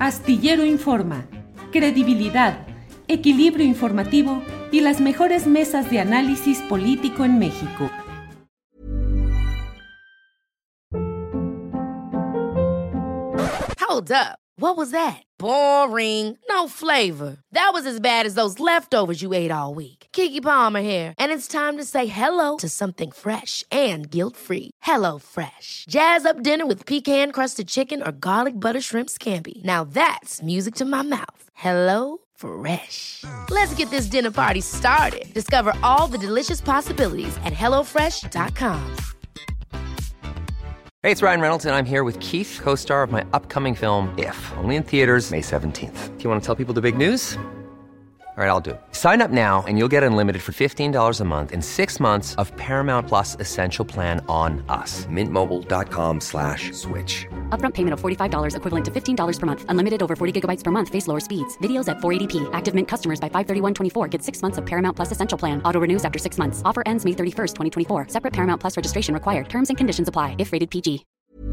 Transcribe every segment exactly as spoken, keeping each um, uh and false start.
Astillero Informa, credibilidad, equilibrio informativo y las mejores mesas de análisis político en México. Hold up. What was that? Boring. No flavor. That was as bad as those leftovers you ate all week. Keke Palmer here, and it's time to say hello to something fresh and guilt-free. Hello Fresh. Jazz up dinner with pecan-crusted chicken or garlic butter shrimp scampi. Now that's music to my mouth. Hello Fresh. Let's get this dinner party started. Discover all the delicious possibilities at hello fresh dot com. Hey, it's Ryan Reynolds, and I'm here with Keith, co-star of my upcoming film, If, only in theaters May seventeenth. Do you want to tell people the big news? All right, I'll do it. Sign up now and you'll get unlimited for fifteen dollars a month and six months of Paramount Plus Essential Plan on us. Mint Mobile dot com slash switch. Upfront payment of forty-five dollars equivalent to fifteen dollars per month. Unlimited over forty gigabytes per month. Face lower speeds. Videos at four eighty p. Active Mint customers by five thirty-one twenty-four get six months of Paramount Plus Essential Plan. Auto renews after six months. Offer ends May thirty-first, twenty twenty-four. Separate Paramount Plus registration required. Terms and conditions apply if rated P G.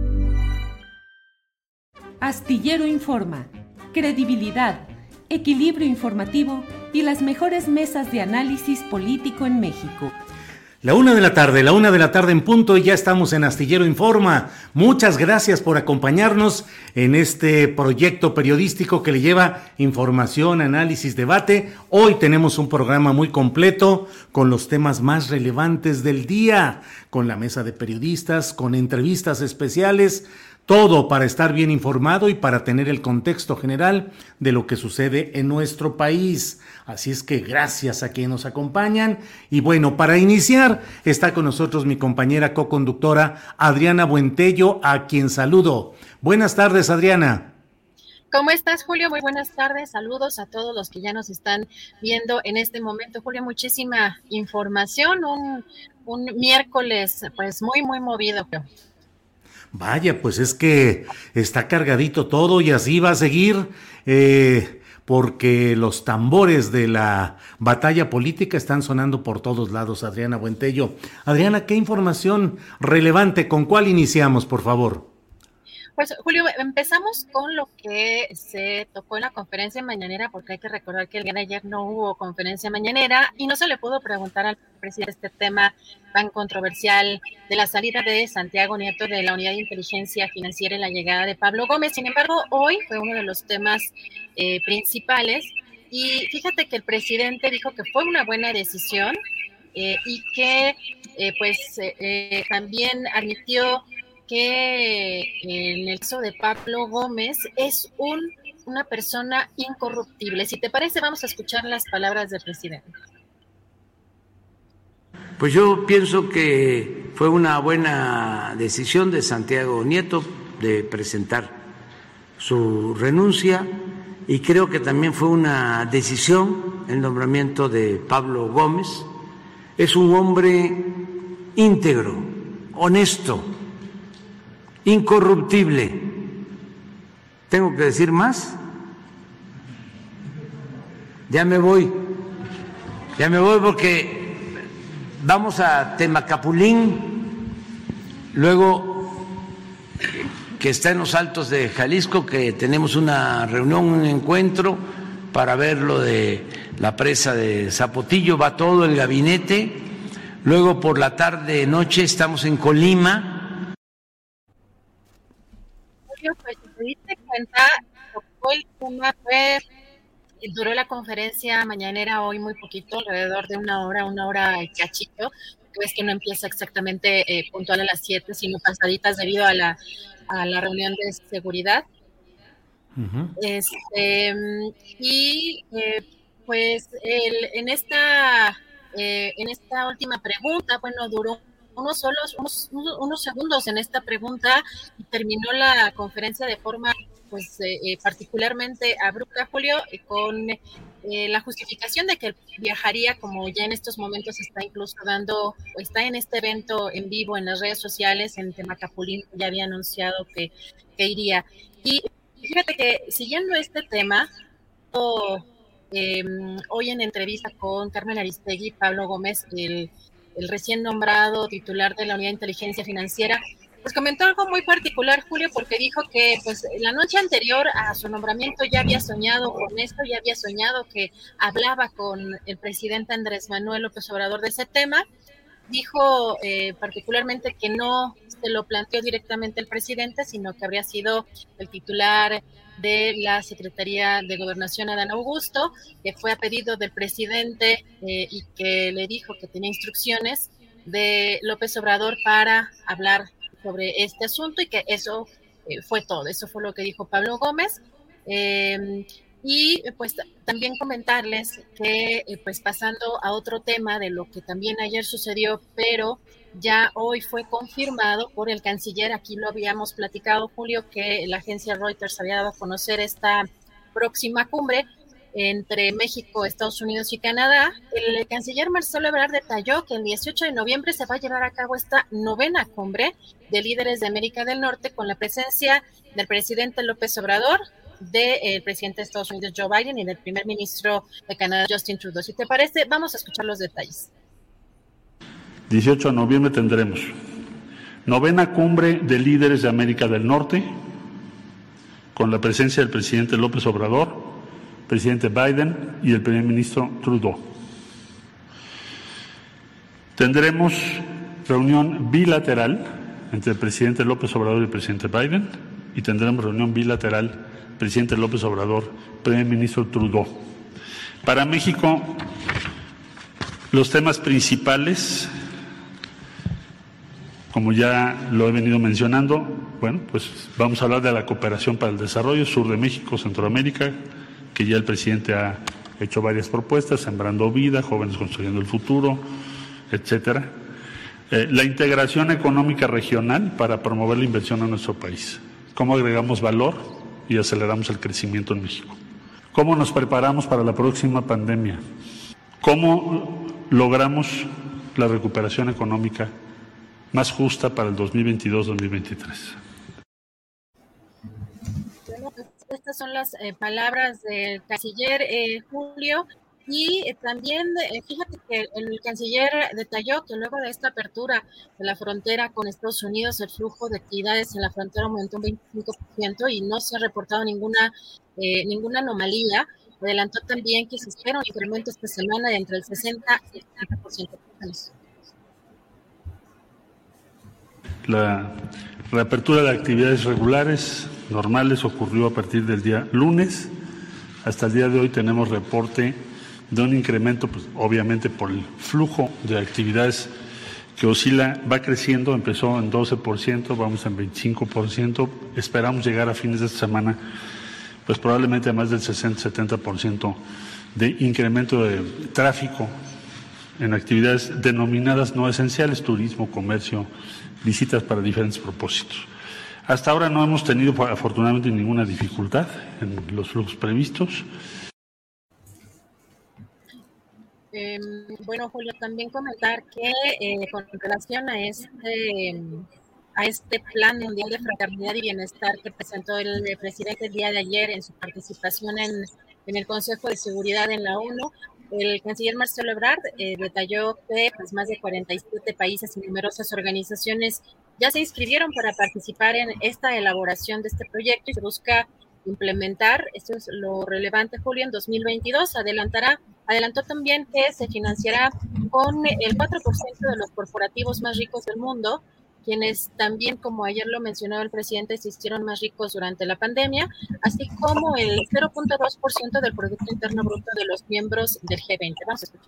Astillero Informa, credibilidad, equilibrio informativo y las mejores mesas de análisis político en México. La una de la tarde, la una de la tarde en punto y ya estamos en Astillero Informa. Muchas gracias por acompañarnos en este proyecto periodístico que le lleva información, análisis, debate. Hoy tenemos un programa muy completo con los temas más relevantes del día, con la mesa de periodistas, con entrevistas especiales. Todo para estar bien informado y para tener el contexto general de lo que sucede en nuestro país. Así es que gracias a quienes nos acompañan. Y bueno, para iniciar está con nosotros mi compañera co-conductora Adriana Buentello, a quien saludo. Buenas tardes, Adriana. ¿Cómo estás, Julio? Muy buenas tardes. Saludos a todos los que ya nos están viendo en este momento. Julio, muchísima información. Un, un miércoles pues muy, muy movido. Vaya, pues es que está cargadito todo y así va a seguir, eh, porque los tambores de la batalla política están sonando por todos lados, Adriana Buentello. Adriana, ¿qué información relevante? ¿Con cuál iniciamos, por favor? Pues, Julio, empezamos con lo que se tocó en la conferencia mañanera, porque hay que recordar que el día de ayer no hubo conferencia mañanera y no se le pudo preguntar al presidente este tema tan controversial de la salida de Santiago Nieto de la Unidad de Inteligencia Financiera y la llegada de Pablo Gómez. Sin embargo, hoy fue uno de los temas eh, principales y fíjate que el presidente dijo que fue una buena decisión eh, y que eh, pues eh, también admitió que en el caso de Pablo Gómez es un, una persona incorruptible. Si te parece, vamos a escuchar las palabras del presidente. Pues yo pienso que fue una buena decisión de Santiago Nieto de presentar su renuncia y creo que también fue una decisión el nombramiento de Pablo Gómez. Es un hombre íntegro, honesto, incorruptible. ¿Tengo que decir más? Ya me voy, ya me voy porque vamos a Temacapulín, luego que está en los Altos de Jalisco, que tenemos una reunión, un encuentro para ver lo de la presa de Zapotillo, va todo el gabinete, luego por la tarde, noche estamos en Colima. Pues si te diste cuenta, tocó el tema, pues duró la conferencia mañanera hoy muy poquito, alrededor de una hora, una hora y cachito, que es que no empieza exactamente eh, puntual a las siete, sino pasaditas debido a la, a la reunión de seguridad. Uh-huh. Este, y eh, pues el, en esta eh, en esta última pregunta, bueno, duró unos solos, unos, unos segundos en esta pregunta y terminó la conferencia de forma pues eh, particularmente abrupta, Julio, eh, con eh, la justificación de que viajaría, como ya en estos momentos está incluso dando, o está en este evento en vivo en las redes sociales, en Temacapulín, ya había anunciado que, que iría. Y fíjate que siguiendo este tema, oh, eh, hoy en entrevista con Carmen Aristegui, Pablo Gómez, el el recién nombrado titular de la Unidad de Inteligencia Financiera, Pues comentó algo muy particular, Julio, porque dijo que pues la noche anterior a su nombramiento ya había soñado con esto, ya había soñado que hablaba con el presidente Andrés Manuel López Obrador de ese tema. Dijo eh, particularmente que no se lo planteó directamente el presidente, sino que habría sido el titular de la Secretaría de Gobernación, Adán Augusto, que fue a pedido del presidente eh, y que le dijo que tenía instrucciones de López Obrador para hablar sobre este asunto y que eso eh, fue todo. Eso fue lo que dijo Pablo Gómez. Eh, Y pues también comentarles que eh, pues pasando a otro tema de lo que también ayer sucedió, pero ya hoy fue confirmado por el canciller, aquí lo habíamos platicado, Julio, que la agencia Reuters había dado a conocer esta próxima cumbre entre México, Estados Unidos y Canadá. El canciller Marcelo Ebrard detalló que el dieciocho de noviembre se va a llevar a cabo esta novena cumbre de líderes de América del Norte con la presencia del presidente López Obrador, del presidente de Estados Unidos Joe Biden y del primer ministro de Canadá Justin Trudeau. Si te parece, vamos a escuchar los detalles. dieciocho de noviembre tendremos novena cumbre de líderes de América del Norte con la presencia del presidente López Obrador, presidente Biden y el primer ministro Trudeau. Tendremos reunión bilateral entre el presidente López Obrador y el presidente Biden y tendremos reunión bilateral presidente López Obrador, primer ministro Trudeau. Para México, los temas principales, como ya lo he venido mencionando, bueno, pues vamos a hablar de la cooperación para el desarrollo, sur de México, Centroamérica, que ya el presidente ha hecho varias propuestas, Sembrando Vida, Jóvenes Construyendo el Futuro, etcétera. Eh, la integración económica regional para promover la inversión en nuestro país. ¿Cómo agregamos valor y aceleramos el crecimiento en México? ¿Cómo nos preparamos para la próxima pandemia? ¿Cómo logramos la recuperación económica más justa para el dos mil veintidós dos mil veintitrés? Bueno, pues estas son las eh, palabras del canciller eh, Julio. Y eh, también, eh, fíjate que el canciller detalló que luego de esta apertura de la frontera con Estados Unidos, el flujo de actividades en la frontera aumentó un veinticinco por ciento y no se ha reportado ninguna, eh, ninguna anomalía. Adelantó también que se espera un incremento esta semana de entre el sesenta y el setenta por ciento. La reapertura de actividades regulares, normales, ocurrió a partir del día lunes. Hasta el día de hoy tenemos reporte de un incremento, pues obviamente por el flujo de actividades que oscila, va creciendo, empezó en doce por ciento, vamos en veinticinco por ciento, esperamos llegar a fines de esta semana, pues probablemente a más del sesenta a setenta por ciento de incremento de tráfico en actividades denominadas no esenciales, turismo, comercio, visitas para diferentes propósitos. Hasta ahora no hemos tenido afortunadamente ninguna dificultad en los flujos previstos. Eh, bueno, Julio, también comentar que eh, con relación a este a este Plan Mundial de Fraternidad y Bienestar que presentó el presidente el día de ayer en su participación en, en el Consejo de Seguridad en la ONU, el canciller Marcelo Ebrard eh, detalló que pues, más de cuarenta y siete países y numerosas organizaciones ya se inscribieron para participar en esta elaboración de este proyecto y se busca implementar, esto es lo relevante, Julio, en dos mil veintidós. Adelantará, adelantó también que se financiará con el cuatro por ciento de los corporativos más ricos del mundo, quienes también, como ayer lo mencionaba el presidente, se hicieron más ricos durante la pandemia, así como el cero punto dos por ciento del Producto Interno Bruto de los miembros del G veinte. Vamos a escuchar.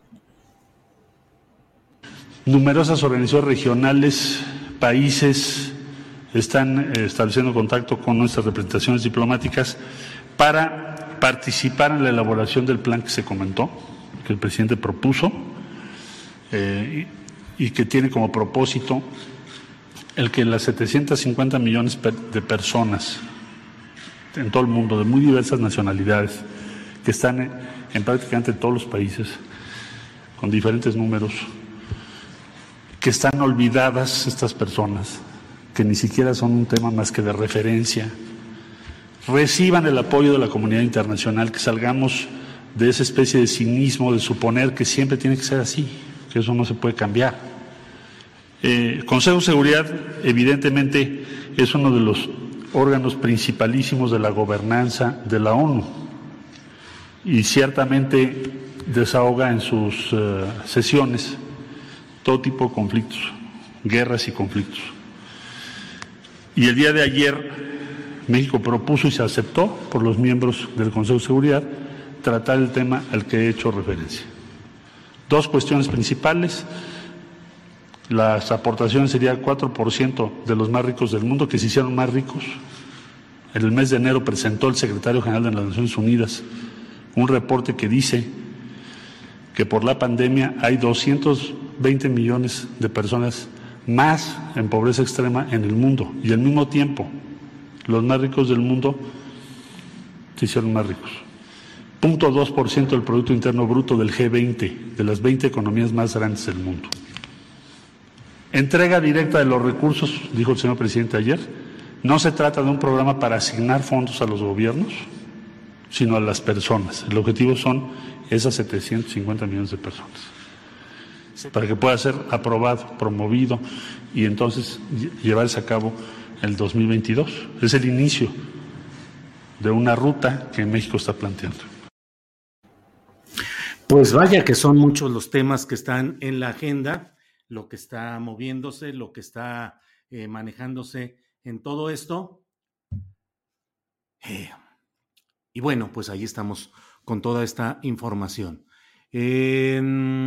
Numerosas organizaciones regionales, países, están estableciendo contacto con nuestras representaciones diplomáticas para participar en la elaboración del plan que se comentó, que el presidente propuso eh, y que tiene como propósito el que las setecientos cincuenta millones de personas en todo el mundo, de muy diversas nacionalidades, que están en, en prácticamente todos los países, con diferentes números, que están olvidadas estas personas, que ni siquiera son un tema más que de referencia, reciban el apoyo de la comunidad internacional, que salgamos de esa especie de cinismo de suponer que siempre tiene que ser así, que eso no se puede cambiar. Eh, Consejo de Seguridad, evidentemente, es uno de los órganos principalísimos de la gobernanza de la ONU y ciertamente desahoga en sus uh, sesiones todo tipo de conflictos, guerras y conflictos. Y el día de ayer México propuso y se aceptó por los miembros del Consejo de Seguridad tratar el tema al que he hecho referencia. Dos cuestiones principales. Las aportaciones serían cuatro por ciento de los más ricos del mundo, que se hicieron más ricos. En el mes de enero presentó el secretario general de las Naciones Unidas un reporte que dice que por la pandemia hay doscientos veinte millones de personas más en pobreza extrema en el mundo, y al mismo tiempo los más ricos del mundo se hicieron más ricos. cero punto dos por ciento del Producto Interno Bruto del G veinte, de las veinte economías más grandes del mundo. Entrega directa de los recursos, dijo el señor presidente ayer. No se trata de un programa para asignar fondos a los gobiernos, sino a las personas. El objetivo son esas setecientos cincuenta millones de personas, para que pueda ser aprobado, promovido y entonces llevarse a cabo el dos mil veintidós. Es el inicio de una ruta que México está planteando. Pues vaya que son muchos los temas que están en la agenda, lo que está moviéndose, lo que está eh, manejándose en todo esto. Eh, y bueno, pues ahí estamos con toda esta información. Eh,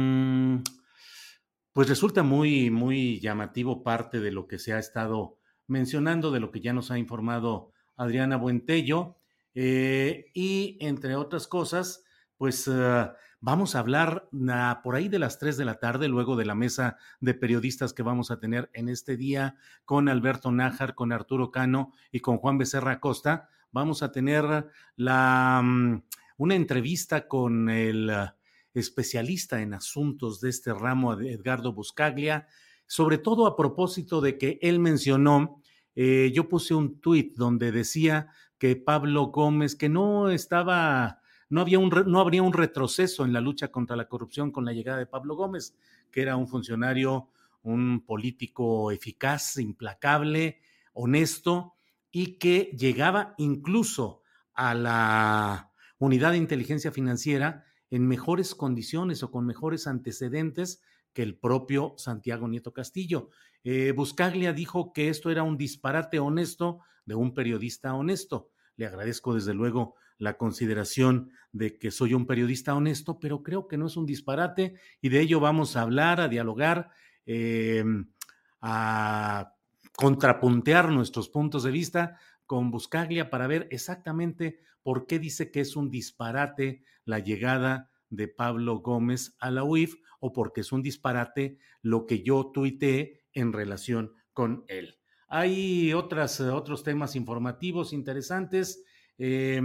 pues resulta muy, muy llamativo parte de lo que se ha estado mencionando, de lo que ya nos ha informado Adriana Buentello, eh, y entre otras cosas, pues uh, vamos a hablar uh, por ahí de las tres de la tarde, luego de la mesa de periodistas que vamos a tener en este día con Alberto Nájar, con Arturo Cano y con Juan Becerra Acosta. Vamos a tener la, um, una entrevista con el uh, especialista en asuntos de este ramo, Edgardo Buscaglia, sobre todo a propósito de que él mencionó, eh, yo puse un tuit donde decía que Pablo Gómez, que no estaba... No, había un, no habría un retroceso en la lucha contra la corrupción con la llegada de Pablo Gómez, que era un funcionario, un político eficaz, implacable, honesto, y que llegaba incluso a la unidad de inteligencia financiera en mejores condiciones o con mejores antecedentes que el propio Santiago Nieto Castillo. Eh, Buscaglia dijo que esto era un disparate honesto de un periodista honesto. Le agradezco desde luego la consideración de que soy un periodista honesto, pero creo que no es un disparate y de ello vamos a hablar, a dialogar, eh, a contrapuntear nuestros puntos de vista con Buscaglia para ver exactamente por qué dice que es un disparate la llegada de Pablo Gómez a la U I F o porque es un disparate lo que yo tuiteé en relación con él. Hay otras, otros temas informativos interesantes. Eh,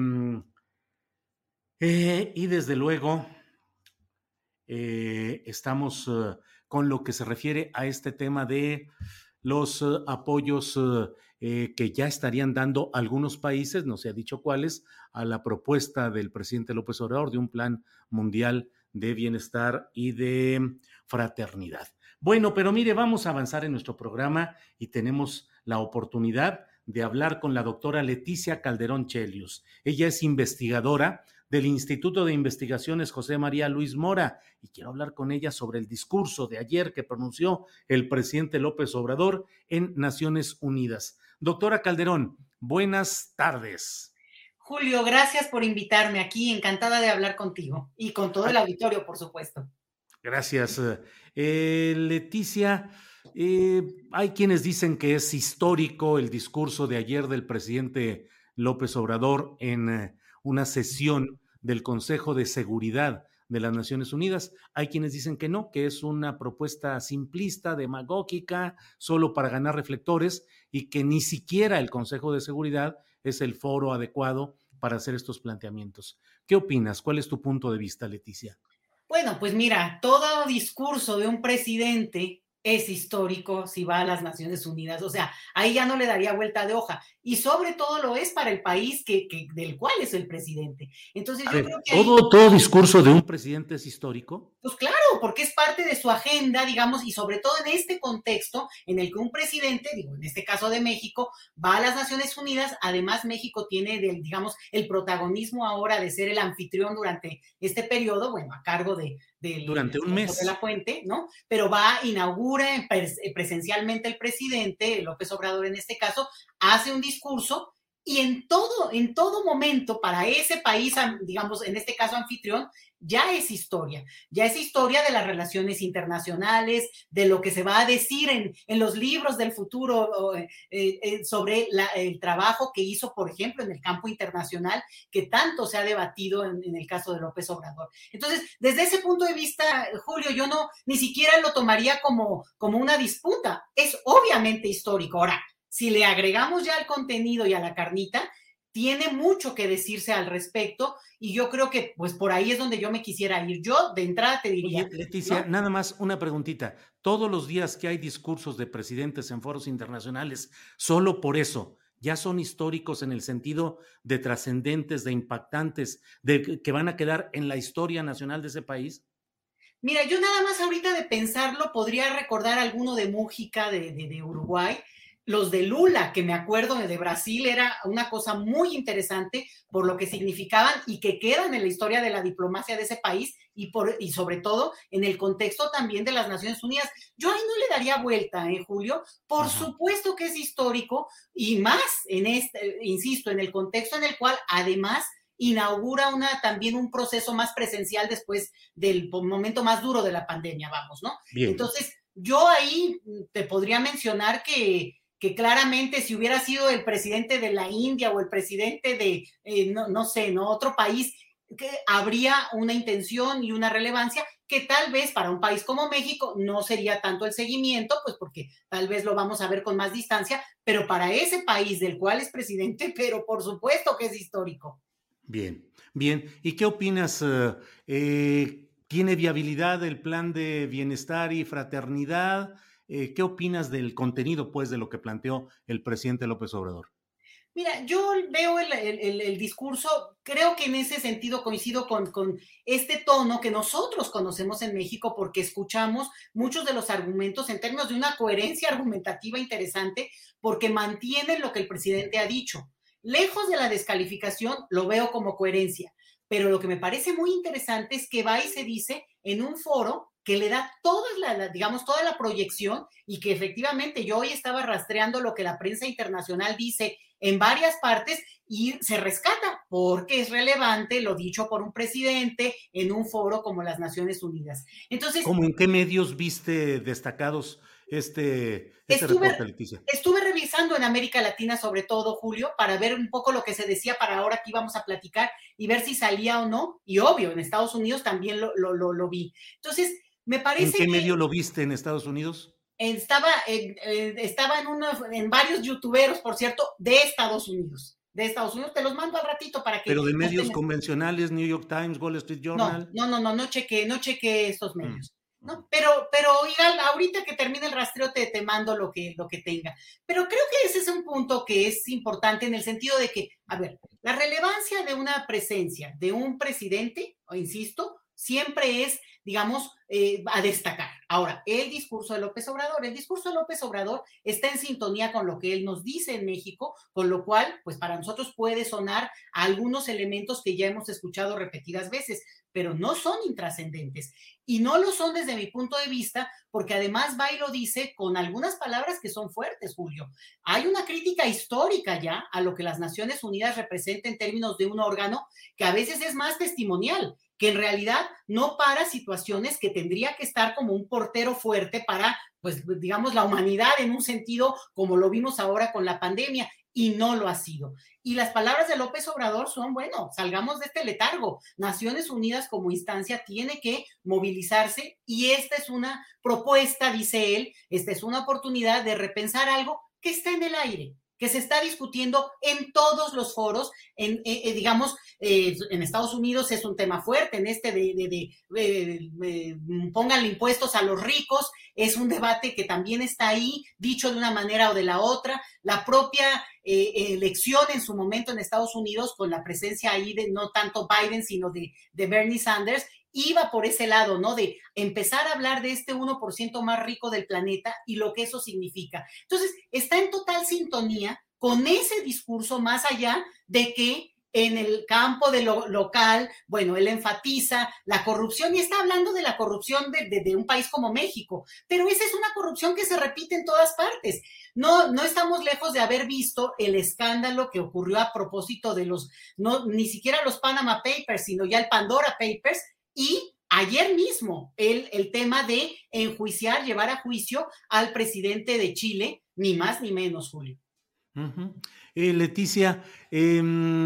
eh, y desde luego eh, estamos uh, con lo que se refiere a este tema de los uh, apoyos uh, eh, que ya estarían dando algunos países, no se ha dicho cuáles, a la propuesta del presidente López Obrador de un plan mundial de bienestar y de fraternidad. Bueno, pero mire, vamos a avanzar en nuestro programa y tenemos la oportunidad de hablar con la doctora Leticia Calderón Chelius. Ella es investigadora del Instituto de Investigaciones José María Luis Mora y quiero hablar con ella sobre el discurso de ayer que pronunció el presidente López Obrador en Naciones Unidas. Doctora Calderón, buenas tardes. Julio, gracias por invitarme aquí, encantada de hablar contigo y con todo el auditorio, por supuesto. Gracias. Eh, Leticia, eh, hay quienes dicen que es histórico el discurso de ayer del presidente López Obrador en eh, una sesión del Consejo de Seguridad de las Naciones Unidas. Hay quienes dicen que no, que es una propuesta simplista, demagógica, solo para ganar reflectores y que ni siquiera el Consejo de Seguridad es el foro adecuado para hacer estos planteamientos. ¿Qué opinas? ¿Cuál es tu punto de vista, Leticia? Bueno, pues mira, todo discurso de un presidente es histórico si va a las Naciones Unidas, o sea, ahí ya no le daría vuelta de hoja, y sobre todo lo es para el país que, que del cual es el presidente. Entonces A yo ver, creo que ¿todo, ahí, todo discurso de un presidente es histórico? pues claro, porque es parte de su agenda, digamos, y sobre todo en este contexto en el que un presidente, digo, en este caso de México, va a las Naciones Unidas. Además, México tiene, del, digamos, el protagonismo ahora de ser el anfitrión durante este periodo, bueno, a cargo de, del Durante un mes. de la Fuente, ¿no? Pero va, inaugura presencialmente el presidente, López Obrador en este caso, hace un discurso y en todo, en todo momento para ese país, digamos, en este caso anfitrión, ya es historia, ya es historia de las relaciones internacionales, de lo que se va a decir en, en los libros del futuro eh, eh, sobre la, el trabajo que hizo, por ejemplo, en el campo internacional, que tanto se ha debatido en, en el caso de López Obrador. Entonces, desde ese punto de vista, Julio, yo no, ni siquiera lo tomaría como, como una disputa, es obviamente histórico. Ahora, si le agregamos ya el contenido y a la carnita, tiene mucho que decirse al respecto, y yo creo que pues por ahí es donde yo me quisiera ir. Yo de entrada te diría... Oye, Leticia, ¿no? Nada más una preguntita. Todos los días que hay discursos de presidentes en foros internacionales, solo por eso, ¿ya son históricos en el sentido de trascendentes, de impactantes, de que van a quedar en la historia nacional de ese país? Mira, yo nada más ahorita de pensarlo podría recordar alguno de Mújica de, de, de Uruguay, los de Lula, que me acuerdo de Brasil, era una cosa muy interesante por lo que significaban y que quedan en la historia de la diplomacia de ese país y, por, y sobre todo en el contexto también de las Naciones Unidas. Yo ahí no le daría vuelta, ¿eh, Julio? Por Ajá. supuesto que es histórico y más en este, insisto, en el contexto en el cual además inaugura una, también un proceso más presencial después del momento más duro de la pandemia, vamos, ¿no? Bien. Entonces, yo ahí te podría mencionar que que claramente si hubiera sido el presidente de la India o el presidente de, eh, no, no sé, ¿no? otro país, que habría una intención y una relevancia que tal vez para un país como México no sería tanto el seguimiento, pues porque tal vez lo vamos a ver con más distancia, pero para ese país del cual es presidente, pero por supuesto que es histórico. Bien, bien. ¿Y qué opinas? Eh, eh, ¿Tiene viabilidad el plan de bienestar y fraternidad? Eh, ¿Qué opinas del contenido, pues, de lo que planteó el presidente López Obrador? Mira, yo veo el, el, el discurso, creo que en ese sentido coincido con, con este tono que nosotros conocemos en México porque escuchamos muchos de los argumentos en términos de una coherencia argumentativa interesante porque mantienen lo que el presidente ha dicho. Lejos de la descalificación, lo veo como coherencia, pero lo que me parece muy interesante es que va y se dice en un foro que le da toda la, la, digamos, toda la proyección y que efectivamente yo hoy estaba rastreando lo que la prensa internacional dice en varias partes y se rescata porque es relevante lo dicho por un presidente en un foro como las Naciones Unidas. Entonces, ¿cómo en qué medios viste destacados este, este estuve, reporte, Leticia? Estuve revisando en América Latina sobre todo, Julio, para ver un poco lo que se decía para ahora que íbamos a platicar y ver si salía o no, y obvio, en Estados Unidos también lo, lo, lo, lo vi. Entonces, me parece ¿En qué que medio lo viste en Estados Unidos? Estaba en, eh, estaba en, uno, en varios youtuberos, por cierto, de Estados Unidos. De Estados Unidos, te los mando al ratito para que... Pero de medios no convencionales, New York Times, Wall Street Journal. No, no, no, no, no chequé, no chequé estos medios. Mm. ¿no? Pero, pero igual, ahorita que termine el rastreo te, te mando lo que, lo que tenga. Pero creo que ese es un punto que es importante en el sentido de que, a ver, la relevancia de una presencia de un presidente, o insisto, siempre es, digamos, eh, a destacar. Ahora, el discurso de López Obrador, el discurso de López Obrador está en sintonía con lo que él nos dice en México, con lo cual, pues para nosotros puede sonar a algunos elementos que ya hemos escuchado repetidas veces, pero no son intrascendentes. Y no lo son desde mi punto de vista, porque además va y lo dice con algunas palabras que son fuertes, Julio. Hay una crítica histórica ya a lo que las Naciones Unidas representa en términos de un órgano que a veces es más testimonial, que en realidad no para situaciones que tendría que estar como un portero fuerte para, pues, digamos, la humanidad en un sentido como lo vimos ahora con la pandemia, y no lo ha sido. Y las palabras de López Obrador son, bueno, salgamos de este letargo. Naciones Unidas como instancia tiene que movilizarse y esta es una propuesta, dice él, esta es una oportunidad de repensar algo que está en el aire, que se está discutiendo en todos los foros, en, eh, digamos, eh, en Estados Unidos es un tema fuerte, en este de, de, de, de, de pónganle impuestos a los ricos, es un debate que también está ahí, dicho de una manera o de la otra. La propia eh, elección en su momento en Estados Unidos, con la presencia ahí de no tanto Biden, sino de, de Bernie Sanders, iba por ese lado, ¿no? De empezar a hablar de este uno por ciento más rico del planeta y lo que eso significa. Entonces, está en total sintonía con ese discurso, más allá de que en el campo de lo local, bueno, él enfatiza la corrupción y está hablando de la corrupción de, de, de un país como México, pero esa es una corrupción que se repite en todas partes. No, no estamos lejos de haber visto el escándalo que ocurrió a propósito de los, no, ni siquiera los Panama Papers, sino ya el Pandora Papers, y ayer mismo el, el tema de enjuiciar, llevar a juicio al presidente de Chile, ni más ni menos, Julio. Uh-huh. Eh, Leticia, eh,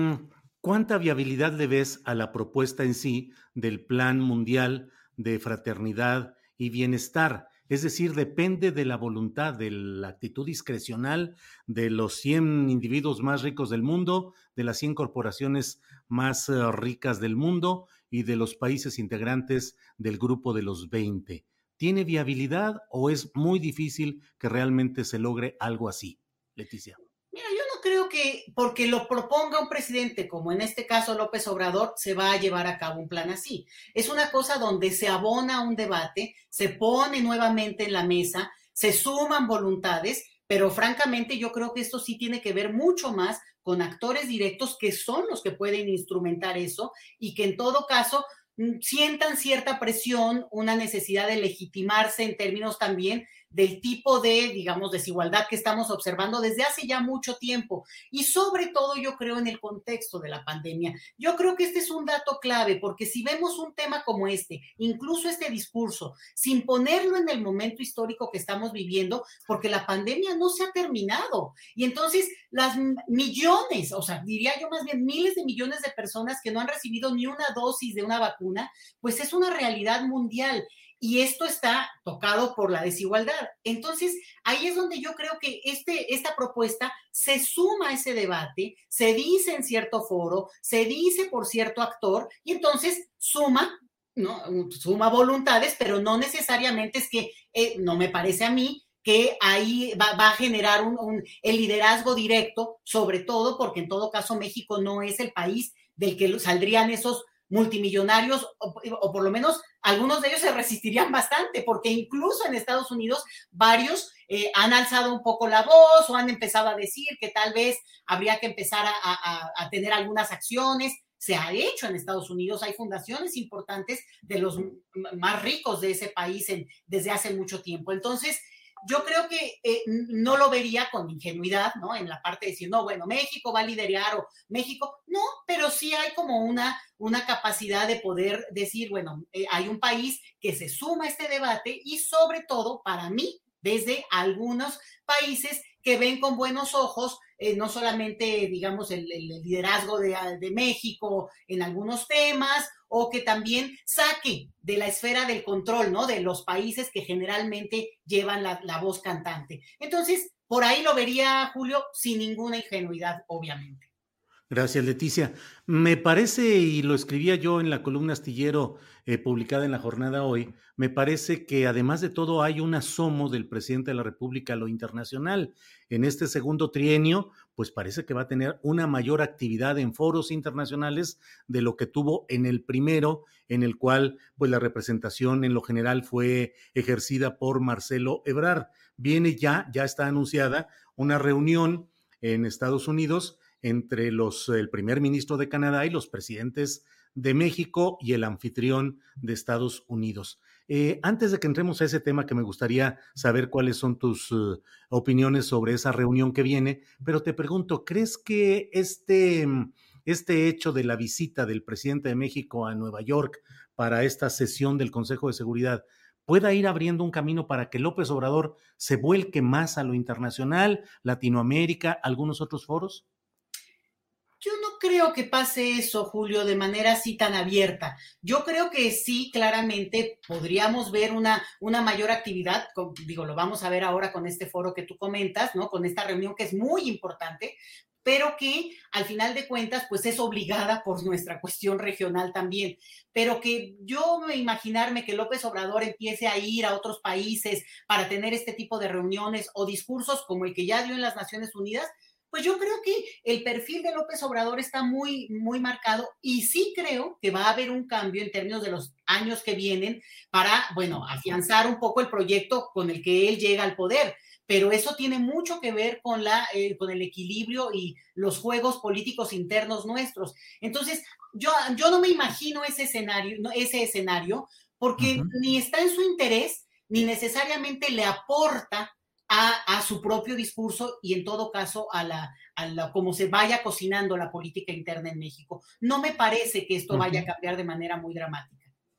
¿cuánta viabilidad le ves a la propuesta en sí del Plan Mundial de Fraternidad y Bienestar? Es decir, depende de la voluntad, de la actitud discrecional de los cien individuos más ricos del mundo, de las cien corporaciones más uh, ricas del mundo y de los países integrantes del grupo de los veinte. ¿Tiene viabilidad o es muy difícil que realmente se logre algo así, Leticia? Mira, yo no creo que porque lo proponga un presidente, como en este caso López Obrador, se va a llevar a cabo un plan así. Es una cosa donde se abona un debate, se pone nuevamente en la mesa, se suman voluntades, pero francamente yo creo que esto sí tiene que ver mucho más con actores directos que son los que pueden instrumentar eso y que en todo caso sientan cierta presión, una necesidad de legitimarse en términos también del tipo de, digamos, desigualdad que estamos observando desde hace ya mucho tiempo y sobre todo yo creo en el contexto de la pandemia. Yo creo que este es un dato clave porque si vemos un tema como este, incluso este discurso, sin ponerlo en el momento histórico que estamos viviendo, porque la pandemia no se ha terminado y entonces las millones, o sea, diría yo más bien miles de millones de personas que no han recibido ni una dosis de una vacuna, pues es una realidad mundial. Y esto está tocado por la desigualdad. Entonces, ahí es donde yo creo que este, esta propuesta se suma a ese debate, se dice en cierto foro, se dice por cierto actor, y entonces suma, ¿no? Suma voluntades, pero no necesariamente es que, eh, no me parece a mí, que ahí va, va a generar un, un, el liderazgo directo, sobre todo porque en todo caso México no es el país del que saldrían esos multimillonarios, o, o por lo menos algunos de ellos se resistirían bastante, porque incluso en Estados Unidos varios eh, han alzado un poco la voz o han empezado a decir que tal vez habría que empezar a, a, a tener algunas acciones. Se ha hecho en Estados Unidos, hay fundaciones importantes de los más ricos de ese país en, desde hace mucho tiempo. Entonces, yo creo que eh, no lo vería con ingenuidad, ¿no? En la parte de decir, no, bueno, México va a liderar o México, no, pero sí hay como una, una capacidad de poder decir, bueno, eh, hay un país que se suma a este debate y sobre todo, para mí, desde algunos países que ven con buenos ojos, eh, no solamente, digamos, el, el liderazgo de, de México en algunos temas, o que también saque de la esfera del control, ¿no? De los países que generalmente llevan la, la voz cantante. Entonces, por ahí lo vería, Julio, sin ninguna ingenuidad, obviamente. Gracias, Leticia. Me parece, y lo escribía yo en la columna Astillero eh, publicada en La Jornada hoy, me parece que además de todo hay un asomo del presidente de la República a lo internacional. En este segundo trienio, pues parece que va a tener una mayor actividad en foros internacionales de lo que tuvo en el primero, en el cual pues la representación en lo general fue ejercida por Marcelo Ebrard. Viene ya, ya está anunciada una reunión en Estados Unidos entre los, el primer ministro de Canadá y los presidentes de México y el anfitrión de Estados Unidos. Eh, antes de que entremos a ese tema, que me gustaría saber cuáles son tus uh, opiniones sobre esa reunión que viene, pero te pregunto, ¿crees que este, este hecho de la visita del presidente de México a Nueva York para esta sesión del Consejo de Seguridad pueda ir abriendo un camino para que López Obrador se vuelque más a lo internacional, Latinoamérica, algunos otros foros? Yo no creo que pase eso, Julio, de manera así tan abierta. Yo creo que sí, claramente podríamos ver una, una mayor actividad, con, digo, lo vamos a ver ahora con este foro que tú comentas, ¿no? Con esta reunión que es muy importante, pero que al final de cuentas pues es obligada por nuestra cuestión regional también, pero que yo me imaginarme que López Obrador empiece a ir a otros países para tener este tipo de reuniones o discursos como el que ya dio en las Naciones Unidas, pues yo creo que el perfil de López Obrador está muy, muy marcado y sí creo que va a haber un cambio en términos de los años que vienen para, bueno, afianzar un poco el proyecto con el que él llega al poder. Pero eso tiene mucho que ver con, la, eh, con el equilibrio y los juegos políticos internos nuestros. Entonces, yo, yo no me imagino ese escenario, no, ese escenario porque uh-huh. ni está en su interés, ni necesariamente le aporta a, a su propio discurso y en todo caso a la, a la cómo se vaya cocinando la política interna en México. No me parece que esto uh-huh. vaya a cambiar de manera muy dramática.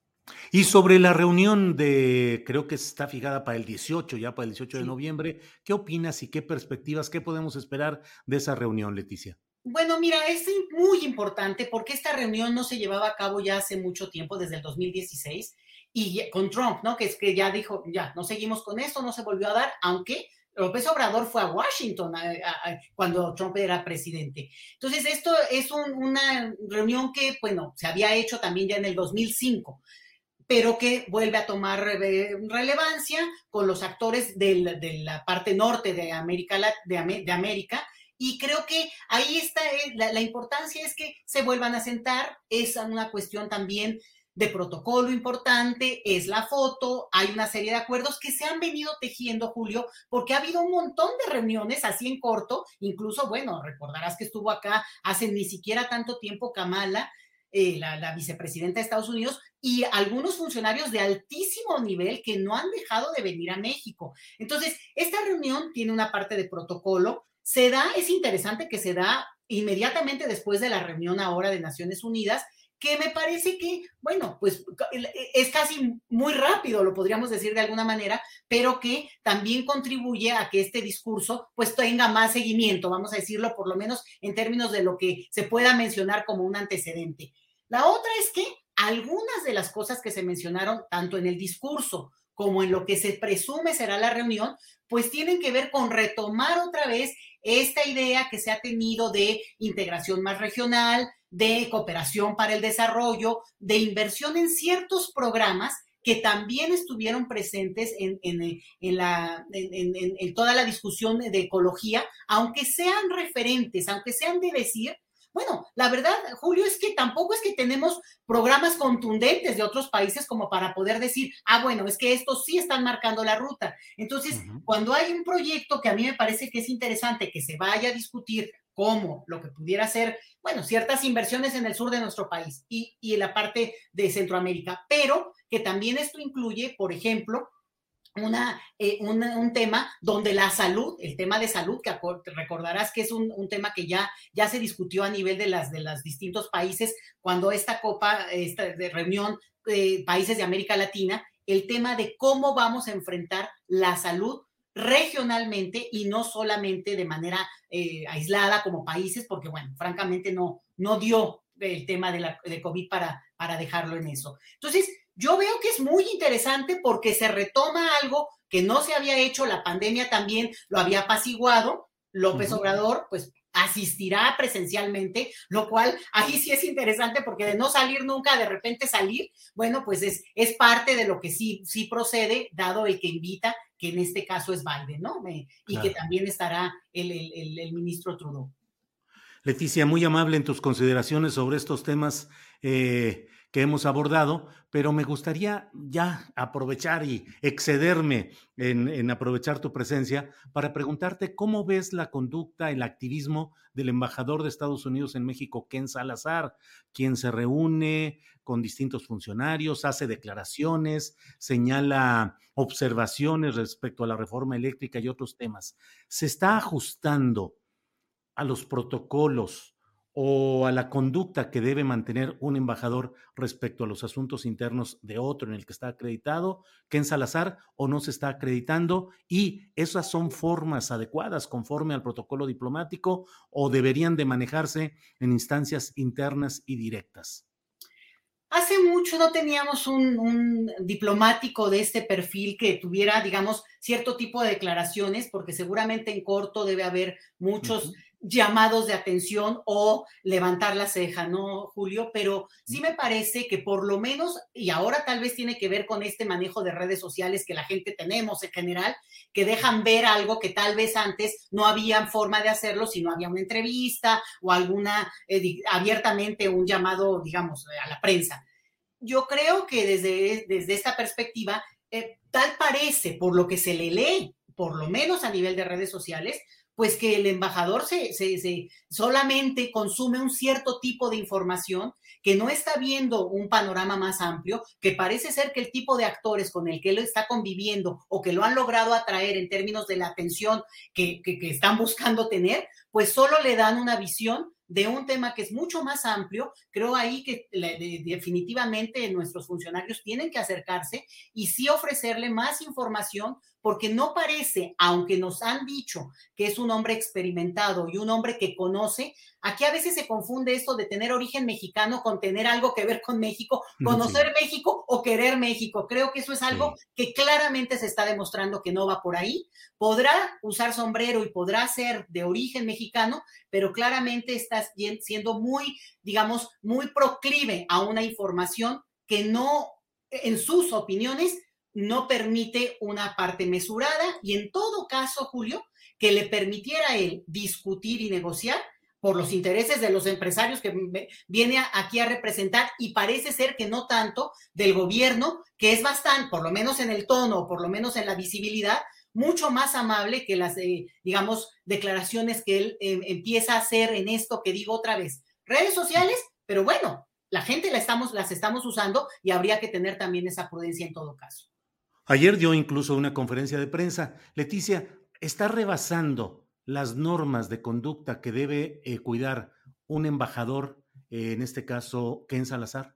Y sobre la reunión de, creo que está fijada para el dieciocho, ya para el dieciocho sí. de noviembre, ¿qué opinas y qué perspectivas, qué podemos esperar de esa reunión, Leticia? Bueno, mira, es muy importante porque esta reunión no se llevaba a cabo ya hace mucho tiempo, desde el dos mil dieciséis, y con Trump, ¿no? Que es que ya dijo, ya, no seguimos con esto, no se volvió a dar, aunque López Obrador fue a Washington a, a, a, cuando Trump era presidente. Entonces, esto es un, una reunión que, bueno, se había hecho también ya en el dos mil cinco, pero que vuelve a tomar relevancia con los actores del, de la parte norte de América, de, de América, y creo que ahí está, la, la importancia es que se vuelvan a sentar, es una cuestión también de protocolo importante, es la foto, hay una serie de acuerdos que se han venido tejiendo, Julio, porque ha habido un montón de reuniones así en corto, incluso, bueno, recordarás que estuvo acá hace ni siquiera tanto tiempo Kamala, Eh, la, la vicepresidenta de Estados Unidos, y algunos funcionarios de altísimo nivel que no han dejado de venir a México. Entonces, esta reunión tiene una parte de protocolo, se da, es interesante que se da inmediatamente después de la reunión ahora de Naciones Unidas, que me parece que, bueno, pues es casi muy rápido, lo podríamos decir de alguna manera, pero que también contribuye a que este discurso pues tenga más seguimiento, vamos a decirlo por lo menos en términos de lo que se pueda mencionar como un antecedente. La otra es que algunas de las cosas que se mencionaron, tanto en el discurso como en lo que se presume será la reunión, pues tienen que ver con retomar otra vez esta idea que se ha tenido de integración más regional, de cooperación para el desarrollo, de inversión en ciertos programas que también estuvieron presentes en, en, en, la, en, en, en toda la discusión de ecología, aunque sean referentes, aunque sean de decir, bueno, la verdad, Julio, es que tampoco es que tenemos programas contundentes de otros países como para poder decir, ah, bueno, es que estos sí están marcando la ruta. Entonces, uh-huh. cuando hay un proyecto que a mí me parece que es interesante que se vaya a discutir como lo que pudiera ser, bueno, ciertas inversiones en el sur de nuestro país y, y en la parte de Centroamérica, pero que también esto incluye, por ejemplo, Una, eh, una, un tema donde la salud, el tema de salud, que recordarás que es un, un tema que ya, ya se discutió a nivel de las de los distintos países cuando esta copa, esta de reunión de eh, países de América Latina, el tema de cómo vamos a enfrentar la salud regionalmente y no solamente de manera eh, aislada como países, porque bueno, francamente no, no dio el tema de la de COVID para, para dejarlo en eso. Entonces, yo veo que es muy interesante porque se retoma algo que no se había hecho, la pandemia también lo había apaciguado, López uh-huh. Obrador, pues asistirá presencialmente, lo cual ahí sí es interesante porque de no salir nunca, de repente salir, bueno, pues es, es parte de lo que sí, sí procede, dado el que invita, que en este caso es Biden, ¿no? Me, y claro. que también estará el, el, el, el ministro Trudeau. Leticia, muy amable en tus consideraciones sobre estos temas eh, que hemos abordado, pero me gustaría ya aprovechar y excederme en, en aprovechar tu presencia para preguntarte cómo ves la conducta, el activismo del embajador de Estados Unidos en México, Ken Salazar, quien se reúne con distintos funcionarios, hace declaraciones, señala observaciones respecto a la reforma eléctrica y otros temas. ¿Se está ajustando a los protocolos o a la conducta que debe mantener un embajador respecto a los asuntos internos de otro en el que está acreditado, Ken Salazar, o no se está acreditando, y esas son formas adecuadas conforme al protocolo diplomático o deberían de manejarse en instancias internas y directas. Hace mucho no teníamos un, un diplomático de este perfil que tuviera, digamos, cierto tipo de declaraciones, porque seguramente en corto debe haber muchos uh-huh. llamados de atención o levantar la ceja, ¿no, Julio? Pero sí me parece que por lo menos, y ahora tal vez tiene que ver con este manejo de redes sociales que la gente tenemos en general, que dejan ver algo que tal vez antes no había forma de hacerlo, si no había una entrevista o alguna, eh, abiertamente un llamado, digamos, a la prensa. Yo creo que desde, desde esta perspectiva, eh, tal parece, por lo que se le lee, por lo menos a nivel de redes sociales, pues que el embajador se, se, se solamente consume un cierto tipo de información, que no está viendo un panorama más amplio, que parece ser que el tipo de actores con el que él está conviviendo o que lo han logrado atraer en términos de la atención que, que, que están buscando tener, pues solo le dan una visión de un tema que es mucho más amplio. Creo ahí que le, de, definitivamente nuestros funcionarios tienen que acercarse y sí ofrecerle más información, porque no parece, aunque nos han dicho que es un hombre experimentado y un hombre que conoce, aquí a veces se confunde esto de tener origen mexicano con tener algo que ver con México, conocer sí. México o querer México. Creo que eso es algo sí. que claramente se está demostrando que no va por ahí. Podrá usar sombrero y podrá ser de origen mexicano, pero claramente está siendo muy, digamos, muy proclive a una información que no, en sus opiniones, no permite una parte mesurada, y en todo caso, Julio, que le permitiera a él discutir y negociar por los intereses de los empresarios que viene aquí a representar, y parece ser que no tanto del gobierno, que es bastante, por lo menos en el tono, por lo menos en la visibilidad, mucho más amable que las, eh, digamos, declaraciones que él eh, empieza a hacer en esto que digo otra vez, redes sociales, pero bueno, la gente la estamos, las estamos usando y habría que tener también esa prudencia en todo caso. Ayer dio incluso una conferencia de prensa. Leticia, ¿está rebasando las normas de conducta que debe eh, cuidar un embajador, eh, en este caso Ken Salazar?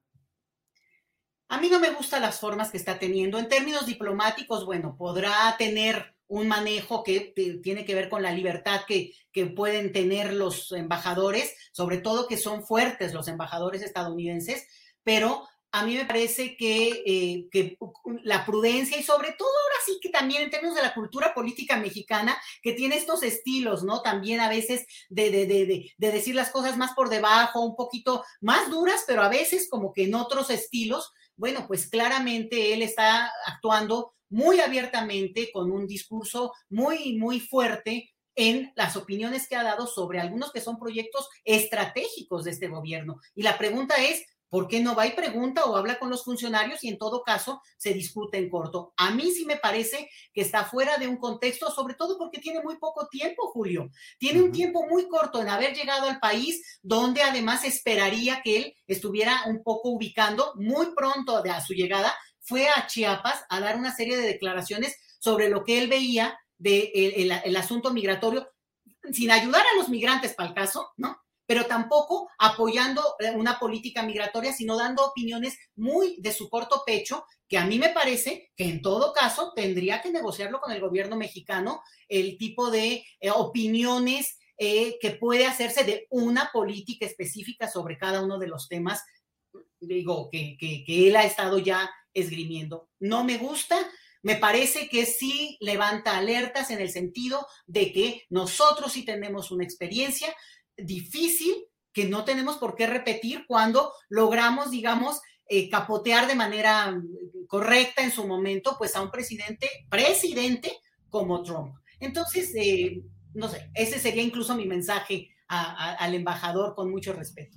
A mí no me gustan las formas que está teniendo. En términos diplomáticos, bueno, podrá tener un manejo que tiene que ver con la libertad que, que pueden tener los embajadores, sobre todo que son fuertes los embajadores estadounidenses, pero a mí me parece que, eh, que la prudencia, y sobre todo ahora sí que también en términos de la cultura política mexicana, que tiene estos estilos, ¿no? También a veces de, de, de, de, de decir las cosas más por debajo, un poquito más duras, pero a veces como que en otros estilos. Bueno, pues claramente él está actuando muy abiertamente con un discurso muy, muy fuerte en las opiniones que ha dado sobre algunos que son proyectos estratégicos de este gobierno. Y la pregunta es, ¿por qué no va y pregunta o habla con los funcionarios y en todo caso se discute en corto? A mí sí me parece que está fuera de un contexto, sobre todo porque tiene muy poco tiempo, Julio. Tiene uh-huh. un tiempo muy corto en haber llegado al país, donde además esperaría que él estuviera un poco ubicando. Muy pronto de a su llegada fue a Chiapas a dar una serie de declaraciones sobre lo que él veía del de el, el asunto migratorio, sin ayudar a los migrantes para el caso, ¿no? Pero tampoco apoyando una política migratoria, sino dando opiniones muy de su corto pecho, que a mí me parece que en todo caso tendría que negociarlo con el gobierno mexicano, el tipo de eh, opiniones eh, que puede hacerse de una política específica sobre cada uno de los temas, digo, que, que, que él ha estado ya esgrimiendo. No me gusta. Me parece que sí levanta alertas en el sentido de que nosotros sí tenemos una experiencia difícil que no tenemos por qué repetir cuando logramos, digamos, eh, capotear de manera correcta en su momento, pues a un presidente, presidente como Trump. Entonces, eh, no sé, ese sería incluso mi mensaje a, a, al embajador con mucho respeto.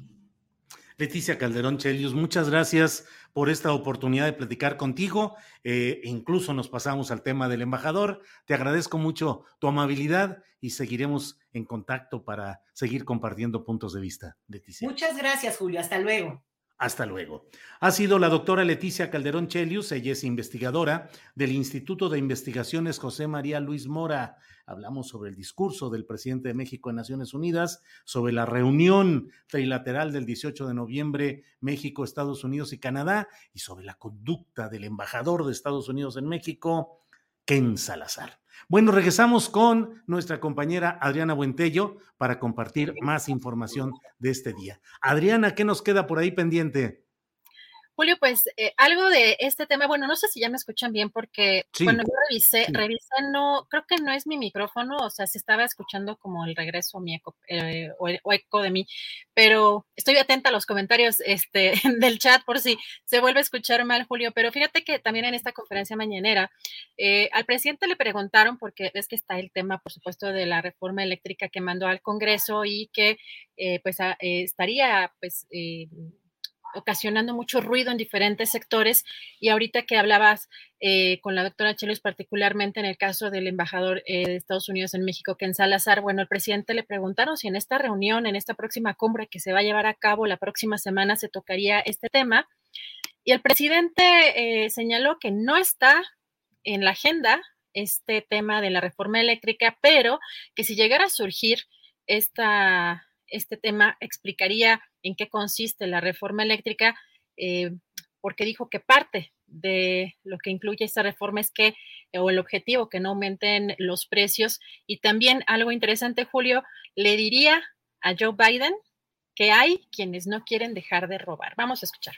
Leticia Calderón Chelius, muchas gracias por esta oportunidad de platicar contigo. Eh, incluso nos pasamos al tema del embajador. Te agradezco mucho tu amabilidad y seguiremos en contacto para seguir compartiendo puntos de vista, Leticia. Muchas gracias, Julio. Hasta luego. Hasta luego. Ha sido la doctora Leticia Calderón Chelius, ella es investigadora del Instituto de Investigaciones José María Luis Mora. Hablamos sobre el discurso del presidente de México en Naciones Unidas, sobre la reunión trilateral del dieciocho de noviembre, México, Estados Unidos y Canadá, y sobre la conducta del embajador de Estados Unidos en México, Ken Salazar. Bueno, regresamos con nuestra compañera Adriana Buentello para compartir más información de este día. Adriana, ¿qué nos queda por ahí pendiente? Julio, pues eh, algo de este tema, bueno, no sé si ya me escuchan bien porque Sí, cuando yo revisé, sí. revisé, no, creo que no es mi micrófono, o sea, se estaba escuchando como el regreso a mi eco, eh, o, o eco de mí, pero estoy atenta a los comentarios este, del chat por si se vuelve a escuchar mal, Julio, pero fíjate que también en esta conferencia mañanera, eh, al presidente le preguntaron, porque es que está el tema, por supuesto, de la reforma eléctrica que mandó al Congreso y que eh, pues a, eh, estaría, pues, eh, ocasionando mucho ruido en diferentes sectores, y ahorita que hablabas eh, con la doctora Chelius, particularmente en el caso del embajador eh, de Estados Unidos en México, Ken Salazar, bueno, el presidente le preguntaron si en esta reunión, en esta próxima cumbre que se va a llevar a cabo la próxima semana se tocaría este tema, y el presidente eh, señaló que no está en la agenda este tema de la reforma eléctrica, pero que si llegara a surgir esta, este tema, explicaría en qué consiste la reforma eléctrica, eh, porque dijo que parte de lo que incluye esta reforma es que, o el objetivo, que no aumenten los precios. Y también algo interesante, Julio, le diría a Joe Biden que hay quienes no quieren dejar de robar. Vamos a escuchar.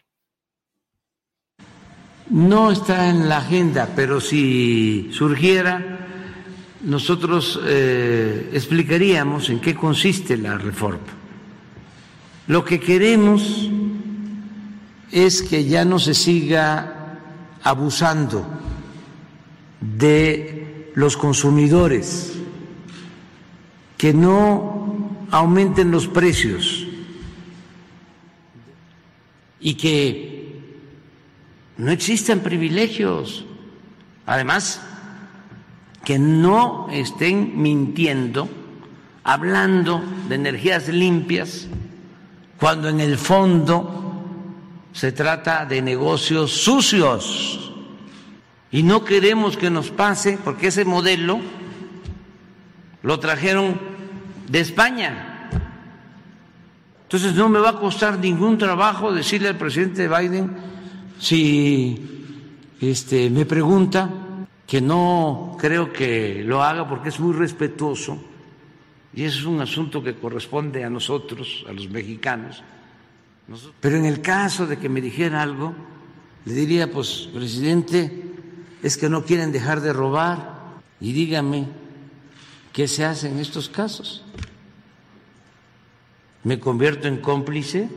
No está en la agenda, pero si surgiera, nosotros eh, explicaríamos en qué consiste la reforma. Lo que queremos es que ya no se siga abusando de los consumidores, que no aumenten los precios y que no existan privilegios. Además, que no estén mintiendo, hablando de energías limpias, cuando en el fondo se trata de negocios sucios. Y no queremos que nos pase, porque ese modelo lo trajeron de España. Entonces no me va a costar ningún trabajo decirle al presidente Biden, si este, me pregunta, que no creo que lo haga porque es muy respetuoso, y eso es un asunto que corresponde a nosotros, a los mexicanos. Pero en el caso de que me dijera algo, le diría, pues, presidente, es que no quieren dejar de robar, y dígame qué se hace en estos casos. ¿Me convierto en cómplice?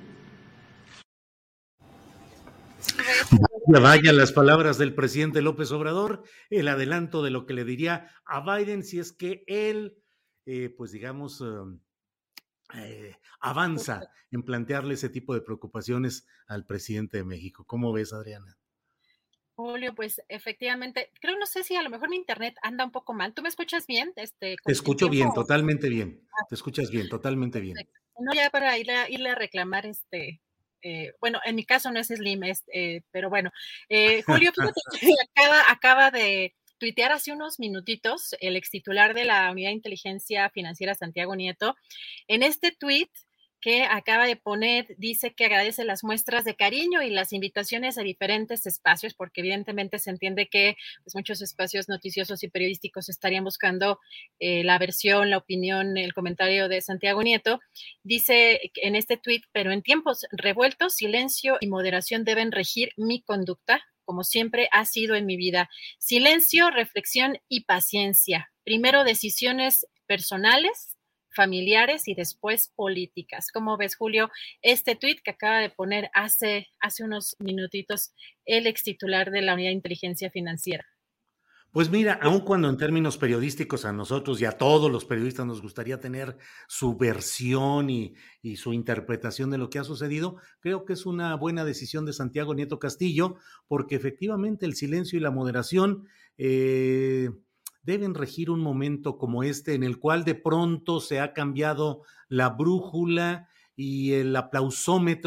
Vaya, vaya las palabras del presidente López Obrador, el adelanto de lo que le diría a Biden si es que él, eh, pues digamos, eh, eh, avanza en plantearle ese tipo de preocupaciones al presidente de México. ¿Cómo ves, Adriana? Julio, pues efectivamente, creo, no sé si a lo mejor mi internet anda un poco mal. ¿Tú me escuchas bien? Este, Te escucho bien, totalmente bien. Te escuchas bien, totalmente bien. No, ya para irle a, irle a reclamar, este, eh, bueno, en mi caso no es Slim, es, eh, pero bueno, eh, Julio, fíjate que acaba, acaba de tuitear hace unos minutitos el extitular de la Unidad de Inteligencia Financiera, Santiago Nieto. En este tuit que acaba de poner, dice que agradece las muestras de cariño y las invitaciones a diferentes espacios, porque evidentemente se entiende que pues, muchos espacios noticiosos y periodísticos estarían buscando eh, la versión, la opinión, el comentario de Santiago Nieto. Dice en este tuit, pero en tiempos revueltos, silencio y moderación deben regir mi conducta, como siempre ha sido en mi vida. Silencio, reflexión y paciencia. Primero decisiones personales, familiares y después políticas. ¿Cómo ves, Julio, este tuit que acaba de poner hace, hace unos minutitos el extitular de la Unidad de Inteligencia Financiera? Pues mira, aun cuando en términos periodísticos a nosotros y a todos los periodistas nos gustaría tener su versión y, y su interpretación de lo que ha sucedido, creo que es una buena decisión de Santiago Nieto Castillo, porque efectivamente el silencio y la moderación eh, deben regir un momento como este en el cual de pronto se ha cambiado la brújula y el aplausómetro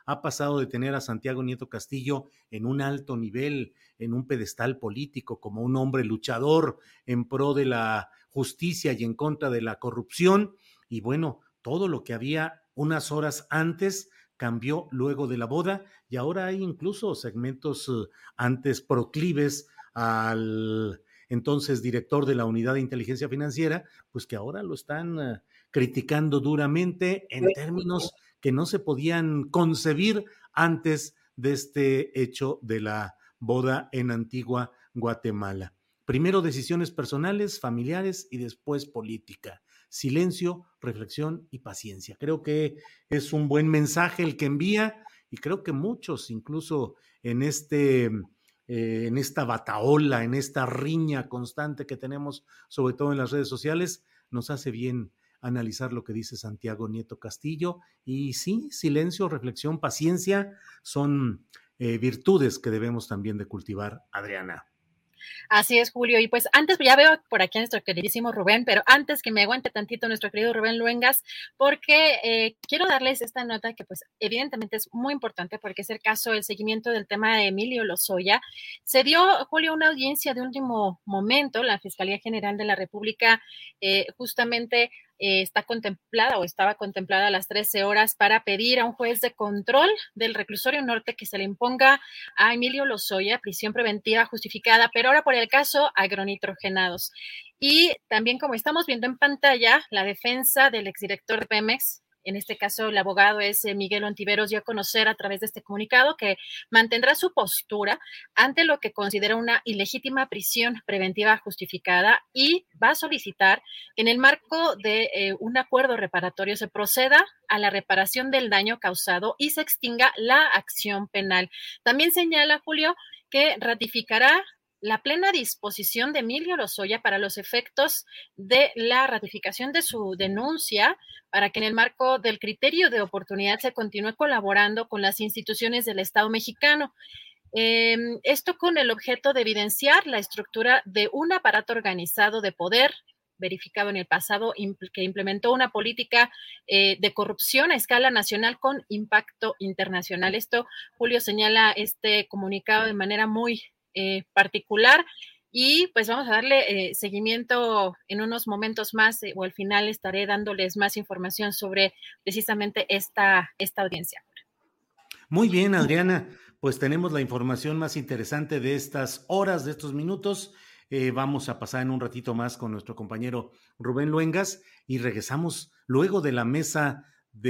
ha pasado de tener a Santiago Nieto Castillo en un alto nivel, en un pedestal político, como un hombre luchador en pro de la justicia y en contra de la corrupción, y bueno, todo lo que había unas horas antes cambió luego de la boda, y ahora hay incluso segmentos uh, antes proclives al entonces director de la Unidad de Inteligencia Financiera, pues que ahora lo están uh, criticando duramente en términos que no se podían concebir antes de este hecho de la boda en Antigua Guatemala. Primero decisiones personales, familiares y después política. Silencio, reflexión y paciencia. Creo que es un buen mensaje el que envía, y creo que muchos, incluso en este, eh, en esta batahola, en esta riña constante que tenemos, sobre todo en las redes sociales, nos hace bien analizar lo que dice Santiago Nieto Castillo. Y sí, silencio, reflexión, paciencia son eh, virtudes que debemos también de cultivar, Adriana. Así es, Julio. Y pues antes, ya veo por aquí a nuestro queridísimo Rubén, pero antes que me aguante tantito nuestro querido Rubén Luengas, porque eh, quiero darles esta nota que pues evidentemente es muy importante, porque es el caso, el seguimiento del tema de Emilio Lozoya. Se dio, Julio, una audiencia de último momento. La Fiscalía General de la República eh, justamente eh, está contemplada o estaba contemplada a las trece horas para pedir a un juez de control del reclusorio norte que se le imponga a Emilio Lozoya prisión preventiva justificada, pero ahora por el caso agronitrogenados. Y también, como estamos viendo en pantalla, la defensa del exdirector de Pemex, en este caso el abogado es Miguel Ontiveros, dio a conocer a través de este comunicado que mantendrá su postura ante lo que considera una ilegítima prisión preventiva justificada y va a solicitar que en el marco de eh, un acuerdo reparatorio se proceda a la reparación del daño causado y se extinga la acción penal. También señala, Julio, que ratificará la plena disposición de Emilio Lozoya para los efectos de la ratificación de su denuncia, para que en el marco del criterio de oportunidad se continúe colaborando con las instituciones del Estado mexicano. Eh, esto con el objeto de evidenciar la estructura de un aparato organizado de poder verificado en el pasado, que implementó una política eh, de corrupción a escala nacional con impacto internacional. Esto, Julio, señala este comunicado de manera muy Eh, particular, y pues vamos a darle eh, seguimiento en unos momentos más eh, o al final estaré dándoles más información sobre precisamente esta, esta audiencia. Muy bien, Adriana, pues tenemos la información más interesante de estas horas, de estos minutos. Eh, vamos a pasar en un ratito más con nuestro compañero Rubén Luengas y regresamos luego de la mesa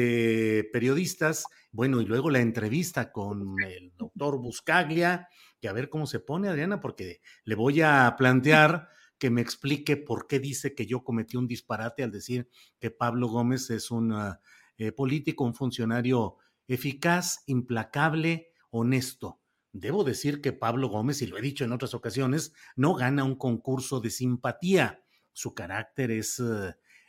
de periodistas, bueno, y luego la entrevista con el doctor Buscaglia, que a ver cómo se pone, Adriana, porque le voy a plantear que me explique por qué dice que yo cometí un disparate al decir que Pablo Gómez es un uh, eh, político, un funcionario eficaz, implacable, honesto. Debo decir que Pablo Gómez, y lo he dicho en otras ocasiones, no gana un concurso de simpatía. Su carácter es uh,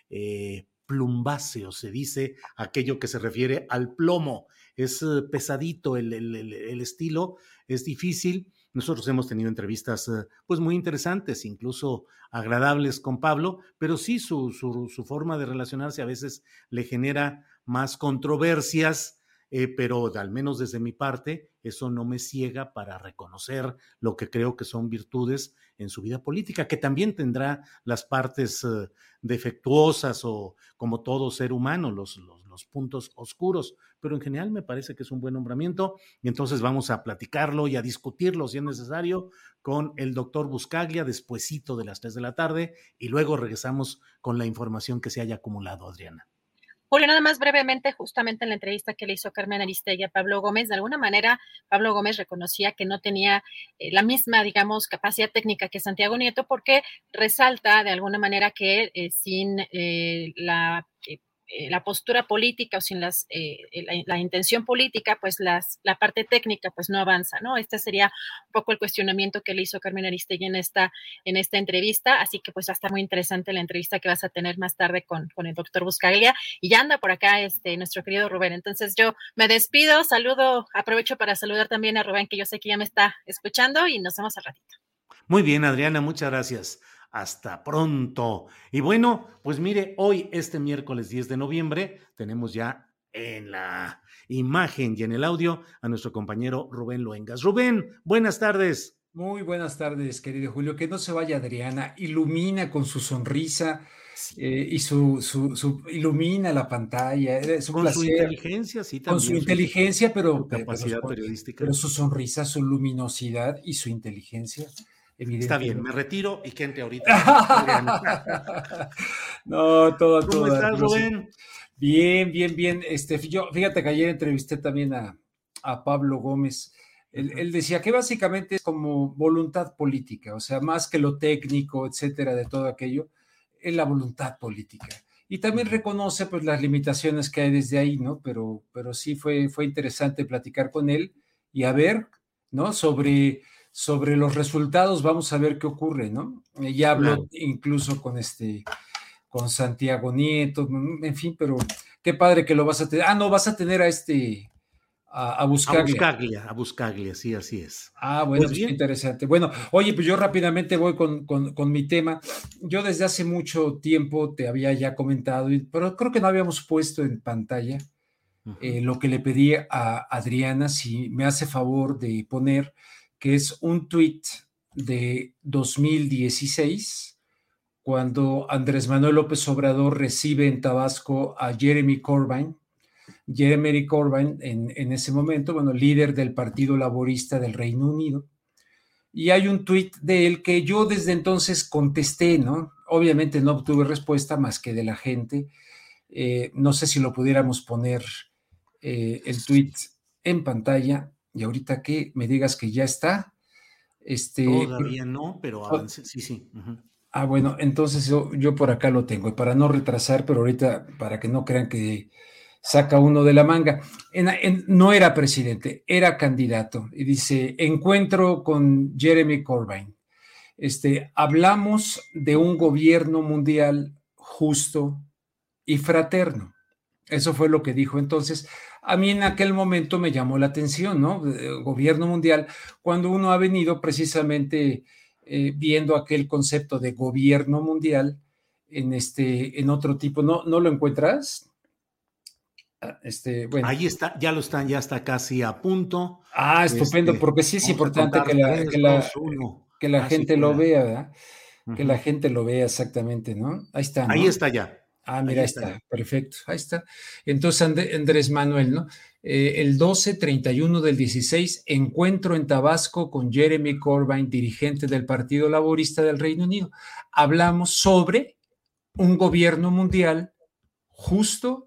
eh, plumbáceo, se dice aquello que se refiere al plomo. Es uh, pesadito el, el, el, el estilo, es difícil. Nosotros hemos tenido entrevistas uh, pues muy interesantes, incluso agradables con Pablo, pero sí su, su, su forma de relacionarse a veces le genera más controversias, eh, pero al menos desde mi parte eso no me ciega para reconocer lo que creo que son virtudes en su vida política, que también tendrá las partes uh, defectuosas o como todo ser humano, los, los, los puntos oscuros, pero en general me parece que es un buen nombramiento y entonces vamos a platicarlo y a discutirlo si es necesario con el doctor Buscaglia despuesito de las tres de la tarde y luego regresamos con la información que se haya acumulado, Adriana. Julio, nada más brevemente, justamente en la entrevista que le hizo Carmen Aristegui a Pablo Gómez, de alguna manera Pablo Gómez reconocía que no tenía eh, la misma, digamos, capacidad técnica que Santiago Nieto, porque resalta de alguna manera que eh, sin eh, la... Eh, Eh, la postura política o sin las, eh, la, la intención política, pues las, la parte técnica pues no avanza, ¿no? Este sería un poco el cuestionamiento que le hizo Carmen Aristegui en esta, en esta entrevista, así que pues va a estar muy interesante la entrevista que vas a tener más tarde con, con el doctor Buscaglia, y ya anda por acá este, nuestro querido Rubén. Entonces yo me despido, saludo, aprovecho para saludar también a Rubén, que yo sé que ya me está escuchando, y nos vemos al ratito. Muy bien, Adriana, muchas gracias. Hasta pronto. Y bueno, pues mire, hoy, este miércoles diez de noviembre, tenemos ya en la imagen y en el audio a nuestro compañero Rubén Luengas. Rubén, buenas tardes. Muy buenas tardes, querido Julio. Que no se vaya Adriana, ilumina con su sonrisa eh, y su, su, su ilumina la pantalla. Es un con placer. su inteligencia, sí, también. Con su inteligencia, pero, su capacidad pero, periodística. Pero su sonrisa, su luminosidad y su inteligencia. Está bien, me retiro y que entre ahorita. No, todo, todo. ¿Cómo estás, Rubén? Bien, bien, bien. Este, yo, fíjate que ayer entrevisté también a, a Pablo Gómez. Él, él decía que básicamente es como voluntad política, o sea, más que lo técnico, etcétera, de todo aquello, es la voluntad política. Y también reconoce pues las limitaciones que hay desde ahí, ¿no? Pero, pero sí fue, fue interesante platicar con él y a ver, ¿no? Sobre, sobre los resultados, vamos a ver qué ocurre, ¿no? Ya habló claro. incluso con este, con Santiago Nieto, en fin, pero qué padre que lo vas a tener. Ah, no, vas a tener a este... A, a Buscaglia. A Buscaglia, a Buscaglia, sí, así es. Ah, bueno, pues, pues interesante. Bueno, oye, pues yo rápidamente voy con, con, con mi tema. Yo desde hace mucho tiempo te había ya comentado, pero creo que no habíamos puesto en pantalla uh-huh. eh, lo que le pedí a Adriana, si me hace favor de poner, que es un tuit de dos mil dieciséis, cuando Andrés Manuel López Obrador recibe en Tabasco a Jeremy Corbyn, Jeremy Corbyn en, en ese momento, bueno, líder del Partido Laborista del Reino Unido, y hay un tuit de él que yo desde entonces contesté, ¿no? Obviamente no obtuve respuesta más que de la gente, eh, no sé si lo pudiéramos poner eh, el tuit en pantalla, y ahorita que me digas que ya está. Este, Todavía no, pero avancé, sí, sí. Uh-huh. Ah, bueno, entonces yo, yo por acá lo tengo, y para no retrasar, pero ahorita, para que no crean que saca uno de la manga. En, en, no era presidente, era candidato. Y dice, encuentro con Jeremy Corbyn. Este, hablamos de un gobierno mundial justo y fraterno. Eso fue lo que dijo. Entonces, a mí en aquel momento me llamó la atención, ¿no? Gobierno mundial, cuando uno ha venido precisamente eh, viendo aquel concepto de gobierno mundial en, este, en otro tipo. ¿No, no lo encuentras? Este, bueno. Ahí está, ya lo están, ya está casi a punto. Ah, estupendo, este, porque sí es importante que la, tres, que la, dos, que la ah, gente sí, lo vea, ¿verdad? Uh-huh. Que la gente lo vea exactamente, ¿no? Ahí está, ¿no? Ahí está ya. Ah, mira, ahí está, está perfecto, ahí está. Entonces, Andrés Manuel, ¿no? Eh, el doce treinta y uno del dieciséis, encuentro en Tabasco con Jeremy Corbyn, dirigente del Partido Laborista del Reino Unido. Hablamos sobre un gobierno mundial justo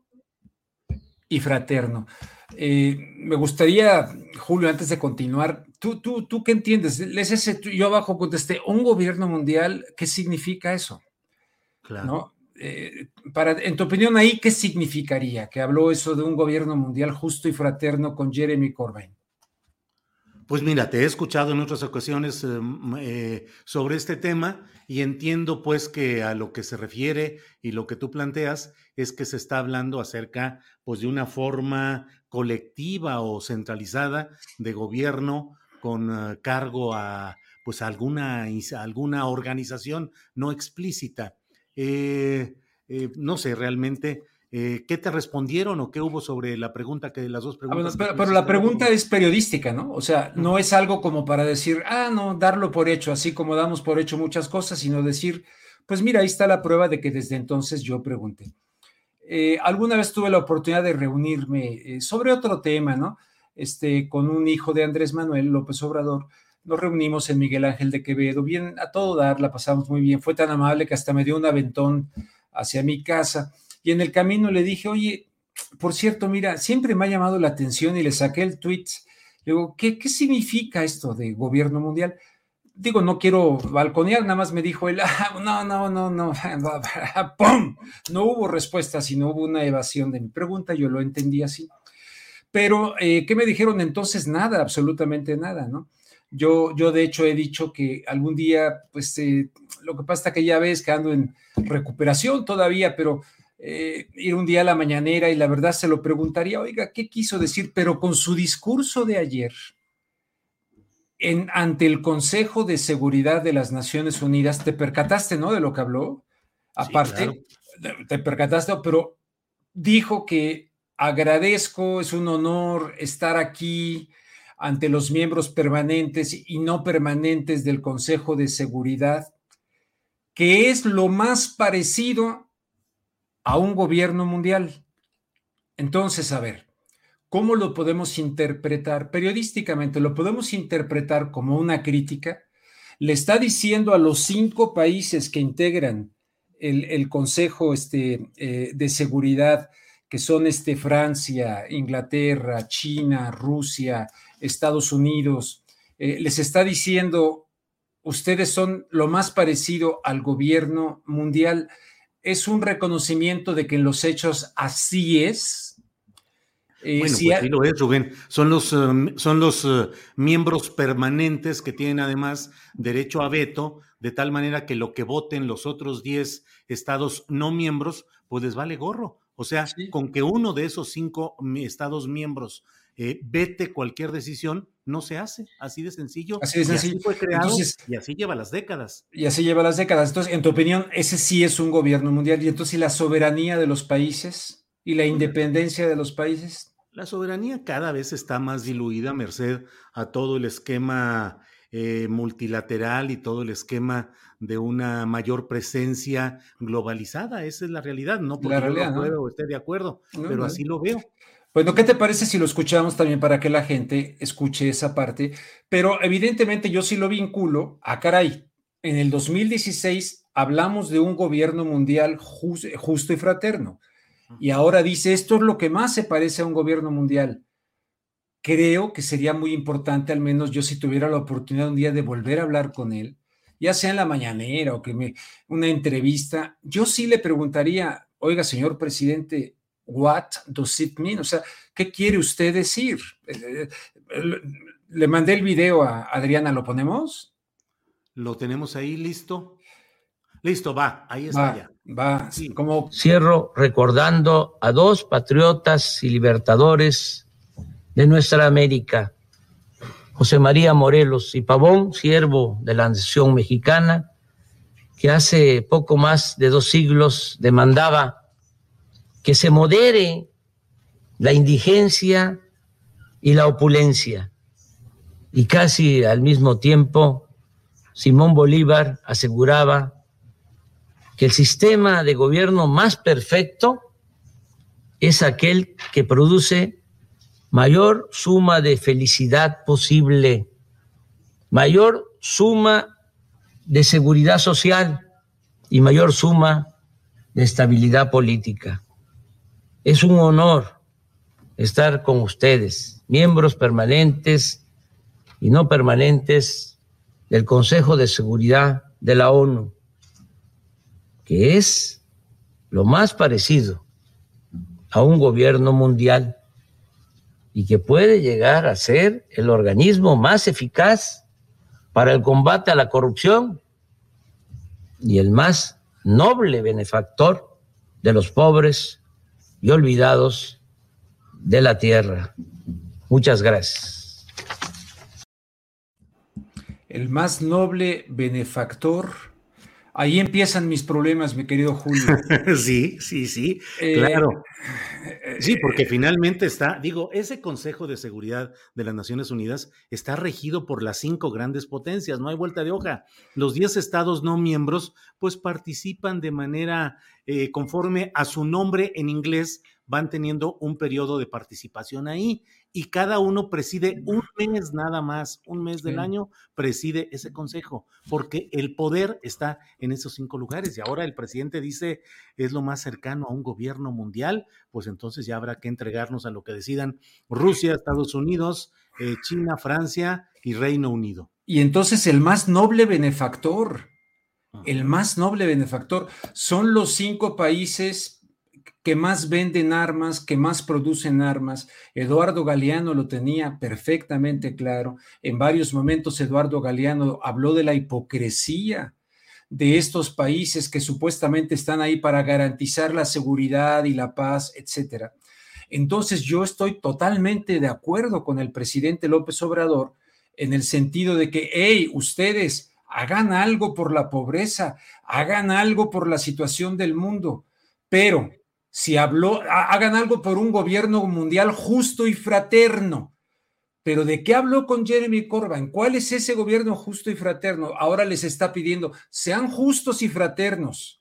y fraterno. Eh, me gustaría, Julio, antes de continuar, ¿tú, tú, tú qué entiendes? Les ese, yo abajo contesté, un gobierno mundial, ¿qué significa eso? Claro. ¿No? Eh, para, en tu opinión, ahí, ¿qué significaría que habló eso de un gobierno mundial justo y fraterno con Jeremy Corbyn? Pues mira, te he escuchado en otras ocasiones eh, eh, sobre este tema y entiendo pues que a lo que se refiere y lo que tú planteas es que se está hablando acerca pues de una forma colectiva o centralizada de gobierno con uh, cargo a pues a alguna, a alguna organización no explícita. Eh, eh, no sé realmente... Eh, ¿Qué te respondieron o qué hubo sobre la pregunta que las dos preguntas? Ah, bueno, pero, pero la pregunta como... es periodística, ¿no? O sea, no uh-huh. es algo como para decir, ah, no, darlo por hecho, así como damos por hecho muchas cosas, sino decir, pues mira, ahí está la prueba de que desde entonces yo pregunté. Eh, alguna vez tuve la oportunidad de reunirme eh, sobre otro tema, ¿no? Este, con un hijo de Andrés Manuel López Obrador. Nos reunimos en Miguel Ángel de Quevedo, bien, a todo dar, la pasamos muy bien. Fue tan amable que hasta me dio un aventón hacia mi casa. Y en el camino le dije, oye, por cierto, mira, siempre me ha llamado la atención y le saqué el tweet. Le digo, ¿qué, qué significa esto de gobierno mundial? Digo, no quiero balconear, nada más me dijo él, ah, no, no, no, no, ¡pum! No hubo respuesta, sino hubo una evasión de mi pregunta, yo lo entendí así. Pero, eh, ¿qué me dijeron entonces? Nada, absolutamente nada, ¿no? Yo, yo de hecho he dicho que algún día, pues, eh, lo que pasa es que ya ves que ando en recuperación todavía, pero... Eh, ir un día a la mañanera y la verdad se lo preguntaría, oiga, ¿qué quiso decir? Pero con su discurso de ayer en, ante el Consejo de Seguridad de las Naciones Unidas, te percataste, ¿no? De lo que habló. Aparte, sí, claro. te percataste, pero dijo que agradezco, es un honor estar aquí ante los miembros permanentes y no permanentes del Consejo de Seguridad, que es lo más parecido a un gobierno mundial. Entonces, a ver, ¿cómo lo podemos interpretar? Periodísticamente, ¿lo podemos interpretar como una crítica? Le está diciendo a los cinco países que integran el, el Consejo este, eh, de Seguridad, que son este, Francia, Inglaterra, China, Rusia, Estados Unidos, eh, les está diciendo, ustedes son lo más parecido al gobierno mundial. ¿Es un reconocimiento de que en los hechos así es? Eh, bueno, si pues ha... sí lo es, Rubén. Son los, uh, son los uh, miembros permanentes que tienen además derecho a veto, de tal manera que lo que voten los otros diez estados no miembros, pues les vale gorro. O sea, sí. Con que uno de esos cinco estados miembros eh, vete cualquier decisión, no se hace. Así de sencillo. Así de sencillo. Y así fue creado. Entonces, y así lleva las décadas. Y así lleva las décadas. Entonces, en tu opinión, ese sí es un gobierno mundial. Y entonces, ¿la soberanía de los países y la independencia de los países? La soberanía cada vez está más diluida, merced a todo el esquema eh, multilateral y todo el esquema de una mayor presencia globalizada. Esa es la realidad, no porque la realidad, yo lo apruebe ¿no? o esté de acuerdo, no, pero no. así lo veo. Bueno, ¿qué te parece si lo escuchamos también para que la gente escuche esa parte? Pero evidentemente yo sí lo vinculo a caray. En el dos mil dieciséis hablamos de un gobierno mundial just, justo y fraterno. Y ahora dice, esto es lo que más se parece a un gobierno mundial. Creo que sería muy importante, al menos yo si tuviera la oportunidad un día de volver a hablar con él, ya sea en la mañanera o que me, una entrevista, yo sí le preguntaría, oiga, señor presidente, what does it mean? O sea, ¿qué quiere usted decir? Le mandé el video a Adriana, ¿lo ponemos? Lo tenemos ahí listo. Listo, va, ahí está va, ya. Va, sí. Como... Cierro recordando a dos patriotas y libertadores de nuestra América, José María Morelos y Pavón, siervo de la nación mexicana, que hace poco más de dos siglos demandaba que se modere la indigencia y la opulencia. Y casi al mismo tiempo, Simón Bolívar aseguraba que el sistema de gobierno más perfecto es aquel que produce mayor suma de felicidad posible, mayor suma de seguridad social y mayor suma de estabilidad política. Es un honor estar con ustedes, miembros permanentes y no permanentes del Consejo de Seguridad de la ONU, que es lo más parecido a un gobierno mundial y que puede llegar a ser el organismo más eficaz para el combate a la corrupción y el más noble benefactor de los pobres y olvidados de la tierra. Muchas gracias. El más noble benefactor. Ahí empiezan mis problemas, mi querido Julio. Sí, sí, sí, eh, claro. Sí, porque finalmente está, digo, ese Consejo de Seguridad de las Naciones Unidas está regido por las cinco grandes potencias, no hay vuelta de hoja. Los diez estados no miembros, pues participan de manera eh, conforme a su nombre en inglés, van teniendo un periodo de participación ahí y cada uno preside un mes nada más, un mes del sí. año preside ese consejo, porque el poder está en esos cinco lugares y ahora el presidente dice es lo más cercano a un gobierno mundial, pues entonces ya habrá que entregarnos a lo que decidan Rusia, Estados Unidos, eh, China, Francia y Reino Unido. Y entonces el más noble benefactor, el más noble benefactor son los cinco países que más venden armas, que más producen armas. Eduardo Galeano lo tenía perfectamente claro. En varios momentos Eduardo Galeano habló de la hipocresía de estos países que supuestamente están ahí para garantizar la seguridad y la paz, etcétera. Entonces yo estoy totalmente de acuerdo con el presidente López Obrador en el sentido de que, hey, ustedes hagan algo por la pobreza, hagan algo por la situación del mundo, pero si habló, hagan algo por un gobierno mundial justo y fraterno. Pero ¿de qué habló con Jeremy Corbyn? ¿Cuál es ese gobierno justo y fraterno? Ahora les está pidiendo, sean justos y fraternos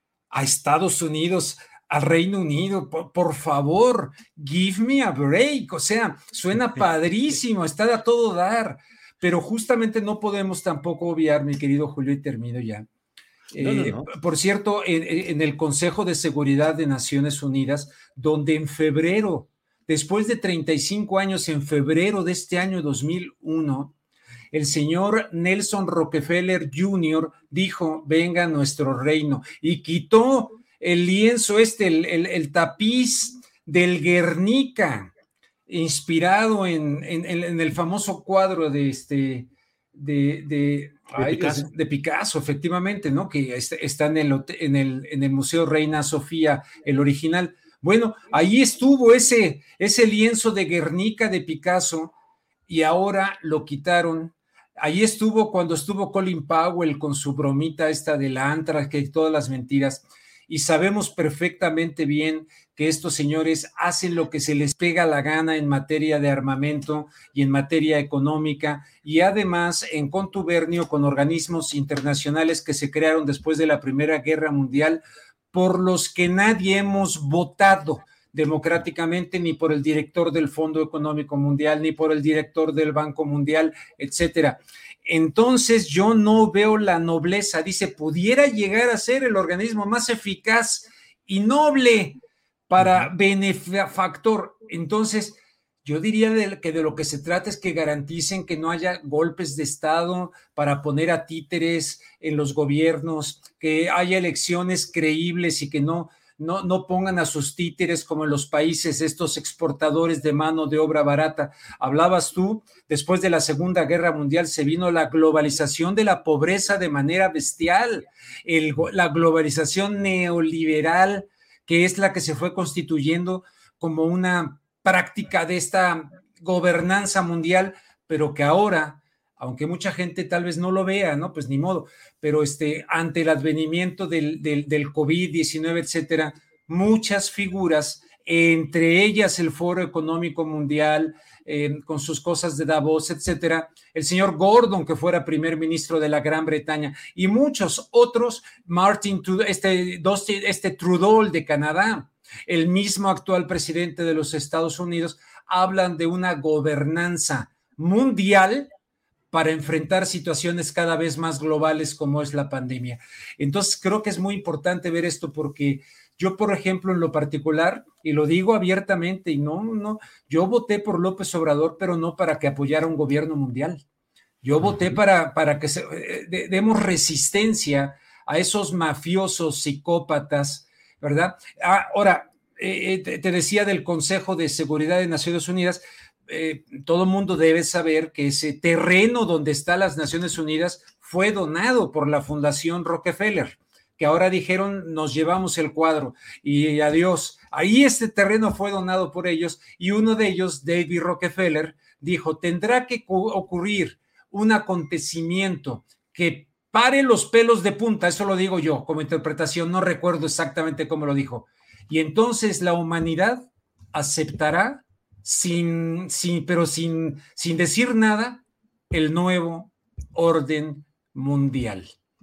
a Estados Unidos, al Reino Unido, por, por favor, give me a break. O sea, suena padrísimo, está a todo dar, pero justamente no podemos tampoco obviar, mi querido Julio, y termino ya. No, no, no. Eh, por cierto, en, en el Consejo de Seguridad de Naciones Unidas, donde en febrero, después de treinta y cinco años, en febrero de este año dos mil uno, el señor Nelson Rockefeller junior dijo, venga a nuestro reino, y quitó el lienzo este, el, el, el tapiz del Guernica, inspirado en, en, en el famoso cuadro de este... de... de De Ay, Picasso. de Picasso, efectivamente, ¿no? Que está en el, en, el, en el Museo Reina Sofía, el original. Bueno, ahí estuvo ese, ese lienzo de Guernica de Picasso y ahora lo quitaron. Ahí estuvo cuando estuvo Colin Powell con su bromita esta del Antrax, que todas las mentiras. Y sabemos perfectamente bien que estos señores hacen lo que se les pega la gana en materia de armamento y en materia económica, y además en contubernio con organismos internacionales que se crearon después de la Primera Guerra Mundial, por los que nadie hemos votado democráticamente, ni por el director del Fondo Económico Mundial, ni por el director del Banco Mundial, etcétera. Entonces yo no veo la nobleza, dice, pudiera llegar a ser el organismo más eficaz y noble para benefactor. Entonces yo diría de, que de lo que se trata es que garanticen que no haya golpes de Estado para poner a títeres en los gobiernos, que haya elecciones creíbles y que no No, no pongan a sus títeres como en los países estos exportadores de mano de obra barata. Hablabas tú, después de la Segunda Guerra Mundial se vino la globalización de la pobreza de manera bestial, el, la globalización neoliberal, que es la que se fue constituyendo como una práctica de esta gobernanza mundial, pero que ahora, aunque mucha gente tal vez no lo vea, ¿no? Pues ni modo, pero este, ante el advenimiento del, del, del COVID diecinueve, etcétera, muchas figuras, entre ellas el Foro Económico Mundial, eh, con sus cosas de Davos, etcétera, el señor Gordon, que fuera primer ministro de la Gran Bretaña, y muchos otros, Martin, este, este Trudeau de Canadá, el mismo actual presidente de los Estados Unidos, hablan de una gobernanza mundial para enfrentar situaciones cada vez más globales como es la pandemia. Entonces creo que es muy importante ver esto porque yo, por ejemplo, en lo particular, y lo digo abiertamente, y no, no, yo voté por López Obrador, pero no para que apoyara un gobierno mundial. Yo voté para, para que se, de, demos resistencia a esos mafiosos psicópatas, ¿verdad? Ah, ahora, eh, te, te decía del Consejo de Seguridad de Naciones Unidas. Eh, todo el mundo debe saber que ese terreno donde están las Naciones Unidas fue donado por la Fundación Rockefeller, que ahora dijeron nos llevamos el cuadro y adiós. Ahí este terreno fue donado por ellos y uno de ellos, David Rockefeller, dijo, tendrá que ocurrir un acontecimiento que pare los pelos de punta, eso lo digo yo como interpretación, no recuerdo exactamente cómo lo dijo, y entonces la humanidad aceptará Sin, sin, pero sin, sin decir nada, el nuevo orden mundial.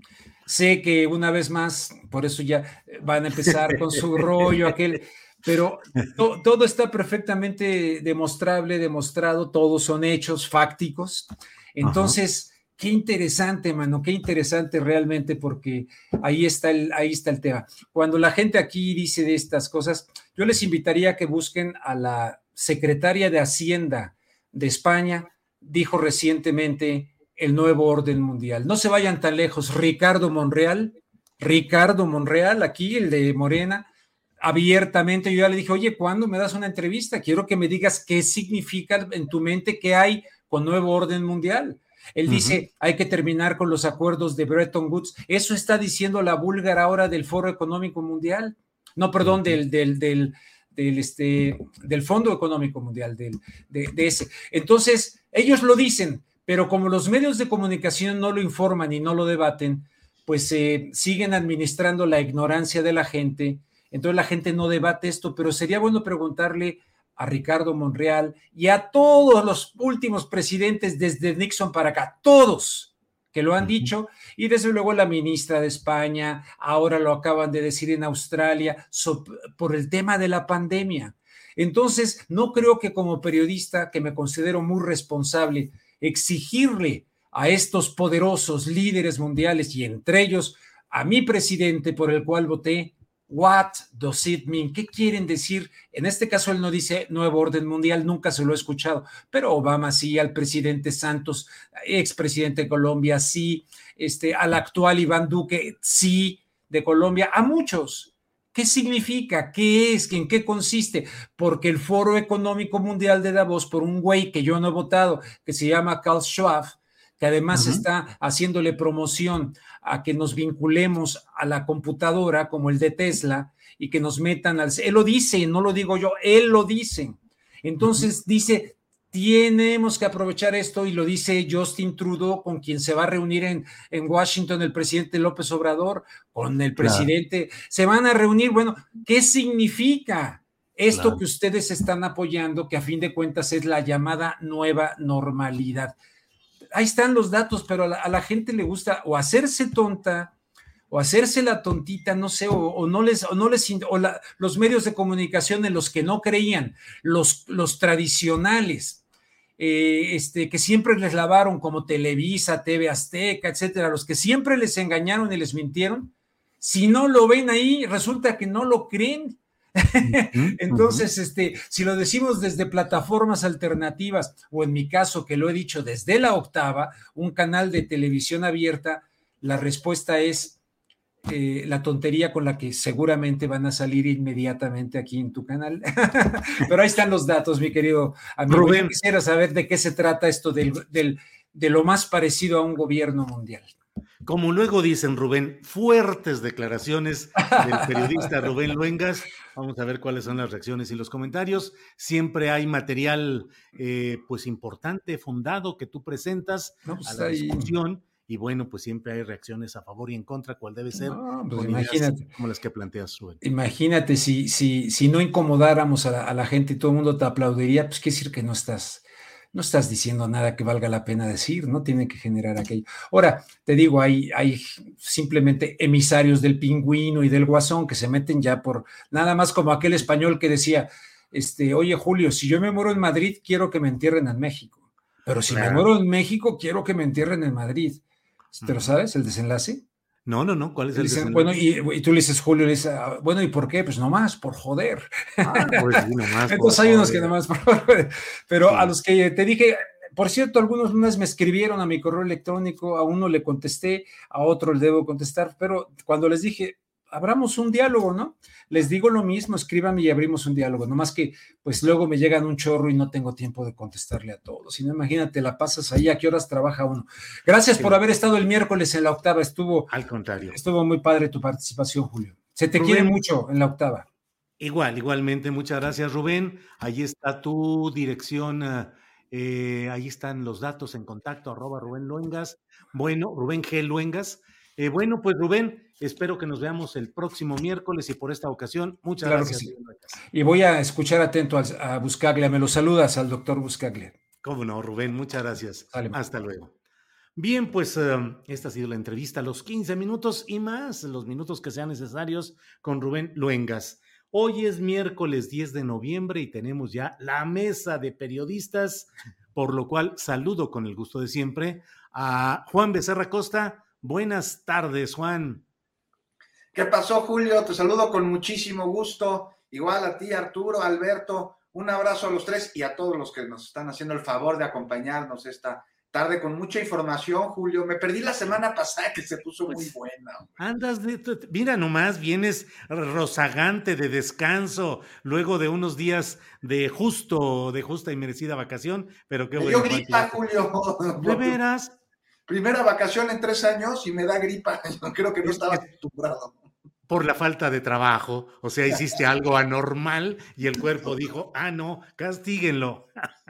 Sé que una vez más, por eso ya van a empezar con su rollo aquel, pero to, todo está perfectamente demostrable, demostrado, todos son hechos fácticos. Entonces, ajá, qué interesante, mano, qué interesante realmente, porque ahí está el, ahí está el tema. Cuando la gente aquí dice de estas cosas, yo les invitaría a que busquen a la secretaria de Hacienda de España, dijo recientemente el nuevo orden mundial. No se vayan tan lejos. Ricardo Monreal, Ricardo Monreal, aquí el de Morena, abiertamente, yo ya le dije, oye, ¿cuándo me das una entrevista? Quiero que me digas qué significa en tu mente, qué hay con nuevo orden mundial. Él dice, uh-huh, hay que terminar con los acuerdos de Bretton Woods. Eso está diciendo la búlgara ahora del Foro Económico Mundial. No, perdón, uh-huh, del, del, del Del, este, del Fondo Económico Mundial, del, de, de ese. Entonces, ellos lo dicen, pero como los medios de comunicación no lo informan y no lo debaten, pues eh, siguen administrando la ignorancia de la gente entonces la gente no debate esto, pero sería bueno preguntarle a Ricardo Monreal y a todos los últimos presidentes desde Nixon para acá, todos que lo han dicho, y desde luego la ministra de España, ahora lo acaban de decir en Australia, so, por el tema de la pandemia. Entonces, no creo que como periodista, que me considero muy responsable, exigirle a estos poderosos líderes mundiales, y entre ellos a mi presidente por el cual voté, what does it mean? ¿Qué quieren decir? En este caso él no dice nuevo orden mundial, nunca se lo he escuchado, pero Obama sí, al presidente Santos, expresidente de Colombia, sí, este, al actual Iván Duque, sí, de Colombia, a muchos. ¿Qué significa? ¿Qué es? ¿En qué consiste? Porque el Foro Económico Mundial de Davos, por un güey que yo no he votado, que se llama Klaus Schwab, que además uh-huh. está haciéndole promoción a que nos vinculemos a la computadora como el de Tesla y que nos metan al... Él lo dice, no lo digo yo, él lo dice. Entonces uh-huh. dice, tenemos que aprovechar esto, y lo dice Justin Trudeau, con quien se va a reunir en, en Washington el presidente López Obrador, con el presidente, claro. Se van a reunir. Bueno, ¿qué significa esto claro. que ustedes están apoyando, que a fin de cuentas es la llamada nueva normalidad? Ahí están los datos, pero a la, a la gente le gusta o hacerse tonta o hacerse la tontita, no sé, o, o no les, o no les, o la, los medios de comunicación en los que no creían, los, los tradicionales, eh, este, que siempre les lavaron, como Televisa, T V Azteca, etcétera, los que siempre les engañaron y les mintieron, si no lo ven ahí, resulta que no lo creen. Entonces, este, si lo decimos desde plataformas alternativas, o en mi caso, que lo he dicho desde La Octava, un canal de televisión abierta, la respuesta es eh, la tontería con la que seguramente van a salir inmediatamente aquí en tu canal. Pero ahí están los datos, mi querido amigo. Rubén, yo quisiera saber de qué se trata esto del, del, de lo más parecido a un gobierno mundial. Como luego dicen, Rubén, fuertes declaraciones del periodista Rubén Luengas. Vamos a ver cuáles son las reacciones y los comentarios. Siempre hay material eh, pues importante, fundado, que tú presentas no, pues a la ahí... discusión. Y bueno, pues siempre hay reacciones a favor y en contra, cuál debe ser, no, pues imagínate, como las que planteas, Rubén. Imagínate, si, si, si no incomodáramos a la, a la gente y todo el mundo te aplaudiría, pues quiere decir que no estás... no estás diciendo nada que valga la pena decir, no tiene que generar aquello. Ahora, te digo, hay, hay simplemente emisarios del Pingüino y del Guasón que se meten ya por, nada más como aquel español que decía, este, oye Julio, si yo me muero en Madrid, quiero que me entierren en México, pero si claro. me muero en México, quiero que me entierren en Madrid. ¿Te lo sabes, el desenlace? No, no, no, ¿cuál es el dicen, desenlace? Bueno, y, y tú le dices, Julio, le dices, ah, bueno, ¿y por qué? Pues nomás, por joder. Ah, pues sí, nomás Entonces hay unos que nomás por joder. Pero sí. A los que te dije, por cierto, algunos más me escribieron a mi correo electrónico, a uno le contesté, a otro le debo contestar, pero cuando les dije, abramos un diálogo, ¿no? Les digo lo mismo, escríbanme y abrimos un diálogo, nomás que pues luego me llegan un chorro y no tengo tiempo de contestarle a todos. Si no, imagínate, la pasas ahí, ¿a qué horas trabaja uno? Gracias sí. por haber estado el miércoles en La Octava, estuvo... Al contrario. Estuvo muy padre tu participación, Julio. Se te Rubén, quiere mucho en La Octava. Igual, igualmente, muchas gracias, Rubén. Ahí está tu dirección, eh, ahí están los datos en contacto, arroba Rubén Luengas. Bueno, Rubén G. Luengas. Eh, bueno, pues Rubén, espero que nos veamos el próximo miércoles y por esta ocasión, muchas claro gracias. Sí. Y voy a escuchar atento a, a Buscaglia, me lo saludas al doctor Buscaglia. Cómo no, Rubén, muchas gracias. Dale, hasta luego. Bien, pues uh, esta ha sido la entrevista, los quince minutos y más, los minutos que sean necesarios con Rubén Luengas. Hoy es miércoles diez de noviembre y tenemos ya la mesa de periodistas, por lo cual saludo con el gusto de siempre a Juan Becerra Costa. Buenas tardes, Juan. ¿Qué pasó, Julio? Te saludo con muchísimo gusto. Igual a ti, Arturo, Alberto. Un abrazo a los tres y a todos los que nos están haciendo el favor de acompañarnos esta tarde con mucha información, Julio. Me perdí la semana pasada que se puso pues, muy buena. Andas de... Mira nomás, vienes rozagante de descanso luego de unos días de justo, de justa y merecida vacación, pero qué Me bueno. dio gripa, Julio. ¿De veras? Primera vacación en tres años y me da gripa. Creo que no estaba acostumbrado. Por la falta de trabajo, o sea, hiciste algo anormal y el cuerpo dijo, ah, no, castíguenlo.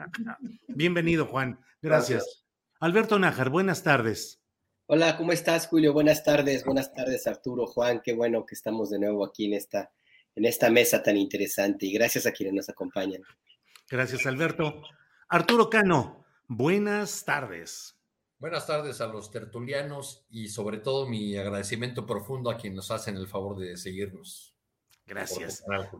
Bienvenido, Juan. Gracias. Gracias. Alberto Nájar, buenas tardes. Hola, ¿cómo estás, Julio? Buenas tardes, buenas tardes, Arturo, Juan. Qué bueno que estamos de nuevo aquí en esta en esta mesa tan interesante y gracias a quienes nos acompañan. Gracias, Alberto. Arturo Cano, buenas tardes. Buenas tardes a los tertulianos y sobre todo mi agradecimiento profundo a quienes nos hacen el favor de seguirnos. Gracias.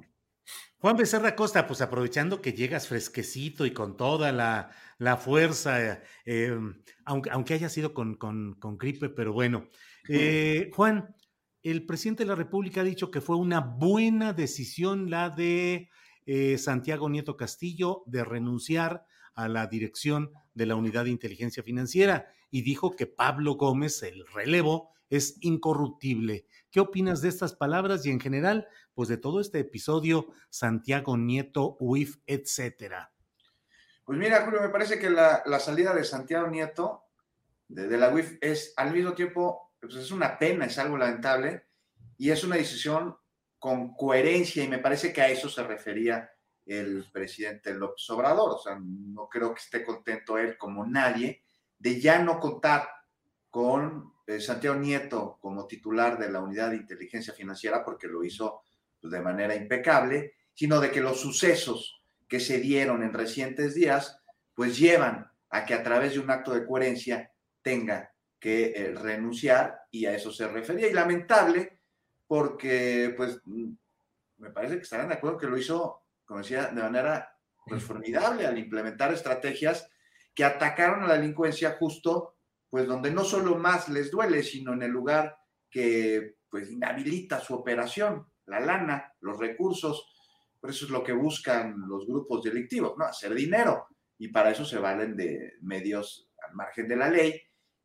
Juan Becerra Costa, pues aprovechando que llegas fresquecito y con toda la, la fuerza, eh, aunque, aunque haya sido con, con, con gripe, pero bueno. Eh, Juan, el presidente de la República ha dicho que fue una buena decisión la de eh, Santiago Nieto Castillo de renunciar a la dirección de la Unidad de Inteligencia Financiera y dijo que Pablo Gómez, el relevo, es incorruptible. ¿Qué opinas de estas palabras y en general, pues de todo este episodio Santiago Nieto, U I F, etcétera? Pues mira, Julio, me parece que la, la salida de Santiago Nieto de, de la U I F es al mismo tiempo, pues es una pena, es algo lamentable y es una decisión con coherencia y me parece que a eso se refería el presidente López Obrador. O sea, no creo que esté contento él como nadie de ya no contar con eh, Santiago Nieto como titular de la Unidad de Inteligencia Financiera porque lo hizo pues, de manera impecable, sino de que los sucesos que se dieron en recientes días pues llevan a que a través de un acto de coherencia tenga que eh, renunciar y a eso se refería. Y lamentable porque pues me parece que estarán de acuerdo que lo hizo, como decía, de manera pues, formidable al implementar estrategias que atacaron a la delincuencia justo pues donde no solo más les duele, sino en el lugar que pues inhabilita su operación, la lana, los recursos. Por eso es lo que buscan los grupos delictivos, ¿no? Hacer dinero. Y para eso se valen de medios al margen de la ley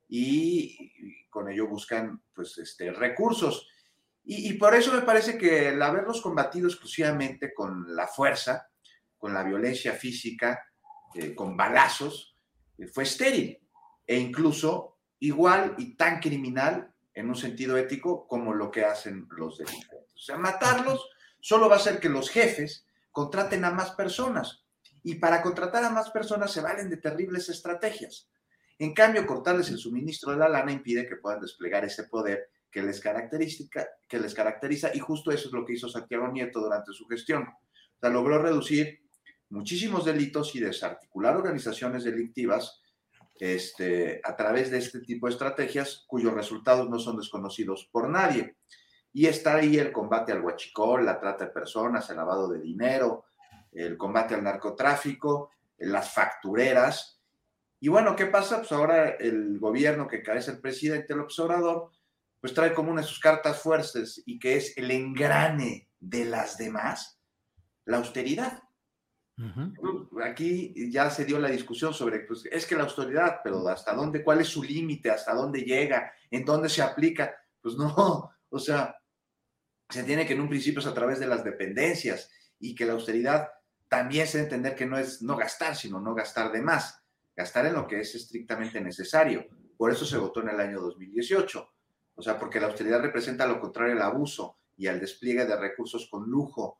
y, y con ello buscan pues este, recursos. Y, y por eso me parece que el haberlos combatido exclusivamente con la fuerza, con la violencia física, eh, con balazos, eh, fue estéril e incluso igual y tan criminal en un sentido ético como lo que hacen los delincuentes. O sea, matarlos solo va a hacer que los jefes contraten a más personas y para contratar a más personas se valen de terribles estrategias. En cambio, cortarles el suministro de la lana impide que puedan desplegar ese poder que les, que les caracteriza y justo eso es lo que hizo Santiago Nieto durante su gestión. O sea, logró reducir muchísimos delitos y desarticular organizaciones delictivas este, a través de este tipo de estrategias cuyos resultados no son desconocidos por nadie. Y está ahí el combate al huachicol, la trata de personas, el lavado de dinero, el combate al narcotráfico, las factureras. Y bueno, ¿qué pasa? Pues ahora el gobierno que encabeza el presidente López Obrador pues trae como una de sus cartas fuertes y que es el engrane de las demás, la austeridad. Uh-huh. Aquí ya se dio la discusión sobre, pues es que la austeridad, pero ¿hasta dónde? ¿Cuál es su límite? ¿Hasta dónde llega? ¿En dónde se aplica? Pues no, o sea, se entiende que en un principio es a través de las dependencias y que la austeridad también se debe entender que no es no gastar, sino no gastar de más, gastar en lo que es estrictamente necesario. Por eso se votó en el año dos mil dieciocho. O sea, porque la austeridad representa lo contrario al abuso y al despliegue de recursos con lujo,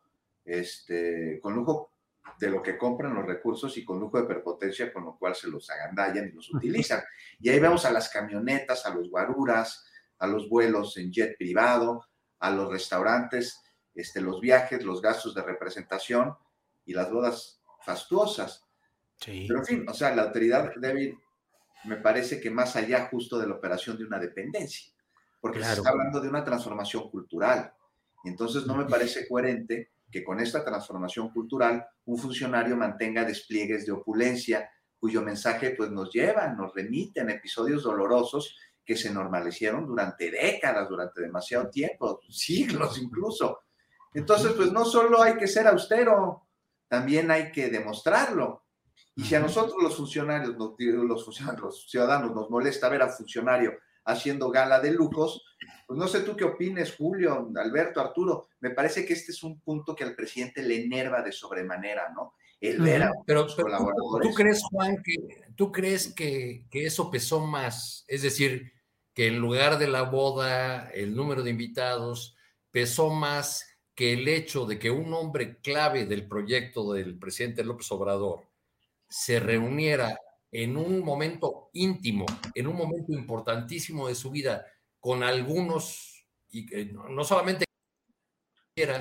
este, con lujo de lo que compran los recursos y con lujo de prepotencia, con lo cual se los agandallan y los utilizan. Y ahí vemos a las camionetas, a los guaruras, a los vuelos en jet privado, a los restaurantes, este, los viajes, los gastos de representación y las bodas fastuosas. Sí. Pero en fin, o sea, la autoridad debe ir, me parece que más allá justo de la operación de una dependencia, porque claro, se está hablando de una transformación cultural. Entonces no me parece coherente que con esta transformación cultural un funcionario mantenga despliegues de opulencia cuyo mensaje pues nos llevan, nos remiten episodios dolorosos que se normalicieron durante décadas, durante demasiado tiempo, siglos incluso. Entonces, pues no solo hay que ser austero, también hay que demostrarlo. Y si a nosotros los funcionarios, los funcionarios, los ciudadanos nos molesta ver a funcionario haciendo gala de lujos, pues no sé tú qué opines, Julio, Alberto, Arturo, me parece que este es un punto que al presidente le enerva de sobremanera, ¿no? El ver a pero, los pero colaboradores. ¿tú, tú crees, Juan, que, ¿tú crees que, que eso pesó más? Es decir, que en lugar de la boda, el número de invitados, pesó más que el hecho de que un hombre clave del proyecto del presidente López Obrador se reuniera en un momento íntimo, en un momento importantísimo de su vida, con algunos, y que no, no solamente era,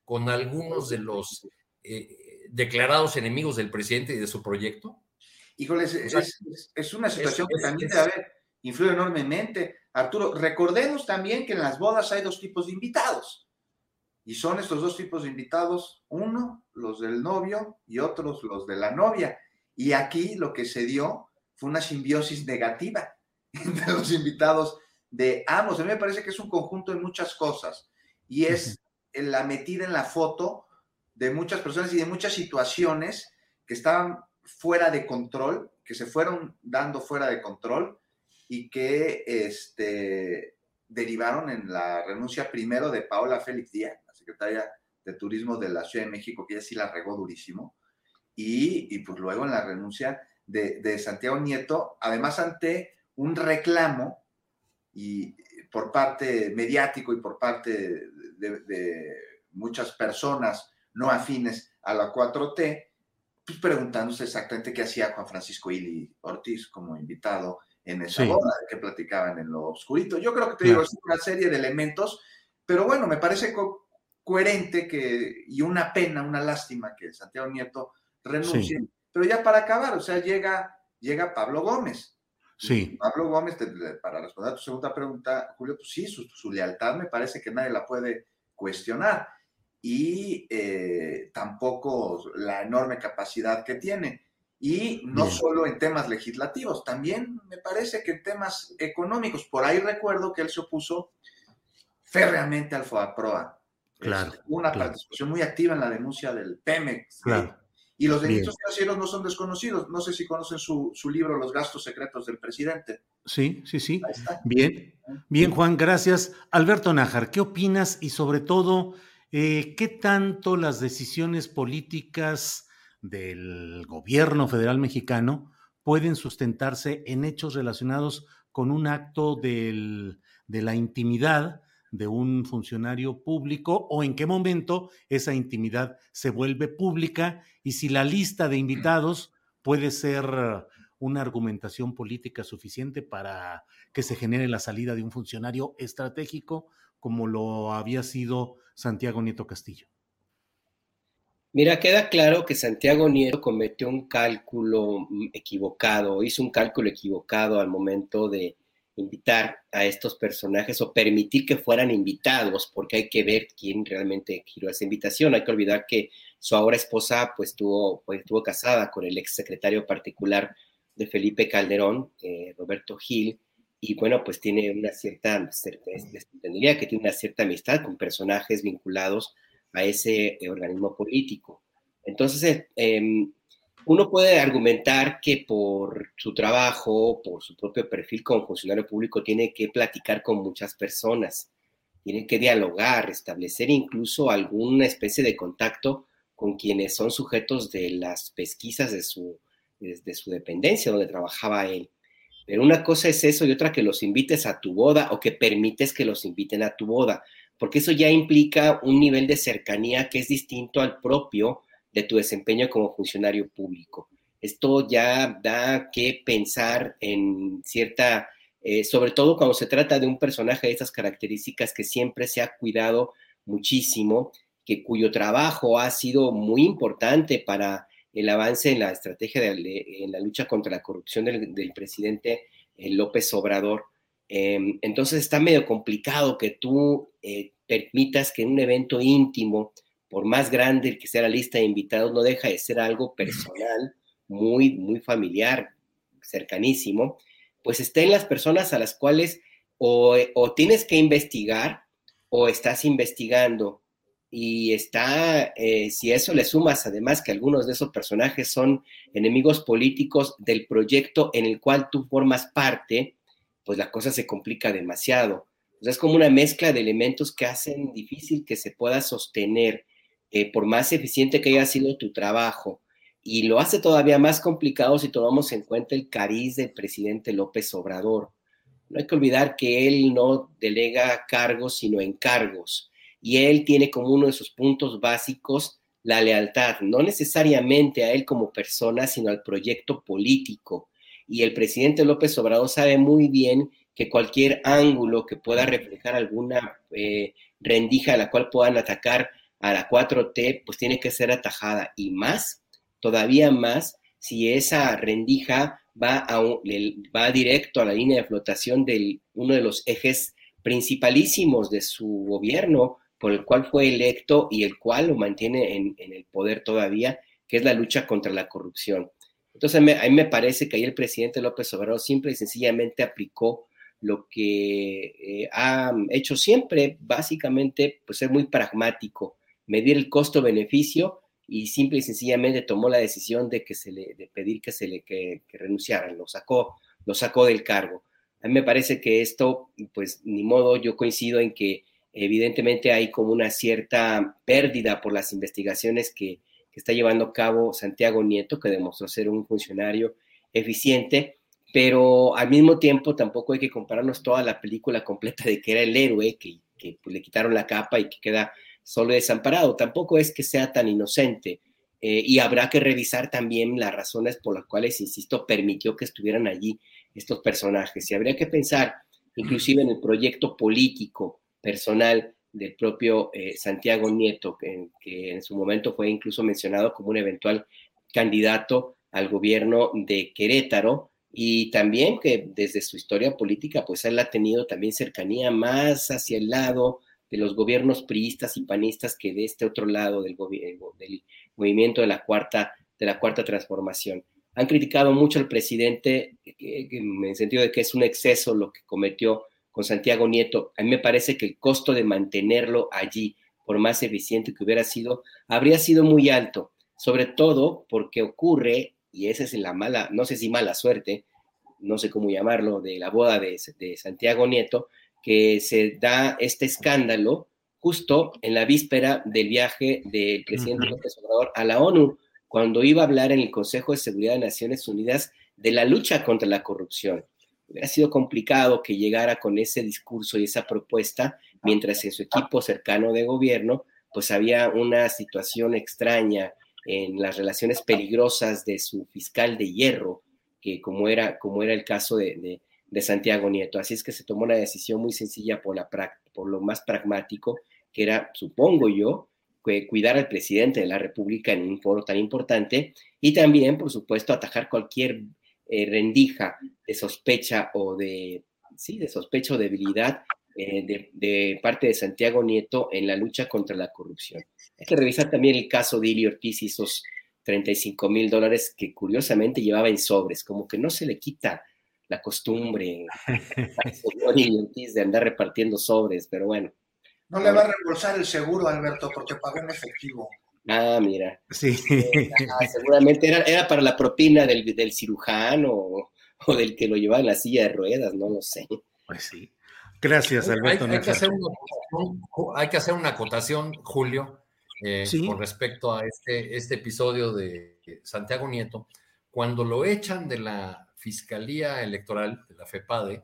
con algunos de los eh, declarados enemigos del presidente y de su proyecto? Híjole, es, O sea, es, es una situación es, que también es, debe haber, influye enormemente. Arturo, recordemos también que en las bodas hay dos tipos de invitados. Y son estos dos tipos de invitados, uno, los del novio, y otros, los de la novia. Y aquí lo que se dio fue una simbiosis negativa entre los invitados de ambos. A mí me parece que es un conjunto de muchas cosas. Y es la metida en la foto de muchas personas y de muchas situaciones que estaban fuera de control, que se fueron dando fuera de control y que este, derivaron en la renuncia primero de Paola Félix Díaz, la secretaria de Turismo de la Ciudad de México, que ella sí la regó durísimo, y, y pues luego en la renuncia de, de Santiago Nieto, además ante un reclamo y por parte mediático y por parte de, de, de muchas personas no afines a la cuatro T, pues preguntándose exactamente qué hacía Juan Francisco Ili Ortiz como invitado en esa sí. boda, de que platicaban en lo oscurito. Yo creo que te claro. digo, es una serie de elementos, pero bueno, me parece co coherente que, y una pena, una lástima que Santiago Nieto renuncie, sí. pero ya para acabar, o sea, llega, llega Pablo Gómez. Sí. Pablo Gómez, te, para responder a tu segunda pregunta, Julio, pues sí, su, su lealtad me parece que nadie la puede cuestionar. Y eh, tampoco la enorme capacidad que tiene. Y no Bien. solo en temas legislativos, también me parece que en temas económicos. Por ahí recuerdo que él se opuso férreamente al FOBAPROA. Claro, es una claro. participación muy activa en la denuncia del Pemex. Claro. Y los delitos Bien. financieros no son desconocidos. No sé si conocen su, su libro, Los gastos secretos del presidente. Sí, sí, sí. Bien, bien, Juan, gracias. Alberto Nájar, ¿qué opinas? Y sobre todo, Eh, ¿qué tanto las decisiones políticas del gobierno federal mexicano pueden sustentarse en hechos relacionados con un acto del, de la intimidad de un funcionario público, o en qué momento esa intimidad se vuelve pública, y si la lista de invitados puede ser una argumentación política suficiente para que se genere la salida de un funcionario estratégico como lo había sido Santiago Nieto Castillo? Mira, queda claro que Santiago Nieto cometió un cálculo equivocado, hizo un cálculo equivocado al momento de invitar a estos personajes o permitir que fueran invitados, porque hay que ver quién realmente giró esa invitación. Hay que olvidar que su ahora esposa pues estuvo, pues, estuvo casada con el exsecretario particular de Felipe Calderón, eh, Roberto Gil, y bueno, pues tiene una cierta, tendría que tiene una cierta amistad con personajes vinculados a ese eh, organismo político. Entonces, eh, uno puede argumentar que por su trabajo, por su propio perfil como funcionario público, tiene que platicar con muchas personas, tiene que dialogar, establecer incluso alguna especie de contacto con quienes son sujetos de las pesquisas de su, de, de su dependencia, donde trabajaba él. Pero una cosa es eso y otra que los invites a tu boda o que permites que los inviten a tu boda, porque eso ya implica un nivel de cercanía que es distinto al propio de tu desempeño como funcionario público. Esto ya da que pensar en cierta, eh, sobre todo cuando se trata de un personaje de estas características que siempre se ha cuidado muchísimo, que cuyo trabajo ha sido muy importante para el avance en la estrategia de, en la lucha contra la corrupción del, del presidente eh, López Obrador. Eh, entonces está medio complicado que tú eh, permitas que en un evento íntimo, por más grande que sea la lista de invitados, no deja de ser algo personal, muy, muy familiar, cercanísimo, pues estén las personas a las cuales o, o tienes que investigar o estás investigando. Y está, eh, si a eso le sumas además que algunos de esos personajes son enemigos políticos del proyecto en el cual tú formas parte, pues la cosa se complica demasiado. O sea, es como una mezcla de elementos que hacen difícil que se pueda sostener, eh, por más eficiente que haya sido tu trabajo. Y lo hace todavía más complicado si tomamos en cuenta el cariz del presidente López Obrador. No hay que olvidar que él no delega cargos, sino encargos. Y él tiene como uno de sus puntos básicos la lealtad, no necesariamente a él como persona, sino al proyecto político. Y el presidente López Obrador sabe muy bien que cualquier ángulo que pueda reflejar alguna eh, rendija a la cual puedan atacar a la cuatro T, pues tiene que ser atajada, y más, todavía más, si esa rendija va, a un, va directo a la línea de flotación de uno de los ejes principalísimos de su gobierno, por el cual fue electo y el cual lo mantiene en, en el poder todavía, que es la lucha contra la corrupción. Entonces, a mí, a mí me parece que ahí el presidente López Obrador simple y sencillamente aplicó lo que eh, ha hecho siempre, básicamente, pues ser muy pragmático, medir el costo-beneficio, y simple y sencillamente tomó la decisión de que se le, de pedir que se le que, que renunciaran, lo sacó, lo sacó del cargo. A mí me parece que esto, pues ni modo, yo coincido en que evidentemente hay como una cierta pérdida por las investigaciones que, que está llevando a cabo Santiago Nieto, que demostró ser un funcionario eficiente, pero al mismo tiempo tampoco hay que compararnos toda la película completa de que era el héroe, que, que pues, le quitaron la capa y que queda solo desamparado. Tampoco es que sea tan inocente, eh, y habrá que revisar también las razones por las cuales, insisto, permitió que estuvieran allí estos personajes, y habría que pensar inclusive en el proyecto político personal del propio eh, Santiago Nieto, que, que en su momento fue incluso mencionado como un eventual candidato al gobierno de Querétaro, y también que desde su historia política, pues él ha tenido también cercanía más hacia el lado de los gobiernos priistas y panistas que de este otro lado del, del movimiento de la cuarta, de la cuarta transformación. Han criticado mucho al presidente en el sentido de que es un exceso lo que cometió con Santiago Nieto. A mí me parece que el costo de mantenerlo allí, por más eficiente que hubiera sido, habría sido muy alto, sobre todo porque ocurre, y esa es la mala, no sé si mala suerte, no sé cómo llamarlo, de la boda de, de Santiago Nieto, que se da este escándalo justo en la víspera del viaje del presidente uh-huh. López Obrador a la ONU, cuando iba a hablar en el Consejo de Seguridad de Naciones Unidas de la lucha contra la corrupción. Hubiera sido complicado que llegara con ese discurso y esa propuesta, mientras en su equipo cercano de gobierno, pues había una situación extraña en las relaciones peligrosas de su fiscal de hierro, que como era, como era el caso de, de, de Santiago Nieto. Así es que se tomó una decisión muy sencilla por, la, por lo más pragmático, que era, supongo yo, cuidar al presidente de la República en un foro tan importante, y también, por supuesto, atajar cualquier eh, rendija de sospecha o de, sí, de sospecha o debilidad eh, de, de parte de Santiago Nieto en la lucha contra la corrupción. Hay que revisar también el caso de Ili Ortiz y esos treinta y cinco mil dólares que curiosamente llevaba en sobres, como que no se le quita la costumbre al señor Ili Ortiz de andar repartiendo sobres, pero bueno. No le va a reembolsar el seguro, Alberto, porque pagó en efectivo. Ah, mira. Sí. Eh, ah, seguramente era, era para la propina del, del cirujano o, o del que lo llevaba en la silla de ruedas, no lo sé. Pues sí. Gracias, Alberto. Hay, hay, que, hacer una, hay que hacer una acotación, Julio, eh, ¿sí? Con respecto a este, este episodio de Santiago Nieto. Cuando lo echan de la Fiscalía Electoral, de la FEPADE,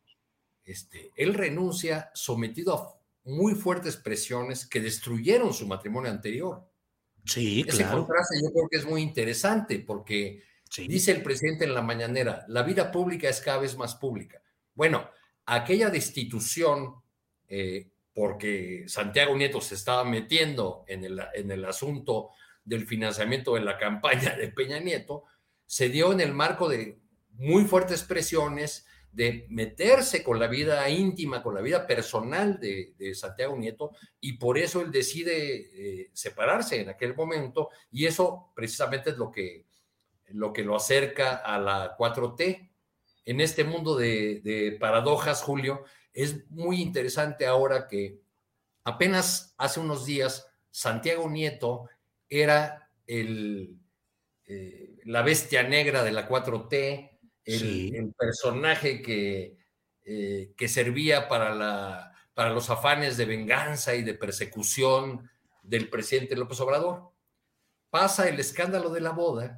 este, él renuncia sometido a muy fuertes presiones que destruyeron su matrimonio anterior. Sí, Ese claro. contraste yo creo que es muy interesante porque sí. Dice el presidente en la mañanera, la vida pública es cada vez más pública. Bueno, aquella destitución, eh, porque Santiago Nieto se estaba metiendo en el, en el asunto del financiamiento de la campaña de Peña Nieto, se dio en el marco de muy fuertes presiones de meterse con la vida íntima, con la vida personal de, de Santiago Nieto, y por eso él decide eh, separarse en aquel momento, y eso precisamente es lo que, lo que lo acerca a la cuatro T. En este mundo de, de paradojas, Julio, es muy interesante ahora que apenas hace unos días Santiago Nieto era el, eh, la bestia negra de la cuatro T, El, sí. el personaje que, eh, que servía para, la, para los afanes de venganza y de persecución del presidente López Obrador. Pasa el escándalo de la boda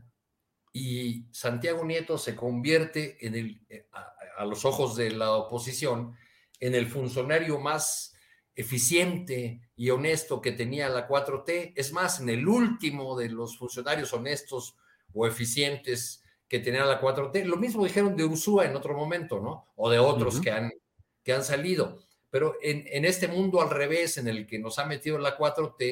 y Santiago Nieto se convierte en el, a, a los ojos de la oposición en el funcionario más eficiente y honesto que tenía la cuatro T. Es más, en el último de los funcionarios honestos o eficientes que tenía la cuatro T. Lo mismo dijeron de Ursúa en otro momento, ¿no? O de otros uh-huh. que, han, que han salido. Pero en, en este mundo al revés, en el que nos ha metido la cuatro T,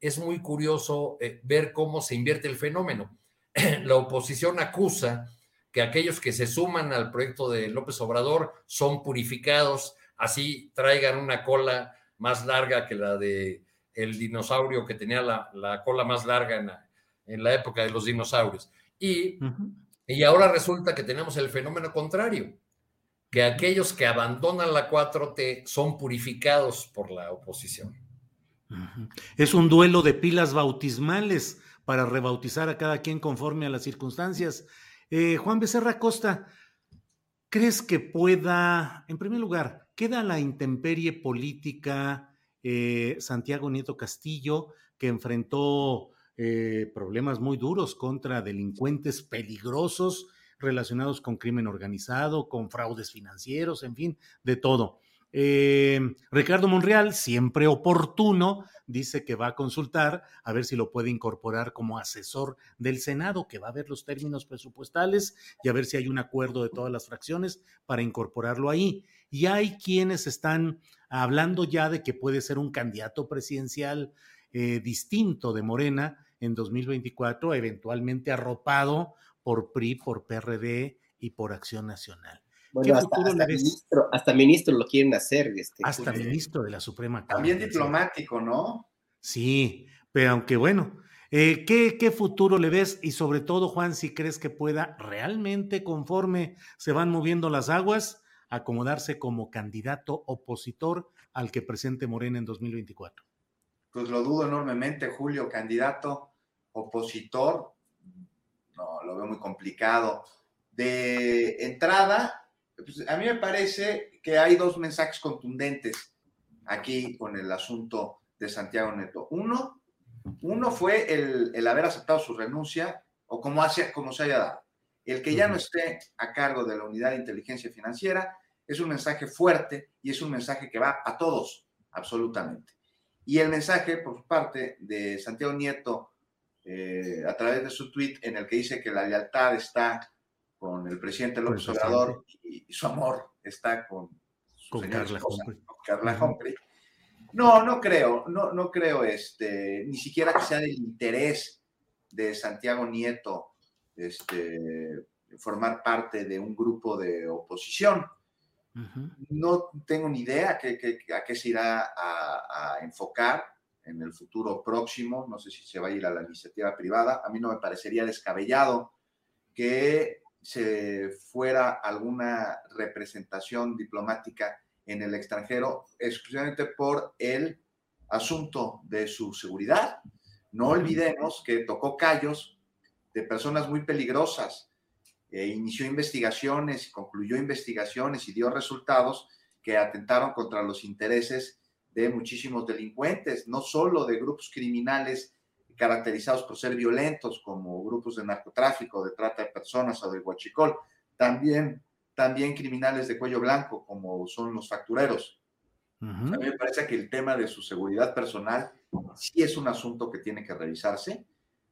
es muy curioso eh, ver cómo se invierte el fenómeno. La oposición acusa que aquellos que se suman al proyecto de López Obrador son purificados, así traigan una cola más larga que la de el dinosaurio que tenía la, la cola más larga en la, en la época de los dinosaurios. Y, uh-huh. y ahora resulta que tenemos el fenómeno contrario, que aquellos que abandonan la cuatro T son purificados por la oposición. Uh-huh. Es un duelo de pilas bautismales para rebautizar a cada quien conforme a las circunstancias. Eh, Juan Becerra Costa, ¿crees que pueda, en primer lugar, queda la intemperie política eh, Santiago Nieto Castillo, que enfrentó eh, problemas muy duros contra delincuentes peligrosos relacionados con crimen organizado, con fraudes financieros, en fin, de todo? Eh, Ricardo Monreal, siempre oportuno, dice que va a consultar a ver si lo puede incorporar como asesor del Senado, que va a ver los términos presupuestales y a ver si hay un acuerdo de todas las fracciones para incorporarlo ahí. Y hay quienes están hablando ya de que puede ser un candidato presidencial eh, distinto de Morena en dos mil veinticuatro, eventualmente arropado por P R I, por P R D y por Acción Nacional. Bueno, hasta, hasta, ministro, hasta ministro lo quieren hacer. Este, hasta pues, ministro de la Suprema Corte. También diplomático, ¿no? Sí, pero aunque bueno, eh, ¿qué, ¿qué futuro le ves? Y sobre todo, Juan, si crees que pueda realmente, conforme se van moviendo las aguas, acomodarse como candidato opositor al que presente Morena en dos mil veinticuatro. Pues lo dudo enormemente, Julio, candidato opositor, no, lo veo muy complicado. De entrada, pues a mí me parece que hay dos mensajes contundentes aquí con el asunto de Santiago Nieto. Uno, uno fue el, el haber aceptado su renuncia, o como, hace, como se haya dado. El que ya no esté a cargo de la Unidad de Inteligencia Financiera es un mensaje fuerte y es un mensaje que va a todos, absolutamente. Y el mensaje por parte de Santiago Nieto, eh, a través de su tuit, en el que dice que la lealtad está con el presidente López pues, Obrador y, y su amor está con su con Carla Humphrey. Con Carla Humphrey. No, no creo, no, no creo este, ni siquiera que sea del interés de Santiago Nieto este, formar parte de un grupo de oposición. Uh-huh. No tengo ni idea que, que, a qué se irá a, a enfocar en el futuro próximo. No sé si se va a ir a la iniciativa privada. A mí no me parecería descabellado que se fuera alguna representación diplomática en el extranjero exclusivamente por el asunto de su seguridad. No olvidemos que tocó callos de personas muy peligrosas, eh, inició investigaciones, concluyó investigaciones y dio resultados que atentaron contra los intereses de muchísimos delincuentes, no solo de grupos criminales caracterizados por ser violentos, como grupos de narcotráfico, de trata de personas o de huachicol, también, también criminales de cuello blanco, como son los factureros. Uh-huh. A mí me parece que el tema de su seguridad personal sí es un asunto que tiene que revisarse,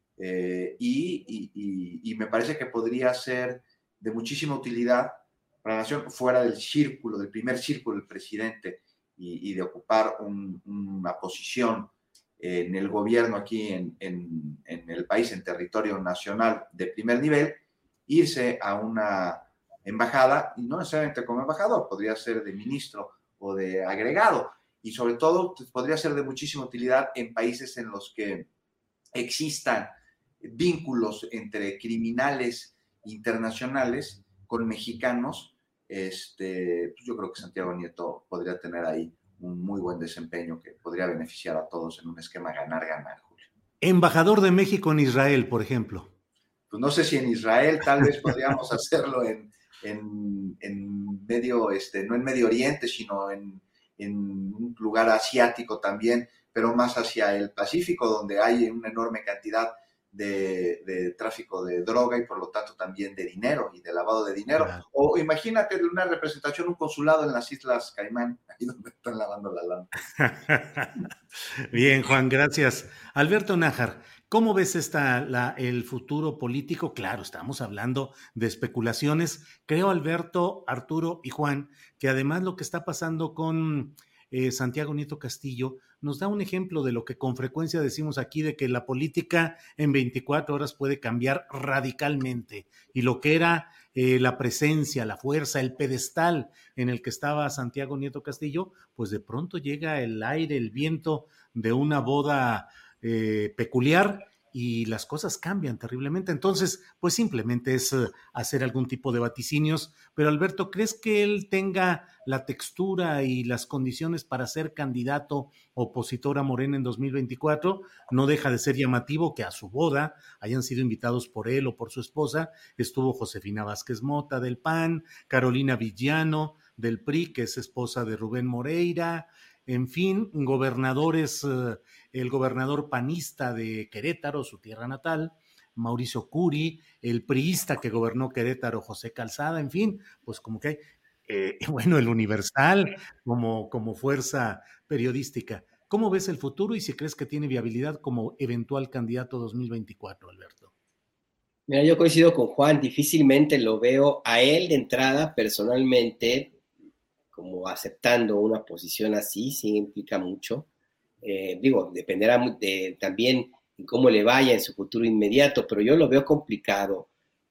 eh, y, y, y, y me parece que podría ser de muchísima utilidad para la nación fuera del círculo, del primer círculo del presidente, y, y de ocupar un, una posición en el gobierno aquí en, en, en el país, en territorio nacional de primer nivel, irse a una embajada, y no necesariamente como embajador, podría ser de ministro o de agregado, y sobre todo podría ser de muchísima utilidad en países en los que existan vínculos entre criminales internacionales con mexicanos. Este, pues yo creo que Santiago Nieto podría tener ahí un muy buen desempeño que podría beneficiar a todos en un esquema ganar-ganar, Julio. Embajador de México en Israel, por ejemplo. Pues no sé si en Israel, tal vez podríamos hacerlo en, en, en medio, este, no en Medio Oriente, sino en, en un lugar asiático también, pero más hacia el Pacífico, donde hay una enorme cantidad de, de tráfico de droga y por lo tanto también de dinero y de lavado de dinero. Claro. O imagínate una representación, un consulado en las Islas Caimán, ahí donde están lavando la lana. Bien, Juan, gracias. Alberto Nájar, ¿cómo ves esta, la, el futuro político? Claro, estamos hablando de especulaciones. Creo, Alberto, Arturo y Juan, que además lo que está pasando con eh, Santiago Nieto Castillo nos da un ejemplo de lo que con frecuencia decimos aquí, de que la política en veinticuatro horas puede cambiar radicalmente, y lo que era eh, la presencia, la fuerza, el pedestal en el que estaba Santiago Nieto Castillo, pues de pronto llega el aire, el viento de una boda eh, peculiar, y las cosas cambian terriblemente. Entonces, pues simplemente es uh, hacer algún tipo de vaticinios. Pero Alberto, ¿crees que él tenga la textura y las condiciones para ser candidato opositor a Morena en dos mil veinticuatro? No deja de ser llamativo que a su boda hayan sido invitados por él o por su esposa. Estuvo Josefina Vázquez Mota del P A N, Carolina Villano del P R I, que es esposa de Rubén Moreira, en fin, gobernadores, uh, el gobernador panista de Querétaro, su tierra natal, Mauricio Curi, el priista que gobernó Querétaro, José Calzada, en fin, pues como que hay, eh, bueno, el Universal como, como fuerza periodística. ¿Cómo ves el futuro y si crees que tiene viabilidad como eventual candidato dos mil veinticuatro, Alberto? Mira, yo coincido con Juan, difícilmente lo veo a él de entrada personalmente como aceptando una posición así, sí implica mucho. Eh, digo, dependerá de, también en cómo le vaya en su futuro inmediato, pero yo lo veo complicado.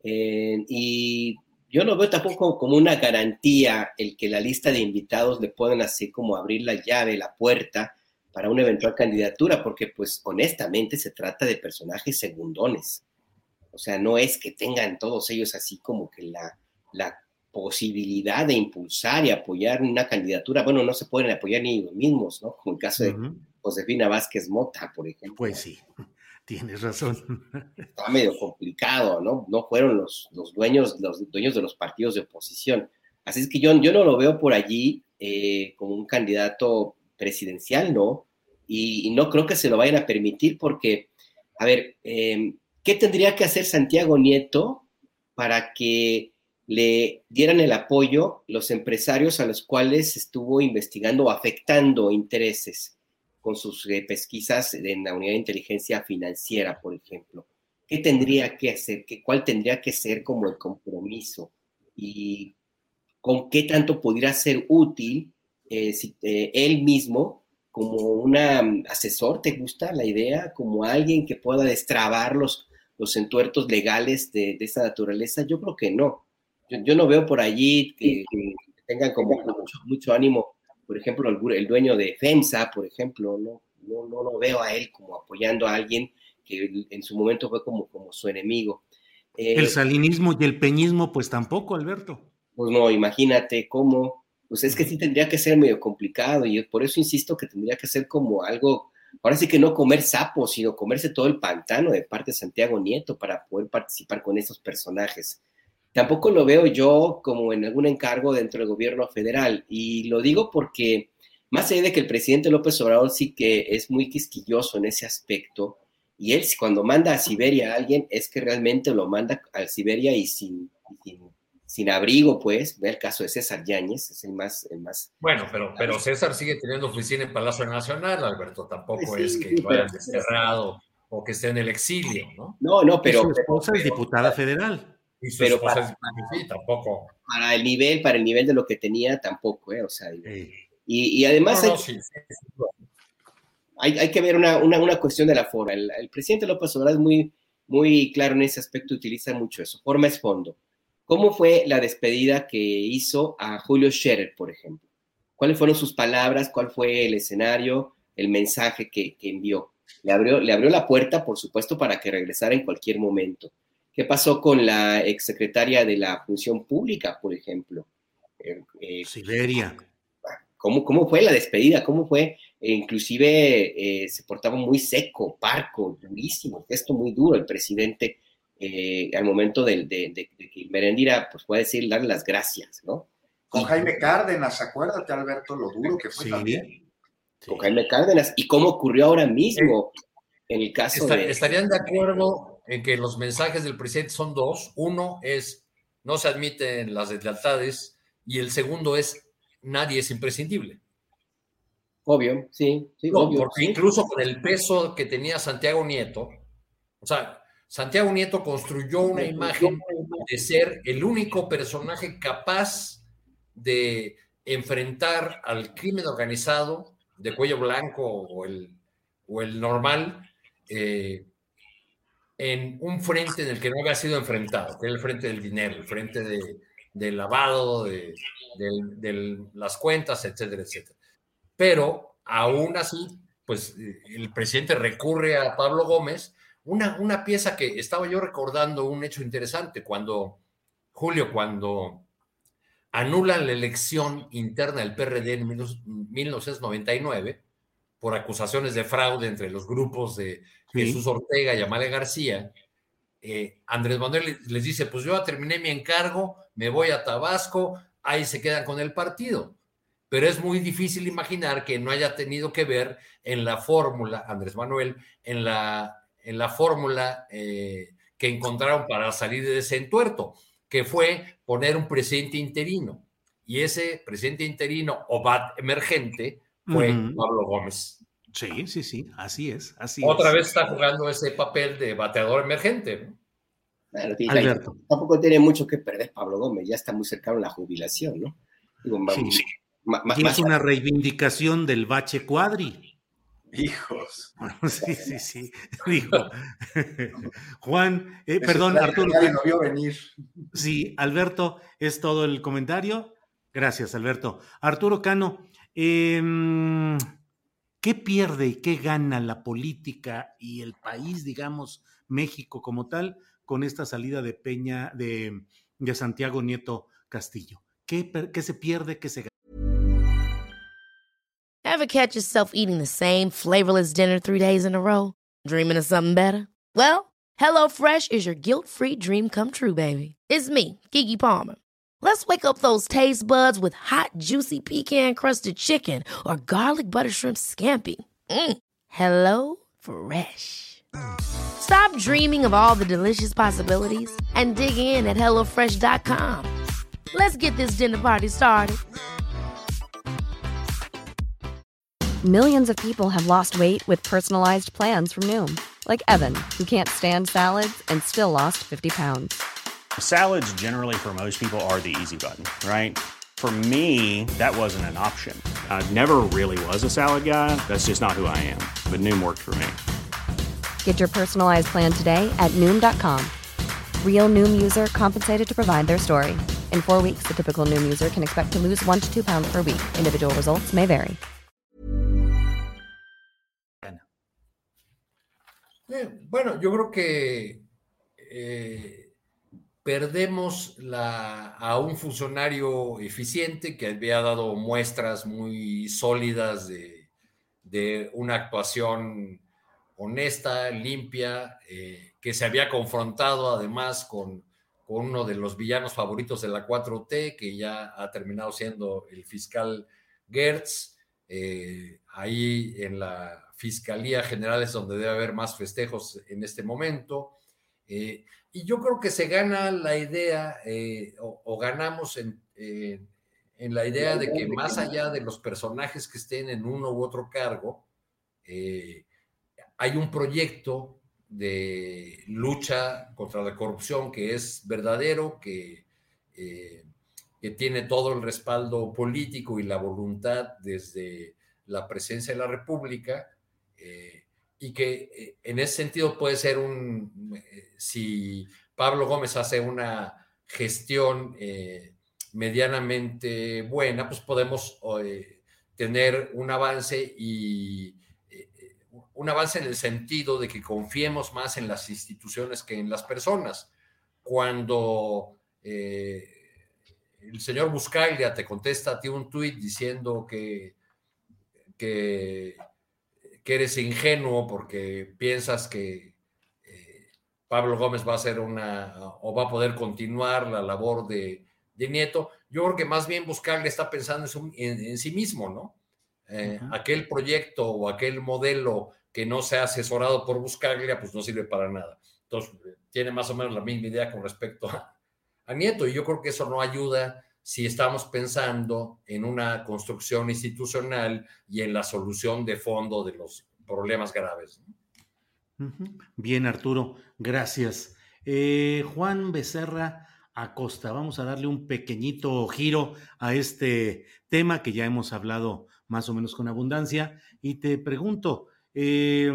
Eh, y yo no veo tampoco como una garantía el que la lista de invitados le puedan así como abrir la llave, la puerta para una eventual candidatura, porque pues honestamente se trata de personajes segundones. O sea, no es que tengan todos ellos así como que la... la posibilidad de impulsar y apoyar una candidatura. Bueno, no se pueden apoyar ni ellos mismos, ¿no? Como el caso de uh-huh. Josefina Vázquez Mota, por ejemplo. Pues sí, tienes razón. Está medio complicado, ¿no? No fueron los, los dueños los dueños de los partidos de oposición. Así es que yo, yo no lo veo por allí eh, como un candidato presidencial, ¿no? Y, y no creo que se lo vayan a permitir porque, a ver, eh, ¿qué tendría que hacer Santiago Nieto para que le dieran el apoyo los empresarios a los cuales estuvo investigando o afectando intereses con sus eh, pesquisas en la unidad de inteligencia financiera, por ejemplo? ¿Qué tendría que hacer? ¿Qué, ¿Cuál tendría que ser como el compromiso? ¿Y con qué tanto pudiera ser útil eh, si, eh, él mismo como un asesor? ¿Te gusta la idea? Como alguien que pueda destrabar los, los entuertos legales de, de esa naturaleza. Yo creo que no. Yo, yo no veo por allí que, que tengan como mucho, mucho ánimo. Por ejemplo, el, el dueño de FEMSA, por ejemplo, no, no, no lo veo a él como apoyando a alguien que en su momento fue como, como su enemigo. Eh, el salinismo y el peñismo, pues tampoco, Alberto. Pues no, imagínate cómo, pues es que sí tendría que ser medio complicado y por eso insisto que tendría que ser como algo, ahora sí que no comer sapos, sino comerse todo el pantano de parte de Santiago Nieto para poder participar con esos personajes. Tampoco lo veo yo como en algún encargo dentro del gobierno federal, y lo digo porque más allá de que el presidente López Obrador sí que es muy quisquilloso en ese aspecto, y él cuando manda a Siberia a alguien es que realmente lo manda a Siberia y sin, sin, sin abrigo, pues. Ve el caso de César Yáñez, es el más... El más bueno, pero, pero César sigue teniendo oficina en Palacio Nacional, Alberto, tampoco sí, es que sí, lo hayan desterrado o que esté en el exilio, ¿no? No, no, pero... Y su esposa es diputada federal. Y su pero esposa para, es, sí, tampoco. Para el nivel, para el nivel de lo que tenía, tampoco, ¿eh? O sea, sí. y, y además... No, no, hay, sí, sí, sí. Hay, hay que ver una, una, una cuestión de la forma. El, el presidente López Obrador es muy, muy claro en ese aspecto, utiliza mucho eso. Forma es fondo. ¿Cómo fue la despedida que hizo a Julio Scherer, por ejemplo? ¿Cuáles fueron sus palabras? ¿Cuál fue el escenario? El mensaje que, que envió. Le abrió, le abrió la puerta, por supuesto, para que regresara en cualquier momento. ¿Qué pasó con la exsecretaria de la Función Pública, por ejemplo? Eh, eh, Siberia. ¿Cómo, ¿Cómo fue la despedida? ¿Cómo fue? Eh, inclusive eh, se portaba muy seco, parco, durísimo, gesto muy duro el presidente eh, al momento de, de, de, de que Merendira pues, puede decir, darle las gracias, ¿no? Con Jaime Cárdenas, acuérdate, Alberto, lo duro que fue sí, también. Con Jaime Cárdenas. ¿Y cómo ocurrió ahora mismo en el caso Está, de... ¿Estarían de acuerdo en que los mensajes del presidente son dos? Uno es, no se admiten las deslealtades, y el segundo es, nadie es imprescindible. Obvio, sí, sí, no, obvio. Porque sí. incluso con el peso que tenía Santiago Nieto, o sea, Santiago Nieto construyó una imagen de ser el único personaje capaz de enfrentar al crimen organizado de cuello blanco o el, o el normal eh, en un frente en el que no había sido enfrentado, que era el frente del dinero, el frente de, del lavado, de, de, de las cuentas, etcétera, etcétera. Pero aún así, pues el presidente recurre a Pablo Gómez, una, una pieza que estaba yo recordando, un hecho interesante, cuando, Julio, cuando anulan la elección interna del P R D en mil novecientos noventa y nueve por acusaciones de fraude entre los grupos de sí. Jesús Ortega y Amalia García, eh, Andrés Manuel les dice, pues yo ya terminé mi encargo, me voy a Tabasco, ahí se quedan con el partido. Pero es muy difícil imaginar que no haya tenido que ver en la fórmula, Andrés Manuel, en la, en la fórmula eh, que encontraron para salir de ese entuerto, que fue poner un presidente interino. Y ese presidente interino o B A T emergente fue uh-huh. Pablo Gómez. Sí, sí, sí, así es. Así Otra es. vez está jugando ese papel de bateador emergente. Bueno, Alberto. Tampoco tiene mucho que perder Pablo Gómez, ya está muy cercano a la jubilación, ¿no? Digo, sí, sí. Ma, ma, y es una reivindicación del bache cuadri. Hijos. Sí, sí, sí. Digo. Juan, eh, perdón, Arturo. No vio venir. Sí, Alberto, es todo el comentario. Gracias, Alberto. Arturo Cano, eh, ¿qué pierde y qué gana la política y el país, digamos, México como tal, con esta salida de Peña, de, de Santiago Nieto Castillo? ¿Qué, qué se pierde, qué se gana? Ever catch yourself eating the same flavorless dinner three days in a row? Dreaming of something better? Well, HelloFresh is your guilt-free dream come true, baby. It's me, Keke Palmer. Let's wake up those taste buds with hot, juicy pecan-crusted chicken or garlic butter shrimp scampi. Mm. Hello Fresh. Stop dreaming of all the delicious possibilities and dig in at hello fresh dot com. Let's get this dinner party started. Millions of people have lost weight with personalized plans from Noom. Like Evan, who can't stand salads and still lost fifty pounds. Salads generally for most people are the easy button, right? For me, that wasn't an option. I never really was a salad guy. That's just not who I am. But Noom worked for me. Get your personalized plan today at Noom dot com. Real Noom user compensated to provide their story. In four weeks, the typical Noom user can expect to lose one to two pounds per week. Individual results may vary. Eh, bueno, yo creo que eh, perdemos la, a un funcionario eficiente que había dado muestras muy sólidas de, de una actuación honesta, limpia, eh, que se había confrontado además con, con uno de los villanos favoritos de la cuatro T, que ya ha terminado siendo el fiscal Gertz. Eh, ahí en la Fiscalía General es donde debe haber más festejos en este momento. Eh, y yo creo que se gana la idea, eh, o, o ganamos en, eh, en la idea de que más allá de los personajes que estén en uno u otro cargo, eh, hay un proyecto de lucha contra la corrupción que es verdadero, que, eh, que tiene todo el respaldo político y la voluntad desde la presidencia de la República, eh, y que eh, en ese sentido puede ser un, eh, si Pablo Gómez hace una gestión eh, medianamente buena, pues podemos eh, tener un avance y eh, un avance en el sentido de que confiemos más en las instituciones que en las personas. Cuando eh, el señor Buscaglia te contesta a ti un tuit diciendo que, que, que eres ingenuo porque piensas que eh, Pablo Gómez va a hacer una, o va a poder continuar la labor de, de Nieto, yo creo que más bien Buscaglia está pensando en, su, en, en sí mismo, ¿no? Eh, uh-huh. Aquel proyecto o aquel modelo que no sea asesorado por Buscaglia, pues no sirve para nada. Entonces, tiene más o menos la misma idea con respecto a, a Nieto, y yo creo que eso no ayuda si estamos pensando en una construcción institucional y en la solución de fondo de los problemas graves. Bien, Arturo, gracias. Eh, Juan Becerra, Acosta. Vamos a darle un pequeñito giro a este tema que ya hemos hablado más o menos con abundancia. Y te pregunto, eh,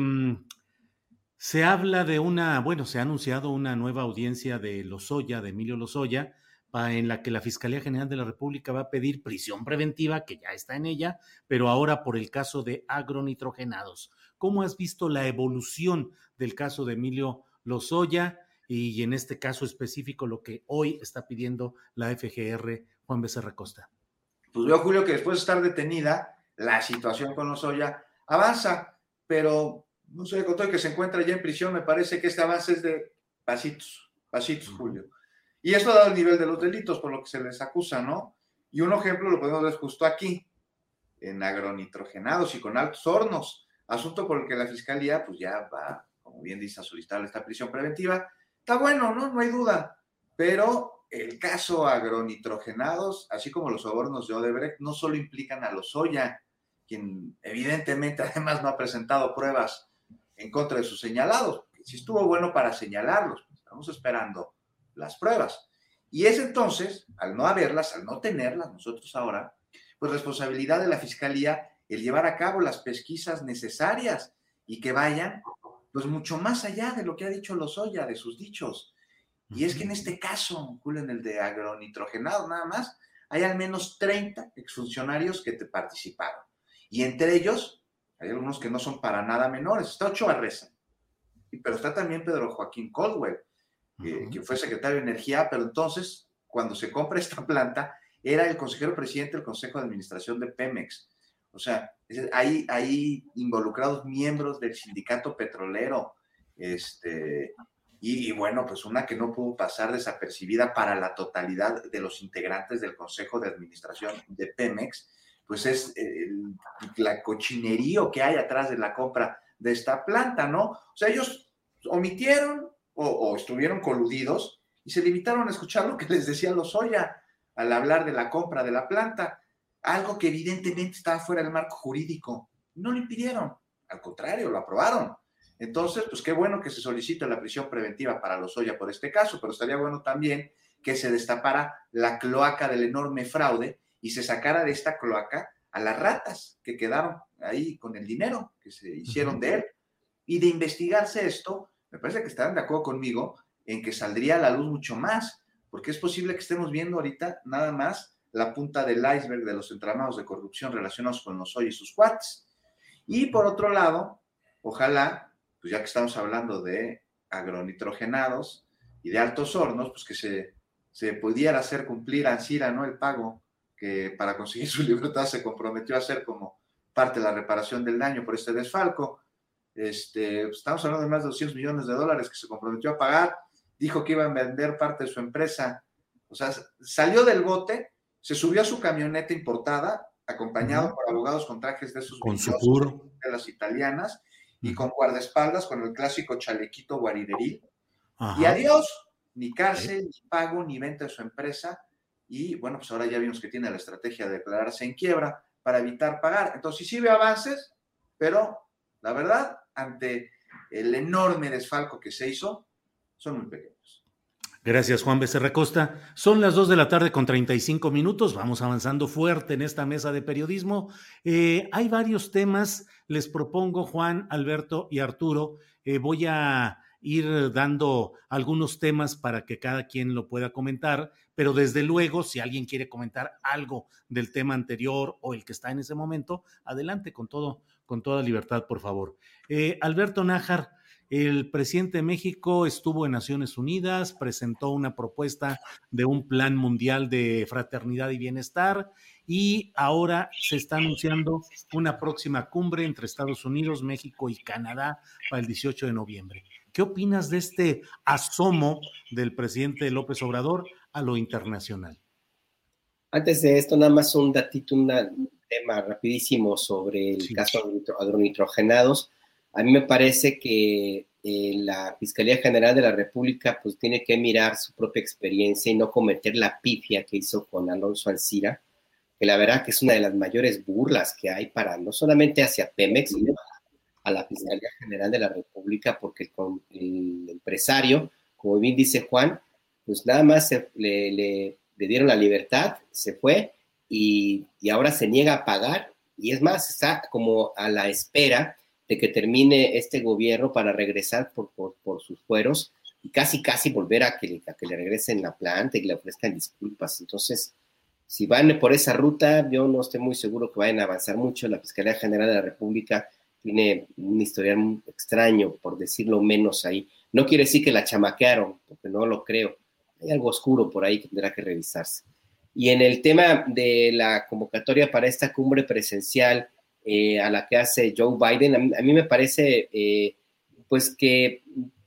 se habla de una, bueno, se ha anunciado una nueva audiencia de Lozoya, de Emilio Lozoya, en la que la Fiscalía General de la República va a pedir prisión preventiva, que ya está en ella, pero ahora por el caso de agronitrogenados. ¿Cómo has visto la evolución del caso de Emilio Lozoya y en este caso específico lo que hoy está pidiendo la F G R, Juan Becerra Costa? Pues veo, Julio, que después de estar detenida, la situación con Lozoya avanza, pero no sé, con todo el que se encuentra ya en prisión, me parece que este avance es de pasitos, pasitos, uh-huh. Julio. Y esto ha dado el nivel de los delitos por lo que se les acusa, ¿no? Y un ejemplo lo podemos ver justo aquí, en agronitrogenados y con altos hornos, asunto por el que la Fiscalía, pues ya va, como bien dice, a solicitar esta prisión preventiva. Está bueno, ¿no? No hay duda. Pero el caso agronitrogenados, así como los sobornos de Odebrecht, no solo implican a Lozoya, quien evidentemente además no ha presentado pruebas en contra de sus señalados. Si estuvo bueno para señalarlos, pues estamos esperando las pruebas. Y es entonces, al no haberlas, al no tenerlas nosotros ahora, pues responsabilidad de la Fiscalía el llevar a cabo las pesquisas necesarias y que vayan pues mucho más allá de lo que ha dicho Lozoya, de sus dichos. Y es que en este caso, Julio, en el de agronitrogenado nada más, hay al menos treinta exfuncionarios que te participaron. Y entre ellos, hay algunos que no son para nada menores. Está Ochoa Reza, pero está también Pedro Joaquín Caldwell, Uh-huh. que fue secretario de Energía, pero entonces, cuando se compra esta planta, era el consejero presidente del Consejo de Administración de Pemex. O sea, hay, hay involucrados miembros del sindicato petrolero, este, y, y bueno, pues una que no pudo pasar desapercibida para la totalidad de los integrantes del Consejo de Administración de Pemex, pues es el, la cochinerío que hay atrás de la compra de esta planta, ¿no? O sea, ellos omitieron O, o estuvieron coludidos y se limitaron a escuchar lo que les decía Lozoya al hablar de la compra de la planta, algo que evidentemente estaba fuera del marco jurídico. No lo impidieron, al contrario, lo aprobaron. Entonces, pues qué bueno que se solicite la prisión preventiva para Lozoya por este caso, pero estaría bueno también que se destapara la cloaca del enorme fraude y se sacara de esta cloaca a las ratas que quedaron ahí con el dinero que se hicieron uh-huh. de él. Y de investigarse esto, me parece que estarán de acuerdo conmigo en que saldría a la luz mucho más, porque es posible que estemos viendo ahorita nada más la punta del iceberg de los entramados de corrupción relacionados con Lozoya y sus cuates. Y por otro lado, ojalá, pues ya que estamos hablando de agronitrogenados y de altos hornos, pues que se, se pudiera hacer cumplir a Ancira, ¿no? El pago que para conseguir su libertad se comprometió a hacer como parte de la reparación del daño por este desfalco. Este, estamos hablando de más de doscientos millones de dólares que se comprometió a pagar, dijo que iba a vender parte de su empresa, o sea, salió del bote, se subió a su camioneta importada, acompañado uh-huh. por abogados con trajes de esos con su puro de las italianas uh-huh. y con guardaespaldas con el clásico chalequito guarideril, uh-huh. y adiós, ni cárcel, uh-huh. ni pago, ni venta de su empresa, y bueno, pues ahora ya vimos que tiene la estrategia de declararse en quiebra para evitar pagar. Entonces sí ve avances, pero la verdad, ante el enorme desfalco que se hizo, son muy pequeños. Gracias, Juan Becerra Costa. Son las dos de la tarde con treinta y cinco minutos. Vamos avanzando fuerte en esta mesa de periodismo. Eh, hay varios temas. Les propongo, Juan, Alberto y Arturo, eh, voy a ir dando algunos temas para que cada quien lo pueda comentar, pero desde luego, si alguien quiere comentar algo del tema anterior o el que está en ese momento, adelante con todo, con toda libertad, por favor. Eh, Alberto Nájar, el presidente de México estuvo en Naciones Unidas, presentó una propuesta de un plan mundial de fraternidad y bienestar y ahora se está anunciando una próxima cumbre entre Estados Unidos, México y Canadá para el dieciocho de noviembre. ¿Qué opinas de este asomo del presidente López Obrador a lo internacional? Antes de esto, nada más un datito, un tema rapidísimo sobre el sí. caso agronitrogenados. A mí me parece que eh, la Fiscalía General de la República pues tiene que mirar su propia experiencia y no cometer la pifia que hizo con Alonso Ancira, que la verdad que es una de las mayores burlas que hay para no solamente hacia Pemex, sino a la Fiscalía General de la República, porque con el empresario, como bien dice Juan, pues nada más se, le, le, le dieron la libertad, se fue y, y ahora se niega a pagar, y es más, está como a la espera de que termine este gobierno para regresar por, por, por sus fueros y casi, casi volver a que, a que le regresen la planta y que le ofrezcan disculpas. Entonces, si van por esa ruta, yo no estoy muy seguro que vayan a avanzar mucho. La Fiscalía General de la República tiene un historial muy extraño, por decirlo menos ahí. No quiere decir que la chamaquearon, porque no lo creo. Hay algo oscuro por ahí que tendrá que revisarse. Y en el tema de la convocatoria para esta cumbre presencial eh, a la que hace Joe Biden, a mí, a mí me parece, eh, pues que,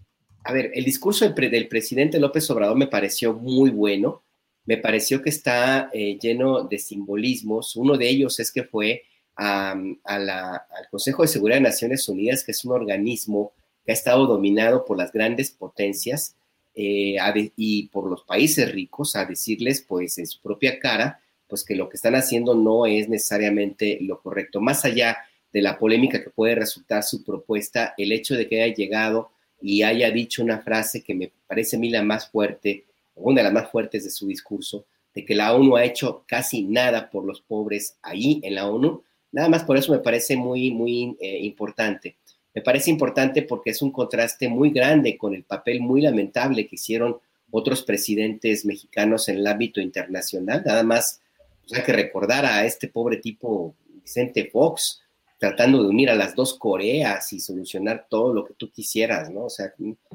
a ver, el discurso del, pre, del presidente López Obrador me pareció muy bueno, me pareció que está eh, lleno de simbolismos. Uno de ellos es que fue a, a la, al Consejo de Seguridad de Naciones Unidas, que es un organismo que ha estado dominado por las grandes potencias, Eh, de, y por los países ricos, a decirles pues en su propia cara pues que lo que están haciendo no es necesariamente lo correcto. Más allá de la polémica que puede resultar su propuesta, el hecho de que haya llegado y haya dicho una frase que me parece a mí la más fuerte, una de las más fuertes de su discurso, de que la ONU ha hecho casi nada por los pobres ahí en la ONU, nada más por eso me parece muy, muy eh, importante. Me parece importante porque es un contraste muy grande con el papel muy lamentable que hicieron otros presidentes mexicanos en el ámbito internacional. Nada más pues, hay que recordar a este pobre tipo Vicente Fox tratando de unir a las dos Coreas y solucionar todo lo que tú quisieras, ¿no? O sea,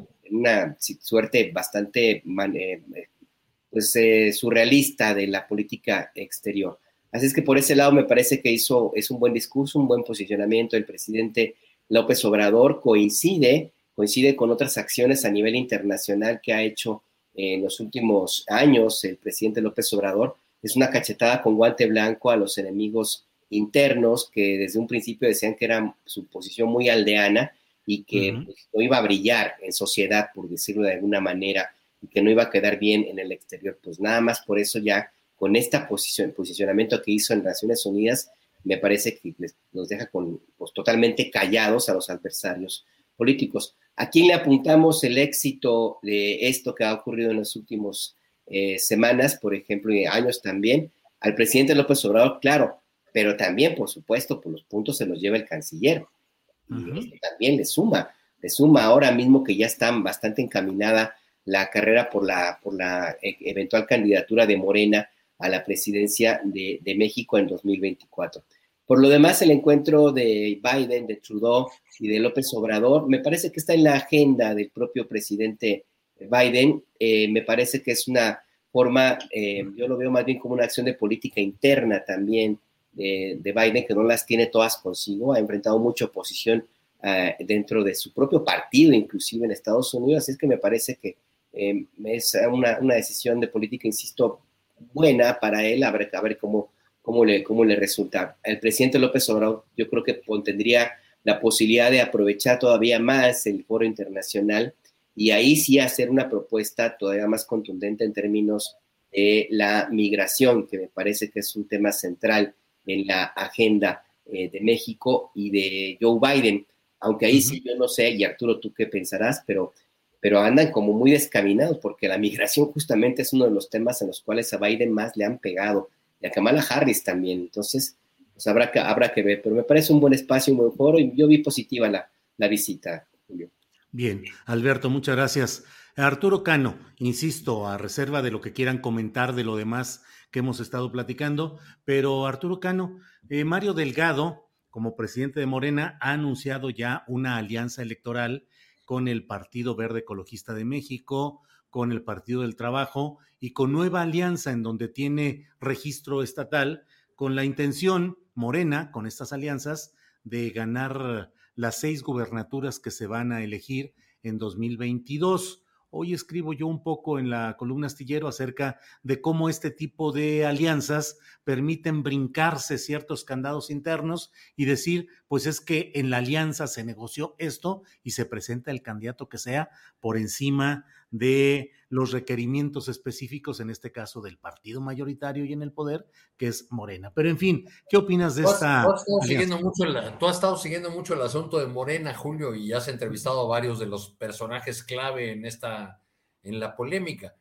una suerte bastante man, eh, pues, eh, surrealista de la política exterior. Así es que por ese lado me parece que hizo, es un buen discurso, un buen posicionamiento del presidente López Obrador. Coincide, coincide con otras acciones a nivel internacional que ha hecho en los últimos años el presidente López Obrador. Es una cachetada con guante blanco a los enemigos internos que desde un principio decían que era su posición muy aldeana y que uh-huh. pues, no iba a brillar en sociedad, por decirlo de alguna manera, y que no iba a quedar bien en el exterior. Pues nada más por eso ya con este posición, posicionamiento que hizo en Naciones Unidas, me parece que les, nos deja con, pues, totalmente callados a los adversarios políticos. ¿A quién le apuntamos el éxito de esto que ha ocurrido en las últimas eh, semanas, por ejemplo, y años también? Al presidente López Obrador, claro, pero también, por supuesto, por los puntos se los lleva el canciller. Uh-huh. Y esto también le suma, le suma ahora mismo que ya está bastante encaminada la carrera por la, por la eventual candidatura de Morena a la presidencia de, de México en dos mil veinticuatro. Por lo demás, el encuentro de Biden, de Trudeau y de López Obrador, me parece que está en la agenda del propio presidente Biden. Eh, me parece que es una forma, eh, yo lo veo más bien como una acción de política interna también de, de Biden, que no las tiene todas consigo, ha enfrentado mucha oposición uh, dentro de su propio partido, inclusive en Estados Unidos, así es que me parece que eh, es una, una decisión de política, insisto, buena para él, a ver, a ver cómo, cómo, le, cómo le resulta. El presidente López Obrador yo creo que tendría la posibilidad de aprovechar todavía más el foro internacional y ahí sí hacer una propuesta todavía más contundente en términos de la migración, que me parece que es un tema central en la agenda eh, de México y de Joe Biden, aunque ahí uh-huh. sí yo no sé, y Arturo, ¿tú qué pensarás? Pero pero andan como muy descaminados, porque la migración justamente es uno de los temas en los cuales a Biden más le han pegado, y a Kamala Harris también. Entonces, pues habrá que, habrá que ver, pero me parece un buen espacio, un buen foro, y yo vi positiva la, la visita, Julio. Bien, Alberto, muchas gracias. Arturo Cano, insisto, a reserva de lo que quieran comentar de lo demás que hemos estado platicando, pero Arturo Cano, eh, Mario Delgado, como presidente de Morena, ha anunciado ya una alianza electoral con el Partido Verde Ecologista de México, con el Partido del Trabajo y con Nueva Alianza, en donde tiene registro estatal, con la intención, Morena, con estas alianzas, de ganar las seis gubernaturas que se van a elegir en dos mil veintidós. Hoy escribo yo un poco en la columna Astillero acerca de cómo este tipo de alianzas permiten brincarse ciertos candados internos y decir, pues es que en la alianza se negoció esto y se presenta el candidato que sea por encima de los requerimientos específicos, en este caso del partido mayoritario y en el poder, que es Morena. Pero en fin, ¿qué opinas de tú has, esta tú has, estado siguiendo alianza? mucho la, tú has estado siguiendo mucho el asunto de Morena, Julio, y has entrevistado a varios de los personajes clave en esta, en la polémica.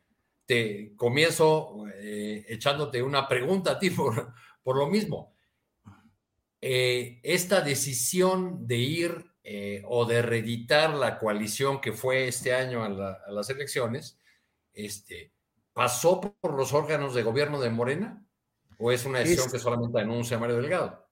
te comienzo eh, echándote una pregunta a ti por, por lo mismo. Eh, esta decisión de ir eh, o de reeditar la coalición que fue este año a, la, a las elecciones, este, ¿pasó por los órganos de gobierno de Morena? ¿O es una decisión es, que solamente anuncia Mario Delgado?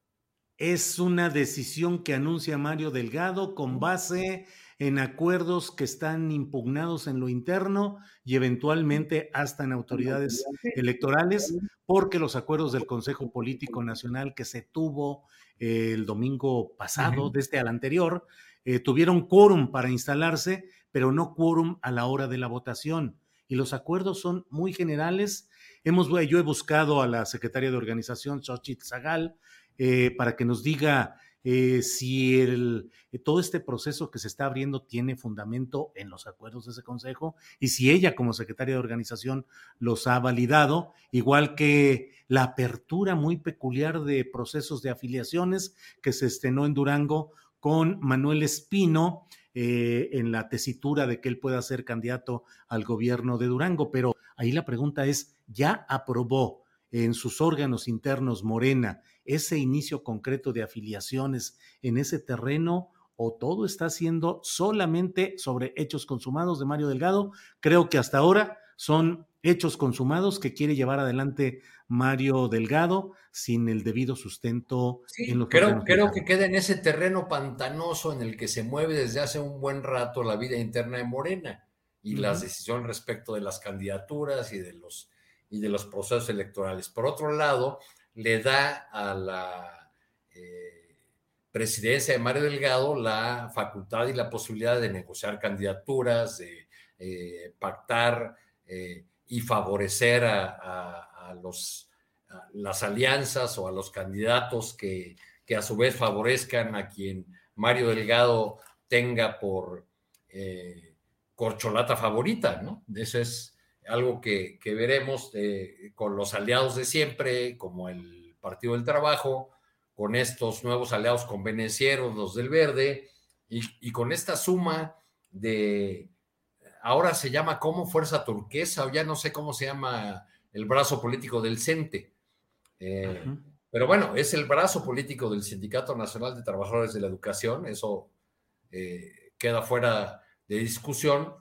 Es una decisión que anuncia Mario Delgado con base en acuerdos que están impugnados en lo interno y eventualmente hasta en autoridades electorales, porque los acuerdos del Consejo Político Nacional que se tuvo eh, el domingo pasado, uh-huh. desde el anterior, eh, tuvieron quórum para instalarse, pero no quórum a la hora de la votación. Y los acuerdos son muy generales. Hemos, yo he buscado a la secretaria de organización, Xochitl Zagal, eh, para que nos diga eh, si el, eh, todo este proceso que se está abriendo tiene fundamento en los acuerdos de ese consejo y si ella como secretaria de organización los ha validado, igual que la apertura muy peculiar de procesos de afiliaciones que se estrenó en Durango con Manuel Espino, eh, en la tesitura de que él pueda ser candidato al gobierno de Durango, pero ahí la pregunta es, ¿ya aprobó en sus órganos internos Morena ese inicio concreto de afiliaciones en ese terreno o todo está siendo solamente sobre hechos consumados de Mario Delgado? Creo que hasta ahora son hechos consumados que quiere llevar adelante Mario Delgado sin el debido sustento. Sí, en los creo, creo que queda en ese terreno pantanoso en el que se mueve desde hace un buen rato la vida interna de Morena y uh-huh. las decisiones respecto de las candidaturas y de los y de los procesos electorales. Por otro lado, le da a la eh, presidencia de Mario Delgado la facultad y la posibilidad de negociar candidaturas, de eh, pactar eh, y favorecer a, a, a, los, a las alianzas o a los candidatos que, que a su vez favorezcan a quien Mario Delgado tenga por eh, corcholata favorita, ¿no? Eso es algo que, que veremos eh, con los aliados de siempre, como el Partido del Trabajo, con estos nuevos aliados convenencieros, los del Verde, y, y con esta suma de, ahora se llama como Fuerza Turquesa, o ya no sé cómo se llama el brazo político del CENTE. Eh, uh-huh. Pero bueno, es el brazo político del Sindicato Nacional de Trabajadores de la Educación, eso eh, queda fuera de discusión.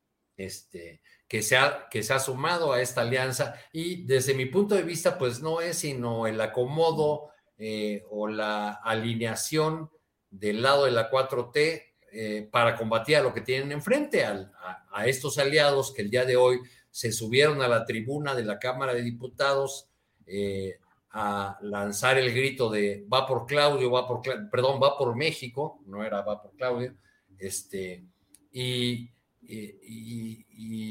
Este... Que se, ha, que se ha sumado a esta alianza y desde mi punto de vista pues no es sino el acomodo eh, o la alineación del lado de la cuatro T eh, para combatir a lo que tienen enfrente, a, a, a estos aliados que el día de hoy se subieron a la tribuna de la Cámara de Diputados eh, a lanzar el grito de va por Claudio, va por, perdón, va por México, no era va por Claudio, este, y Y, y,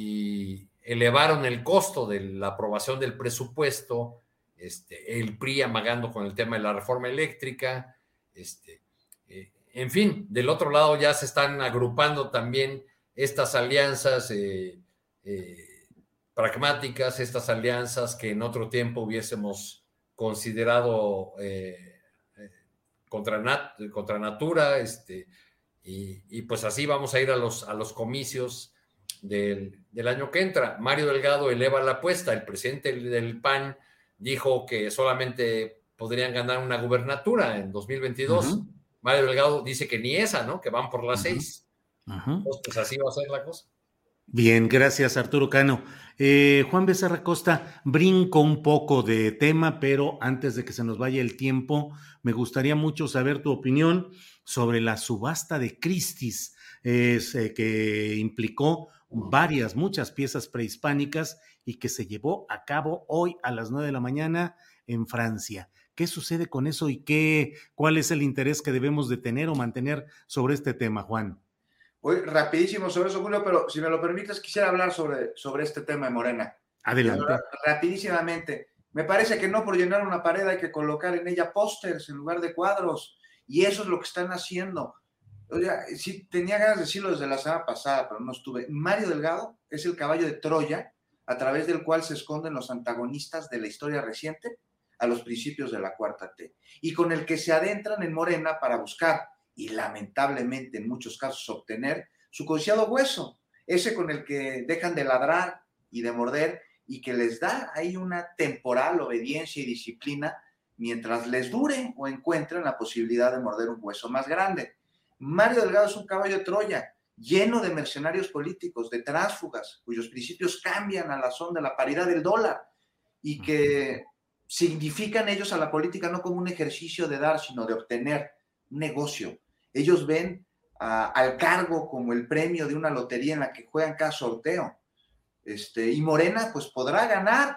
y elevaron el costo de la aprobación del presupuesto, este, el P R I amagando con el tema de la reforma eléctrica, este, eh, en fin, del otro lado ya se están agrupando también estas alianzas eh, eh, pragmáticas, estas alianzas que en otro tiempo hubiésemos considerado eh, eh, contra, nat, contra natura, este, Y, y pues así vamos a ir a los, a los comicios del, del año que entra. Mario Delgado eleva la apuesta. El presidente del P A N dijo que solamente podrían ganar una gubernatura en dos mil veintidós. Uh-huh. Mario Delgado dice que ni esa, ¿no? Que van por las uh-huh. seis. Uh-huh. Entonces, pues así va a ser la cosa. Bien, gracias Arturo Cano. Eh, Juan Becerra Costa, brinco un poco de tema, pero antes de que se nos vaya el tiempo, me gustaría mucho saber tu opinión sobre la subasta de Christie's, eh, que implicó varias, muchas piezas prehispánicas y que se llevó a cabo hoy a las nueve de la mañana en Francia. ¿Qué sucede con eso y qué, cuál es el interés que debemos de tener o mantener sobre este tema, Juan? Voy rapidísimo sobre eso, Julio, pero si me lo permites, quisiera hablar sobre, sobre este tema de Morena. Adelante. Rapidísimamente. Me parece que no por llenar una pared hay que colocar en ella pósters en lugar de cuadros. Y eso es lo que están haciendo. O sea, sí, tenía ganas de decirlo desde la semana pasada, pero no estuve. Mario Delgado es el caballo de Troya a través del cual se esconden los antagonistas de la historia reciente a los principios de la cuarta T. Y con el que se adentran en Morena para buscar y lamentablemente en muchos casos obtener su codiciado hueso, ese con el que dejan de ladrar y de morder, y que les da ahí una temporal obediencia y disciplina mientras les dure o encuentren la posibilidad de morder un hueso más grande. Mario Delgado es un caballo de Troya, lleno de mercenarios políticos, de tránsfugas, cuyos principios cambian a la son de la paridad del dólar y que significan ellos a la política no como un ejercicio de dar, sino de obtener un negocio. Ellos ven uh, al cargo como el premio de una lotería en la que juegan cada sorteo. Este, y Morena pues podrá ganar,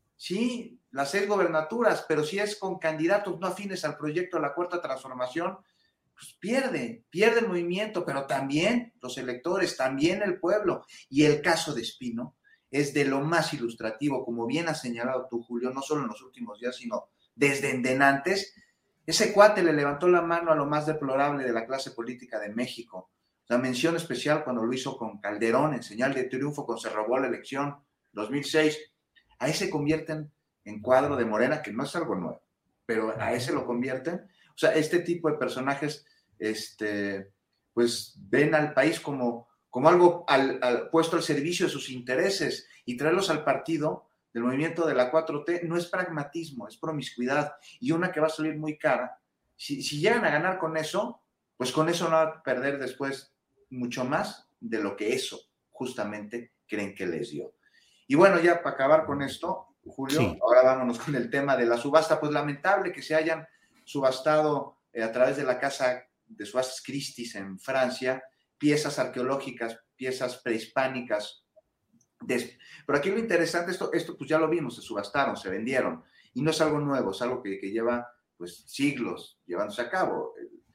sí, las seis gobernaturas, pero si es con candidatos no afines al proyecto de la Cuarta Transformación, pues pierde, pierde el movimiento, pero también los electores, también el pueblo. Y el caso de Espino es de lo más ilustrativo, como bien has señalado tú, Julio, no solo en los últimos días, sino desde endenantes. Ese cuate le levantó la mano a lo más deplorable de la clase política de México. La mención especial cuando lo hizo con Calderón, en señal de triunfo, cuando se robó la elección dos mil seis. A ese convierten en cuadro de Morena, que no es algo nuevo, pero a ese lo convierten. O sea, este tipo de personajes, este, pues ven al país como, como algo al, al, puesto al servicio de sus intereses, y traerlos al partido del movimiento de la cuatro T no es pragmatismo, es promiscuidad, y una que va a salir muy cara. Si, si llegan a ganar con eso, pues con eso no van a perder después mucho más de lo que eso justamente creen que les dio. Y bueno, ya para acabar con esto, Julio, sí. Ahora vámonos con el tema de la subasta. Pues lamentable que se hayan subastado eh, a través de la Casa de Subastas Christie's en Francia piezas arqueológicas, piezas prehispánicas. De... Pero aquí lo interesante, esto, esto pues ya lo vimos, se subastaron, se vendieron, y no es algo nuevo, es algo que, que lleva pues siglos llevándose a cabo.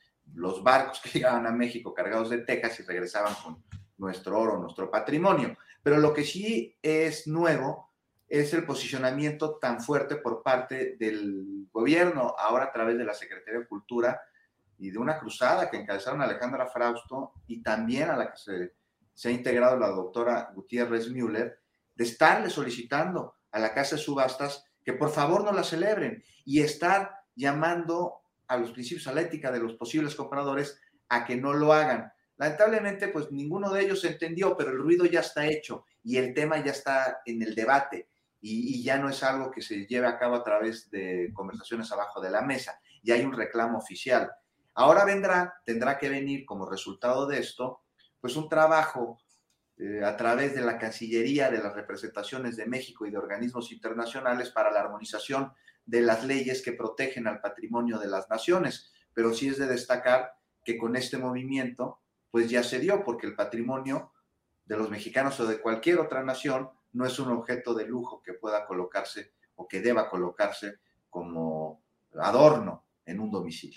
Los barcos que llegaban a México cargados de tejas y regresaban con nuestro oro, nuestro patrimonio. Pero lo que sí es nuevo es el posicionamiento tan fuerte por parte del gobierno, ahora a través de la Secretaría de Cultura, y de una cruzada que encabezaron Alejandra Frausto y también a la que se, se ha integrado la doctora Gutiérrez Müller, de estarle solicitando a la Casa de Subastas que por favor no la celebren, y estar llamando a los principios, a la ética de los posibles compradores a que no lo hagan. Lamentablemente, pues ninguno de ellos se entendió, pero el ruido ya está hecho y el tema ya está en el debate, y, y ya no es algo que se lleve a cabo a través de conversaciones abajo de la mesa, ya hay un reclamo oficial. Ahora vendrá, tendrá que venir como resultado de esto, pues un trabajo eh, a través de la Cancillería, de las representaciones de México y de organismos internacionales para la armonización de las leyes que protegen al patrimonio de las naciones. Pero sí es de destacar que con este movimiento, pues ya se dio, porque el patrimonio de los mexicanos o de cualquier otra nación no es un objeto de lujo que pueda colocarse o que deba colocarse como adorno en un domicilio.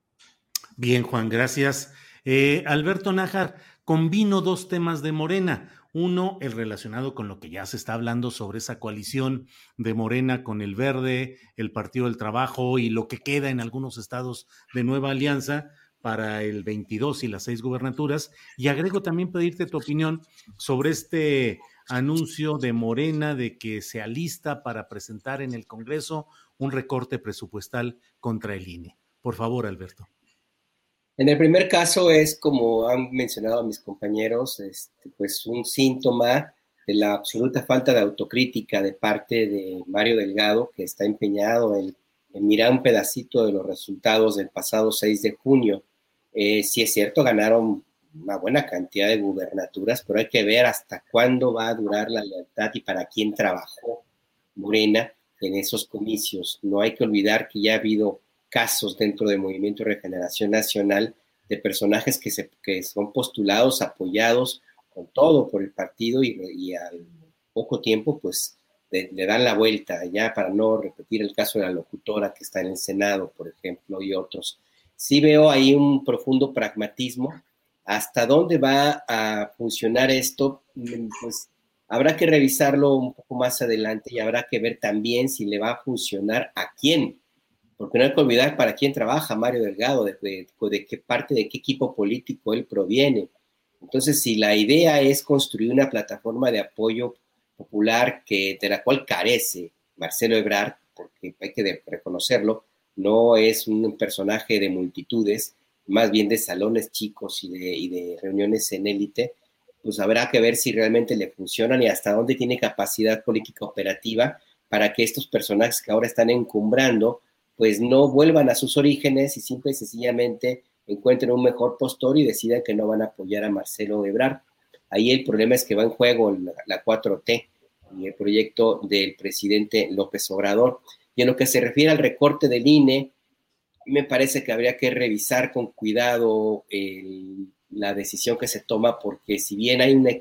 Bien, Juan, gracias. Eh, Alberto Nájar, combino dos temas de Morena. Uno, el relacionado con lo que ya se está hablando sobre esa coalición de Morena con el Verde, el Partido del Trabajo y lo que queda en algunos estados de Nueva Alianza para el veintidós y las seis gubernaturas. Y agrego también pedirte tu opinión sobre este anuncio de Morena de que se alista para presentar en el Congreso un recorte presupuestal contra el I N E. Por favor, Alberto. En el primer caso es, como han mencionado mis compañeros, este, pues un síntoma de la absoluta falta de autocrítica de parte de Mario Delgado, que está empeñado en, en mirar un pedacito de los resultados del pasado seis de junio. Eh, sí es cierto, ganaron una buena cantidad de gubernaturas, pero hay que ver hasta cuándo va a durar la lealtad y para quién trabajó Morena en esos comicios. No hay que olvidar que ya ha habido casos dentro del Movimiento de Regeneración Nacional de personajes que, se, que son postulados, apoyados con todo por el partido y, y al poco tiempo pues de, le dan la vuelta, ya para no repetir el caso de la locutora que está en el Senado, por ejemplo, y otros. Sí veo ahí un profundo pragmatismo. ¿Hasta dónde va a funcionar esto? Pues habrá que revisarlo un poco más adelante y habrá que ver también si le va a funcionar a quién. Porque no hay que olvidar para quién trabaja Mario Delgado, de, de, de qué parte, de qué equipo político él proviene. Entonces, si la idea es construir una plataforma de apoyo popular que, de la cual carece Marcelo Ebrard, porque hay que de, reconocerlo, no es un personaje de multitudes, más bien de salones chicos y de, y de reuniones en élite, pues habrá que ver si realmente le funcionan y hasta dónde tiene capacidad política operativa para que estos personajes que ahora están encumbrando, pues no vuelvan a sus orígenes y simple y sencillamente encuentren un mejor postor y decidan que no van a apoyar a Marcelo Ebrard. Ahí el problema es que va en juego la, la cuatro T y el proyecto del presidente López Obrador. Y en lo que se refiere al recorte del I N E, me parece que habría que revisar con cuidado el, la decisión que se toma, porque si bien hay una,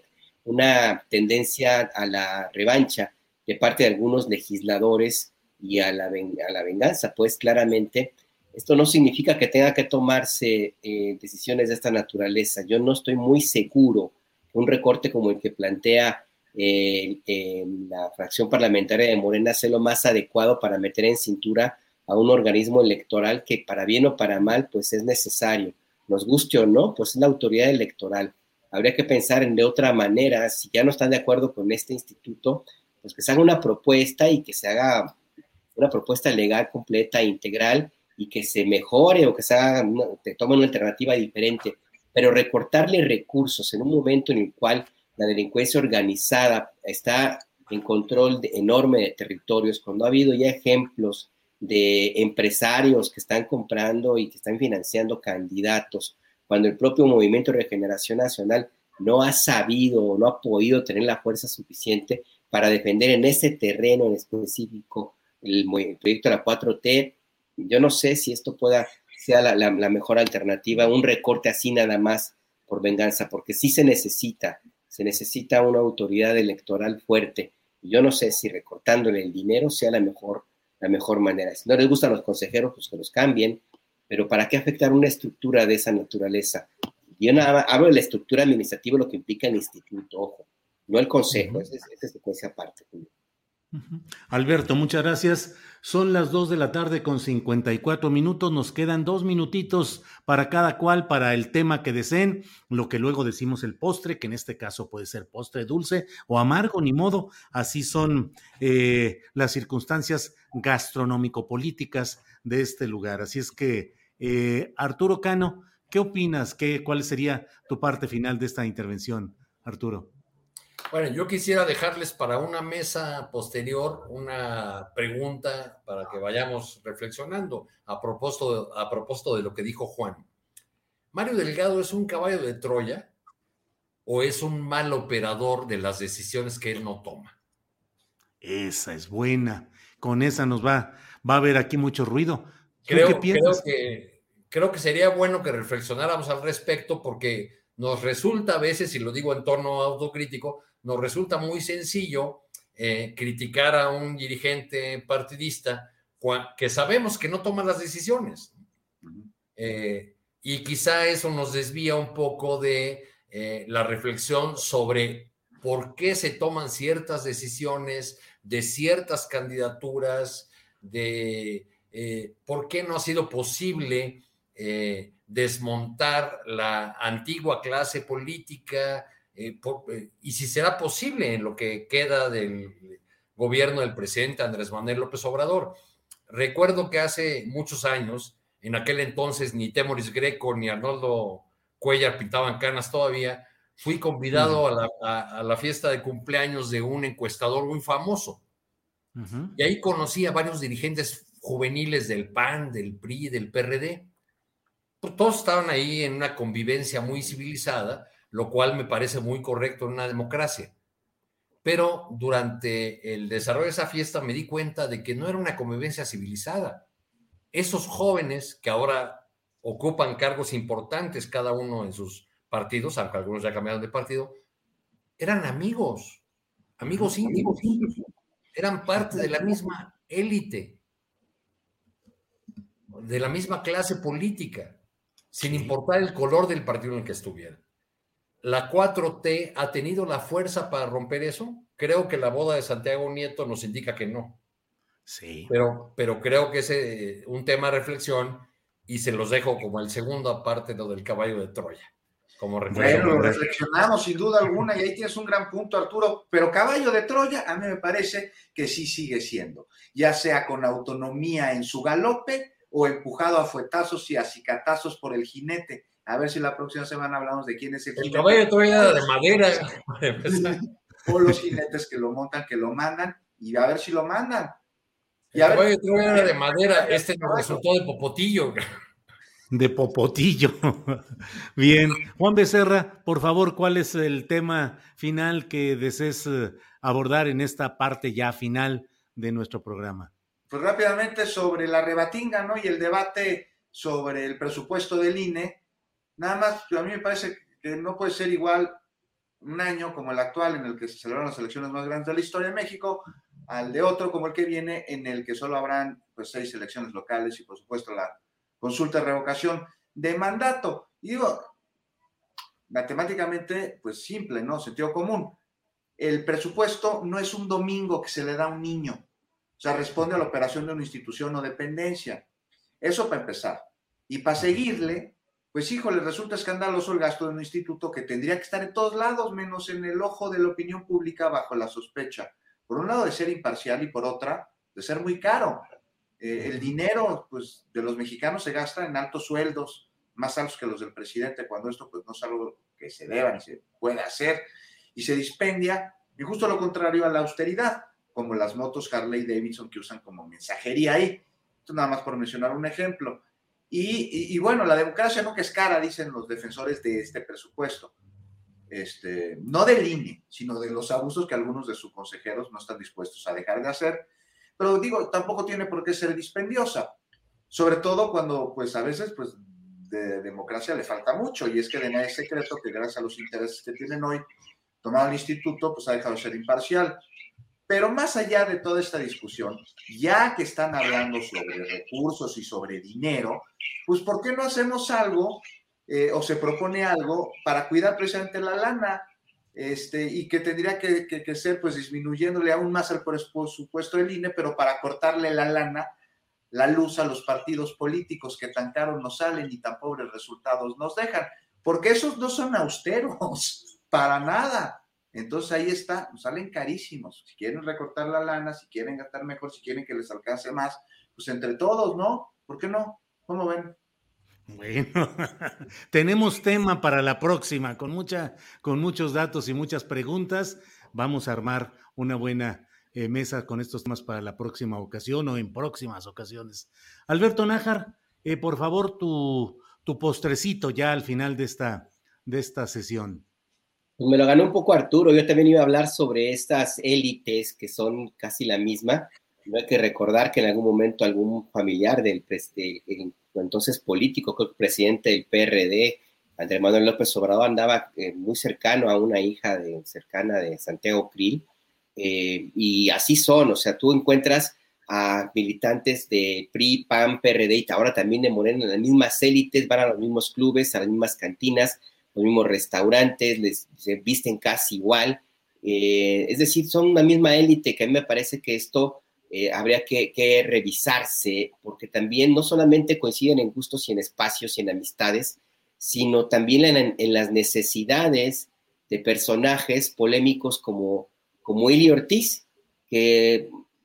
una tendencia a la revancha de parte de algunos legisladores y a la, a la venganza, pues claramente esto no significa que tenga que tomarse eh, decisiones de esta naturaleza. Yo no estoy muy seguro que un recorte como el que plantea eh, eh, la fracción parlamentaria de Morena sea lo más adecuado para meter en cintura a un organismo electoral que para bien o para mal pues es necesario, nos guste o no, pues es la autoridad electoral. Habría que pensar en de otra manera, si ya no están de acuerdo con este instituto, pues que se haga una propuesta y que se haga una propuesta legal completa, integral, y que se mejore o que se haga, te tome una alternativa diferente, pero recortarle recursos en un momento en el cual la delincuencia organizada está en control de, enorme de territorios, cuando ha habido ya ejemplos de empresarios que están comprando y que están financiando candidatos, cuando el propio Movimiento de Regeneración Nacional no ha sabido o no ha podido tener la fuerza suficiente para defender en ese terreno en específico el, el proyecto de la cuatro T. Yo no sé si esto pueda ser la, la, la mejor alternativa, un recorte así nada más por venganza, porque sí se necesita, se necesita una autoridad electoral fuerte. Y yo no sé si recortándole el dinero sea la mejor la mejor manera. Si no les gustan los consejeros, pues que los cambien, pero ¿para qué afectar una estructura de esa naturaleza? Yo no hablo de la estructura administrativa, lo que implica el instituto, ojo, no el consejo, uh-huh. esa es, es secuencia aparte. Uh-huh. Alberto, muchas gracias. Son las dos de la tarde con cincuenta y cuatro minutos, nos quedan dos minutitos para cada cual, para el tema que deseen, lo que luego decimos el postre, que en este caso puede ser postre dulce o amargo, ni modo, así son eh, las circunstancias gastronómico-políticas de este lugar. Así es que, eh, Arturo Cano, ¿qué opinas? ¿Qué, ¿Cuál sería tu parte final de esta intervención, Arturo? Bueno, yo quisiera dejarles para una mesa posterior una pregunta para que vayamos reflexionando a propósito, a propósito de lo que dijo Juan. ¿Mario Delgado es un caballo de Troya o es un mal operador de las decisiones que él no toma? Esa es buena. Con esa nos va, va a haber aquí mucho ruido. Creo, qué piensas? Creo que, creo que sería bueno que reflexionáramos al respecto, porque nos resulta a veces, y lo digo en tono autocrítico, nos resulta muy sencillo eh, criticar a un dirigente partidista que sabemos que no toma las decisiones. Eh, y quizá eso nos desvía un poco de eh, la reflexión sobre por qué se toman ciertas decisiones de ciertas candidaturas, de eh, por qué no ha sido posible eh, desmontar la antigua clase política, eh, por, eh, y si será posible en lo que queda del gobierno del presidente Andrés Manuel López Obrador. Recuerdo que hace muchos años, en aquel entonces ni Temoris Greco ni Arnoldo Cuellar pintaban canas todavía, fui convidado uh-huh. a, la, a, a la fiesta de cumpleaños de un encuestador muy famoso. Uh-huh. Y ahí conocí a varios dirigentes juveniles del P A N, del P R I, del P R D. Pues todos estaban ahí en una convivencia muy civilizada, lo cual me parece muy correcto en una democracia. Pero durante el desarrollo de esa fiesta me di cuenta de que no era una convivencia civilizada. Esos jóvenes que ahora ocupan cargos importantes, cada uno en sus partidos, aunque algunos ya cambiaron de partido, eran amigos, amigos íntimos, eran parte de la misma élite, de la misma clase política, sin importar el color del partido en el que estuvieran. ¿La cuatro T ha tenido la fuerza para romper eso? Creo que la boda de Santiago Nieto nos indica que no. Sí. Pero, pero creo que es eh, un tema de reflexión y se los dejo como el segundo aparte lo del caballo de Troya. Como bueno, lo reflexionamos sin duda alguna y ahí tienes un gran punto, Arturo, pero caballo de Troya a mí me parece que sí sigue siendo, ya sea con autonomía en su galope o empujado a fuetazos y a acicatazos por el jinete. A ver si la próxima semana hablamos de quién es el, el caballo todavía era de madera. O los jinetes que lo montan, que lo mandan, y a ver si lo mandan. Y el caballo todavía era de madera, este nos resultó de popotillo. De popotillo. Bien. Juan Becerra, por favor, ¿cuál es el tema final que desees abordar en esta parte ya final de nuestro programa? Pues rápidamente sobre la rebatinga, ¿no? Y el debate sobre el presupuesto del I N E. Nada más, a mí me parece que no puede ser igual un año como el actual, en el que se celebran las elecciones más grandes de la historia de México, al de otro como el que viene, en el que solo habrán pues seis elecciones locales y por supuesto la consulta de revocación de mandato. Y digo, matemáticamente, pues simple, ¿no? Sentido común. El presupuesto no es un domingo que se le da a un niño. O sea, responde a la operación de una institución o dependencia. Eso para empezar. Y para seguirle, pues híjole, resulta escandaloso el gasto de un instituto que tendría que estar en todos lados, menos en el ojo de la opinión pública bajo la sospecha. Por un lado de ser imparcial y por otra de ser muy caro. Eh, el dinero pues, de los mexicanos se gasta en altos sueldos, más altos que los del presidente, cuando esto pues, no es algo que se deba ni se puede hacer, y se dispendia, y justo lo contrario a la austeridad, como las motos Harley Davidson que usan como mensajería ahí. Esto nada más por mencionar un ejemplo. Y, y, y bueno, la democracia nunca es cara, dicen los defensores de este presupuesto. Este, no del I N E, sino de los abusos que algunos de sus consejeros no están dispuestos a dejar de hacer. Pero digo, tampoco tiene por qué ser dispendiosa, sobre todo cuando pues a veces pues de democracia le falta mucho, y es que de nada es secreto que gracias a los intereses que tienen hoy, tomar el instituto pues ha dejado de ser imparcial. Pero más allá de toda esta discusión, ya que están hablando sobre recursos y sobre dinero, pues ¿por qué no hacemos algo eh, o se propone algo para cuidar precisamente la lana? Este, y que tendría que, que, que ser pues disminuyéndole aún más el presupuesto del I N E, pero para cortarle la lana, la luz a los partidos políticos que tan caros nos salen y tan pobres resultados nos dejan, porque esos no son austeros, para nada. Entonces ahí está, nos salen carísimos. Si quieren recortar la lana, si quieren gastar mejor, si quieren que les alcance más, pues entre todos, ¿no? ¿Por qué no? ¿Cómo ven? Bueno, tenemos tema para la próxima, con, mucha, con muchos datos y muchas preguntas. Vamos a armar una buena eh, mesa con estos temas para la próxima ocasión o en próximas ocasiones. Alberto Nájar, eh, por favor, tu, tu postrecito ya al final de esta, de esta sesión. Me lo ganó un poco Arturo. Yo también iba a hablar sobre estas élites que son casi la misma. No hay que recordar que en algún momento algún familiar del, del, del entonces político, el presidente del P R D, Andrés Manuel López Obrador, andaba eh, muy cercano a una hija de, cercana de Santiago Krill, eh, y así son. O sea, tú encuentras a militantes de P R I, P A N, P R D y ahora también de Morena en las mismas élites, van a los mismos clubes, a las mismas cantinas, los mismos restaurantes, les se visten casi igual, eh, es decir, son una misma élite que a mí me parece que esto eh, habría que, que revisarse, porque también no solamente coinciden en gustos y en espacios y en amistades, sino también en, en las necesidades de personajes polémicos como, como Ili Ortiz, que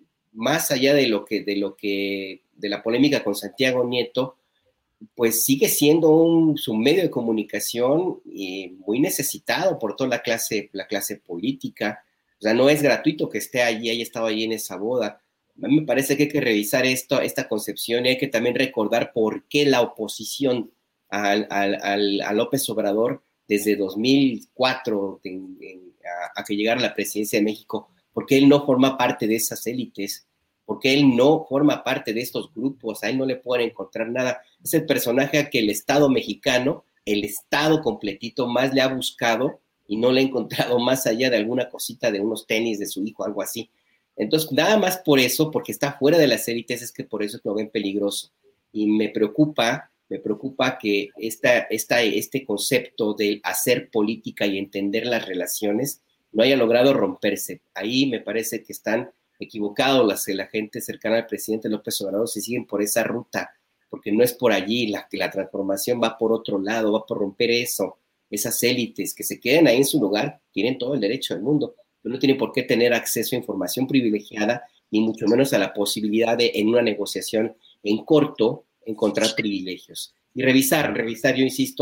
más allá de lo que, de lo que, de la polémica con Santiago Nieto, pues sigue siendo un, su medio de comunicación eh, muy necesitado por toda la clase, la clase política. O sea, no es gratuito que esté allí, haya estado allí en esa boda. A mí me parece que hay que revisar esto, esta concepción, y hay que también recordar por qué la oposición al, al, al, a López Obrador desde dos mil cuatro en, en, a, a que llegara a la presidencia de México, porque él no forma parte de esas élites, porque él no forma parte de estos grupos, a él no le pueden encontrar nada. Es el personaje a que el Estado mexicano, el Estado completito, más le ha buscado y no le ha encontrado más allá de alguna cosita de unos tenis de su hijo, algo así. Entonces, nada más por eso, porque está fuera de las élites, es que por eso lo ven peligroso. Y me preocupa, me preocupa que esta, esta, este concepto de hacer política y entender las relaciones no haya logrado romperse. Ahí me parece que están equivocados las, la gente cercana al presidente López Obrador, si siguen por esa ruta, porque no es por allí, la, la transformación va por otro lado, va por romper eso, esas élites que se queden ahí en su lugar, tienen todo el derecho del mundo, pero no tienen por qué tener acceso a información privilegiada, ni mucho menos a la posibilidad de, en una negociación en corto, encontrar privilegios. Y revisar, revisar, yo insisto,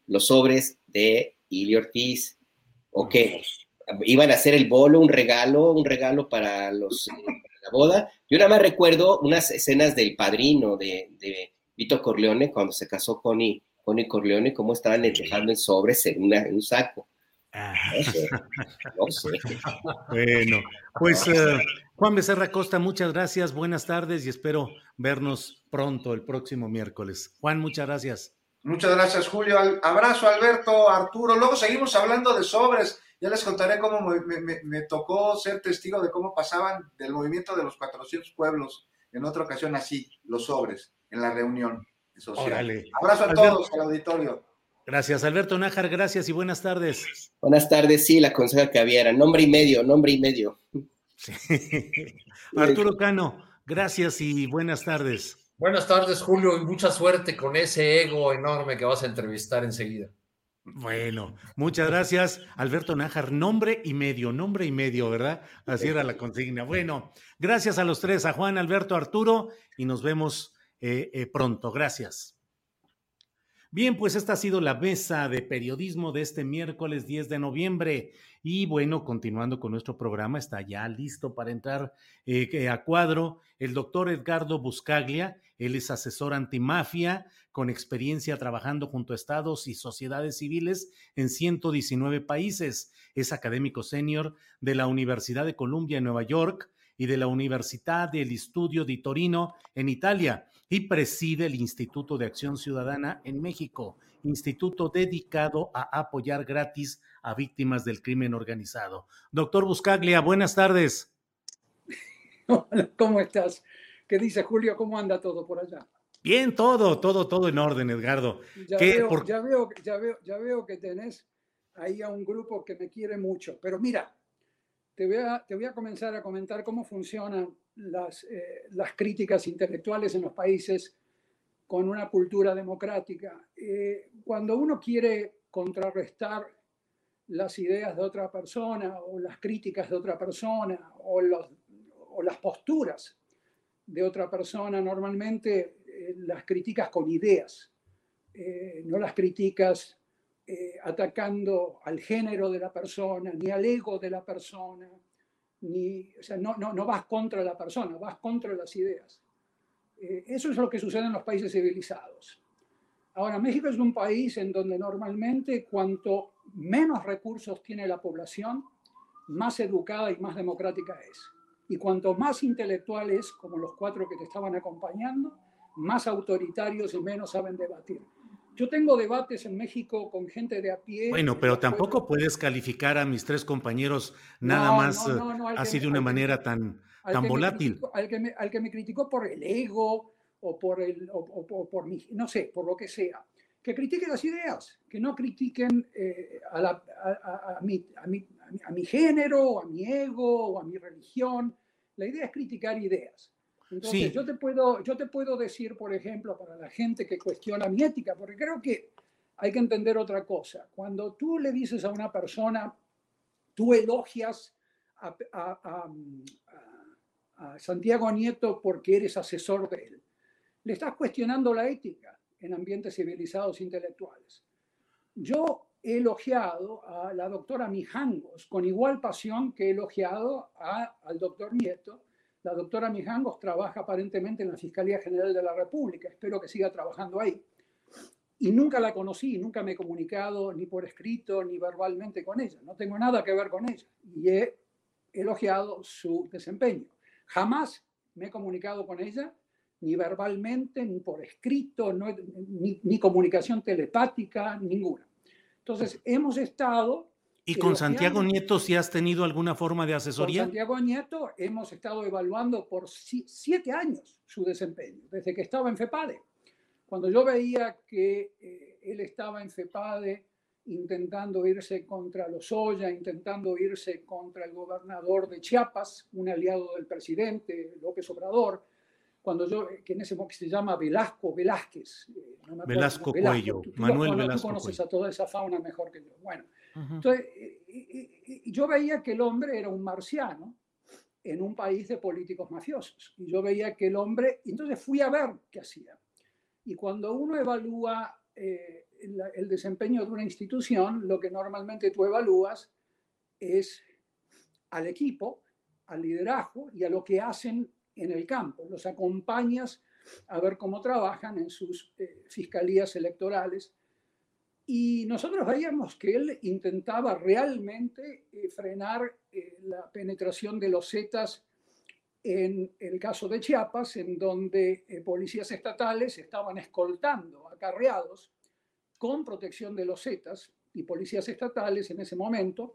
los sobres de Ili Ortiz, o qué, iban a hacer el bolo, un regalo, un regalo para, los, para la boda. Yo nada más recuerdo unas escenas del Padrino de, de Vito Corleone, cuando se casó Connie, Connie Corleone, cómo estaban dejando en sobres en, una, en un saco. No sé, no sé. Bueno, pues uh, Juan Becerra Costa, muchas gracias, buenas tardes y espero vernos pronto el próximo miércoles. Juan, muchas gracias. Muchas gracias, Julio. Al, abrazo, Alberto, Arturo. Luego seguimos hablando de sobres. Ya les contaré cómo me, me, me tocó ser testigo de cómo pasaban del movimiento de los cuatrocientos pueblos en otra ocasión así, los sobres, en la reunión social. Órale. Abrazo a Alberto, todos, al auditorio. Gracias, Alberto Nájar, gracias y buenas tardes. Buenas tardes, sí, la conseja que había era nombre y medio, nombre y medio. Sí. Arturo Cano, gracias y buenas tardes. Buenas tardes, Julio, y mucha suerte con ese ego enorme que vas a entrevistar enseguida. Bueno, muchas gracias, Alberto Nájar, nombre y medio, nombre y medio, ¿verdad? Así era la consigna. Bueno, gracias a los tres, a Juan, Alberto, Arturo, y nos vemos eh, eh, pronto. Gracias. Bien, pues esta ha sido la mesa de periodismo de este miércoles diez de noviembre y bueno, continuando con nuestro programa, está ya listo para entrar eh, a cuadro el doctor Edgardo Buscaglia. Él es asesor antimafia con experiencia trabajando junto a estados y sociedades civiles en ciento diecinueve países. Es académico senior de la Universidad de Columbia en Nueva York y de la Università del Studio di Torino en Italia, y preside el Instituto de Acción Ciudadana en México, instituto dedicado a apoyar gratis a víctimas del crimen organizado. Doctor Buscaglia, buenas tardes. Hola, ¿cómo estás? ¿Qué dice Julio? ¿Cómo anda todo por allá? Bien, todo, todo, todo en orden, Edgardo. Ya, ¿Qué, veo, por... ya, veo, ya, veo, ya veo que tenés ahí a un grupo que me quiere mucho, pero mira, te voy a, te voy a comenzar a comentar cómo funcionan las, eh, las críticas intelectuales en los países con una cultura democrática. Eh, cuando uno quiere contrarrestar las ideas de otra persona o las críticas de otra persona o, los, o las posturas de otra persona, normalmente eh, las criticas con ideas, eh, no las criticas eh, atacando al género de la persona, ni al ego de la persona, ni, o sea, no, no, no vas contra la persona, vas contra las ideas. Eh, eso es lo que sucede en los países civilizados. Ahora, México es un país en donde normalmente cuanto menos recursos tiene la población, más educada y más democrática es. Y cuanto más intelectuales, como los cuatro que te estaban acompañando, más autoritarios y menos saben debatir. Yo tengo debates en México con gente de a pie. Bueno, pero tampoco puedes calificar a mis tres compañeros nada no, más no, no, no, así que, de una manera que, tan, al tan que volátil. Criticó, al, que me, al que me criticó por el ego o por, el, o, o, o por mi, no sé, por lo que sea. Que critiquen las ideas, que no critiquen eh, a, la, a, a, a, mi, a, mi, a, mi, a mi género, a mi ego o a mi religión. La idea es criticar ideas. Entonces, sí. yo, te puedo, yo te puedo decir, por ejemplo, para la gente que cuestiona mi ética, porque creo que hay que entender otra cosa. Cuando tú le dices a una persona, tú elogias a, a, a, a Santiago Nieto porque eres asesor de él, le estás cuestionando la ética en ambientes civilizados intelectuales. Yo he elogiado a la doctora Mijangos con igual pasión que he elogiado a, al doctor Nieto. La doctora Mijangos trabaja aparentemente en la Fiscalía General de la República. Espero que siga trabajando ahí. Y nunca la conocí, nunca me he comunicado ni por escrito ni verbalmente con ella. No tengo nada que ver con ella. Y he elogiado su desempeño. Jamás me he comunicado con ella, ni verbalmente, ni por escrito, no, ni, ni comunicación telepática, ninguna. Entonces, hemos estado... ¿Y con Santiago Nieto si has tenido alguna forma de asesoría? Con Santiago Nieto hemos estado evaluando por siete años su desempeño, desde que estaba en FEPADE. Cuando yo veía que eh, él estaba en FEPADE intentando irse contra Lozoya, intentando irse contra el gobernador de Chiapas, un aliado del presidente López Obrador, cuando yo, que en ese momento se llama Velasco Velázquez. Eh, no me acuerdo, Velasco Velasco, Cuello, tú, tú Manuel lo, Velasco Tú conoces Cuello. a toda esa fauna mejor que yo. Bueno, uh-huh. entonces, eh, eh, yo veía que el hombre era un marciano en un país de políticos mafiosos. Y yo veía que el hombre, entonces fui a ver qué hacía. Y cuando uno evalúa eh, el, el desempeño de una institución, lo que normalmente tú evalúas es al equipo, al liderazgo y a lo que hacen en el campo. Los acompañas a ver cómo trabajan en sus eh, fiscalías electorales. Y nosotros veíamos que él intentaba realmente eh, frenar eh, la penetración de los Zetas en el caso de Chiapas, en donde eh, policías estatales estaban escoltando acarreados con protección de los Zetas y policías estatales en ese momento,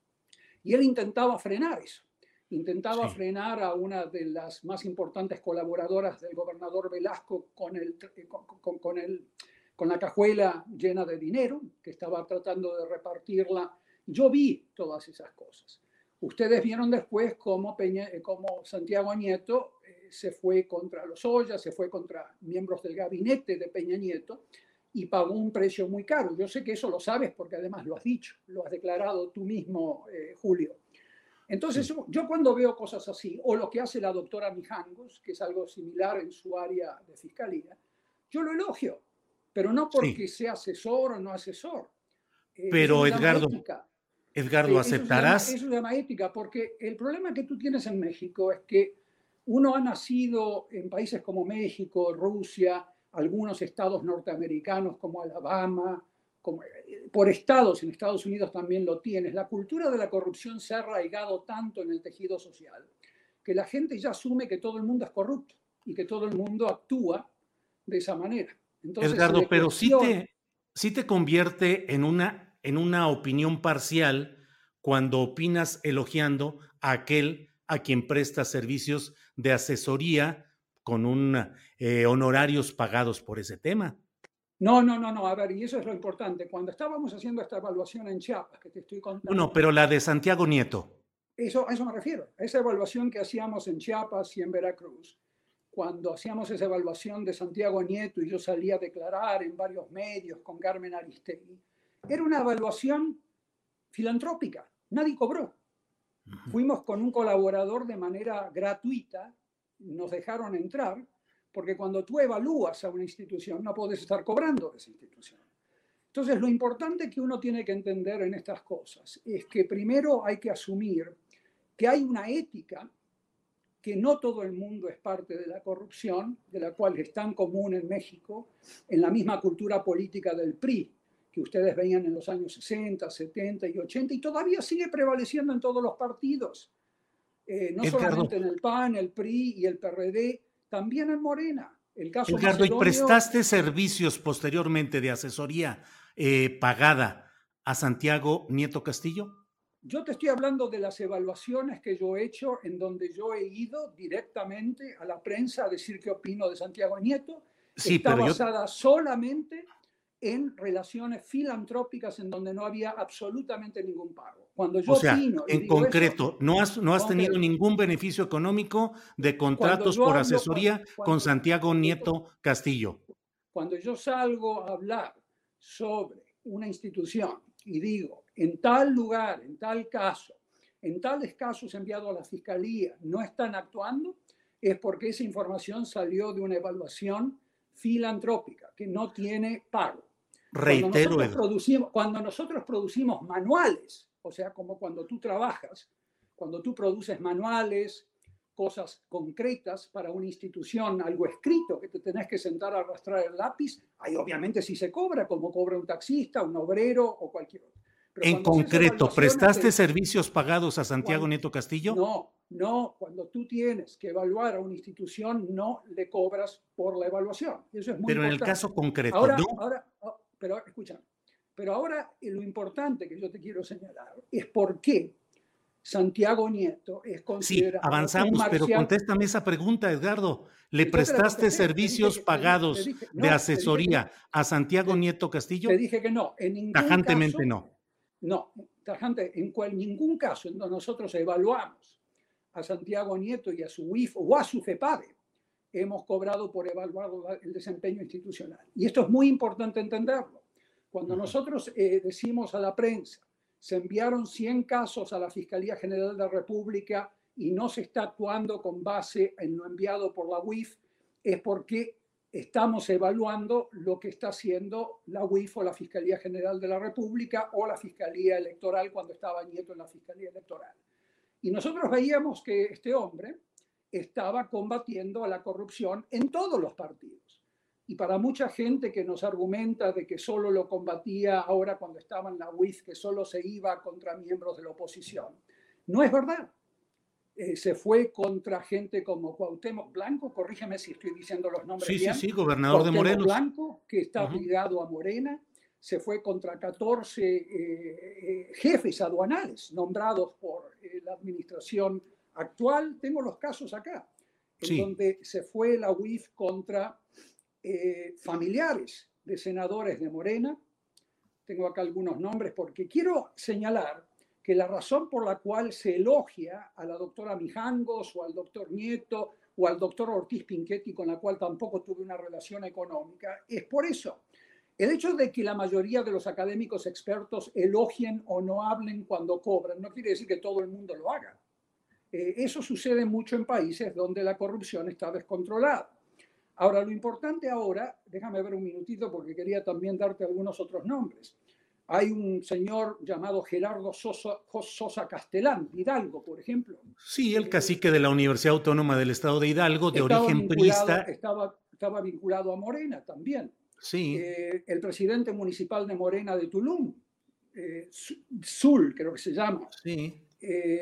y él intentaba frenar eso. Intentaba sí. frenar a una de las más importantes colaboradoras del gobernador Velasco con, el, con, con, con, el, con la cajuela llena de dinero, que estaba tratando de repartirla. Yo vi todas esas cosas. Ustedes vieron después cómo, Peña, cómo Santiago Nieto eh, se fue contra Lozoya, se fue contra miembros del gabinete de Peña Nieto y pagó un precio muy caro. Yo sé que eso lo sabes porque además lo has dicho, lo has declarado tú mismo, eh, Julio. Entonces, sí. yo cuando veo cosas así, o lo que hace la doctora Mijangos, que es algo similar en su área de fiscalía, yo lo elogio, pero no porque sí. sea asesor o no asesor. Eh, pero, Edgardo, Edgardo, eh, ¿aceptarás? Eso se, llama, eso se llama ética, porque el problema que tú tienes en México es que uno ha nacido en países como México, Rusia, algunos estados norteamericanos como Alabama, como, por estados, en Estados Unidos también lo tienes. La cultura de la corrupción se ha arraigado tanto en el tejido social que la gente ya asume que todo el mundo es corrupto y que todo el mundo actúa de esa manera. Entonces, Edgardo, pero cuestión... sí, te, sí te convierte en una, en una opinión parcial cuando opinas elogiando a aquel a quien presta servicios de asesoría con un eh, honorarios pagados por ese tema. No, no, no, no, a ver, y eso es lo importante. Cuando estábamos haciendo esta evaluación en Chiapas, que te estoy contando... No, pero la de Santiago Nieto. Eso, a eso me refiero, a esa evaluación que hacíamos en Chiapas y en Veracruz. Cuando hacíamos esa evaluación de Santiago Nieto y yo salía a declarar en varios medios con Carmen Aristegui, era una evaluación filantrópica, nadie cobró. Uh-huh. Fuimos con un colaborador de manera gratuita, nos dejaron entrar, porque cuando tú evalúas a una institución no puedes estar cobrando de esa institución. Entonces, lo importante que uno tiene que entender en estas cosas es que primero hay que asumir que hay una ética, que no todo el mundo es parte de la corrupción, de la cual es tan común en México, en la misma cultura política del P R I, que ustedes veían en los años sesenta, setenta y ochenta, y todavía sigue prevaleciendo en todos los partidos. Eh, no Edgardo. solamente en el P A N, el P R I y el P R D, también en Morena. El caso Edgardo, Macedonio, ¿y prestaste servicios posteriormente de asesoría eh, pagada a Santiago Nieto Castillo? Yo te estoy hablando de las evaluaciones que yo he hecho en donde yo he ido directamente a la prensa a decir qué opino de Santiago Nieto. Sí, Está pero basada yo... solamente en relaciones filantrópicas en donde no había absolutamente ningún pago. Cuando yo o sea, opino, en concreto, eso, no has, no has concreto. tenido ningún beneficio económico de contratos por hablo, asesoría cuando, cuando, con Santiago Nieto Castillo. Cuando yo salgo a hablar sobre una institución y digo, en tal lugar, en tal caso, en tales casos enviados a la Fiscalía no están actuando, es porque esa información salió de una evaluación filantrópica que no tiene pago. Reitero, cuando nosotros, producimos, cuando nosotros producimos manuales, o sea, como cuando tú trabajas, cuando tú produces manuales, cosas concretas para una institución, algo escrito que te tenés que sentar a arrastrar el lápiz, ahí obviamente sí se cobra, como cobra un taxista, un obrero o cualquier otro. Pero en concreto, ¿prestaste te... servicios pagados a Santiago cuando, Nieto Castillo? No, no. Cuando tú tienes que evaluar a una institución, no le cobras por la evaluación. Eso es muy pero importante. En el caso concreto, ahora, ¿no? Ahora, pero escucha, pero ahora lo importante que yo te quiero señalar es por qué Santiago Nieto es considerado... Sí, avanzamos, pero contéstame esa pregunta, Edgardo. ¿Le prestaste servicios te dije, pagados te dije, no, de asesoría que, a Santiago te, Nieto Castillo? Te dije que no. En ningún Tajantemente caso, no. No, tajante, en cual, ningún caso en donde nosotros evaluamos a Santiago Nieto y a su U I F o a su FEPADE, hemos cobrado por evaluar el desempeño institucional. Y esto es muy importante entenderlo. Cuando nosotros eh, decimos a la prensa, se enviaron cien casos a la Fiscalía General de la República y no se está actuando con base en lo enviado por la U I F, es porque estamos evaluando lo que está haciendo la U I F o la Fiscalía General de la República o la Fiscalía Electoral cuando estaba Nieto en la Fiscalía Electoral. Y nosotros veíamos que este hombre estaba combatiendo a la corrupción en todos los partidos. Y para mucha gente que nos argumenta de que solo lo combatía ahora cuando estaba en la U I F, que solo se iba contra miembros de la oposición, no es verdad. Eh, se fue contra gente como Cuauhtémoc Blanco, corrígeme si estoy diciendo los nombres sí, bien. Sí, sí, gobernador Cuauhtémoc de Morelos. Blanco, que está Uh-huh. ligado a Morena, se fue contra catorce eh, eh, jefes aduanales nombrados por eh, la administración actual. Tengo los casos acá, en Sí. donde se fue la U I F contra eh, familiares de senadores de Morena. Tengo acá algunos nombres porque quiero señalar que la razón por la cual se elogia a la doctora Mijangos o al doctor Nieto o al doctor Ortiz Pinchetti, con la cual tampoco tuve una relación económica, es por eso. El hecho de que la mayoría de los académicos expertos elogien o no hablen cuando cobran no quiere decir que todo el mundo lo haga. Eh, eso sucede mucho en países donde la corrupción está descontrolada. Ahora, lo importante ahora, déjame ver un minutito porque quería también darte algunos otros nombres. Hay un señor llamado Gerardo Sosa, Sosa Castelán, de Hidalgo, por ejemplo. Sí, el cacique de la Universidad Autónoma del Estado de Hidalgo, de Estaba origen vinculado- priista. Estaba, estaba vinculado a Morena también. Sí. Eh, el presidente municipal de Morena de Tulum, eh, Zul, creo que se llama. Sí. Eh,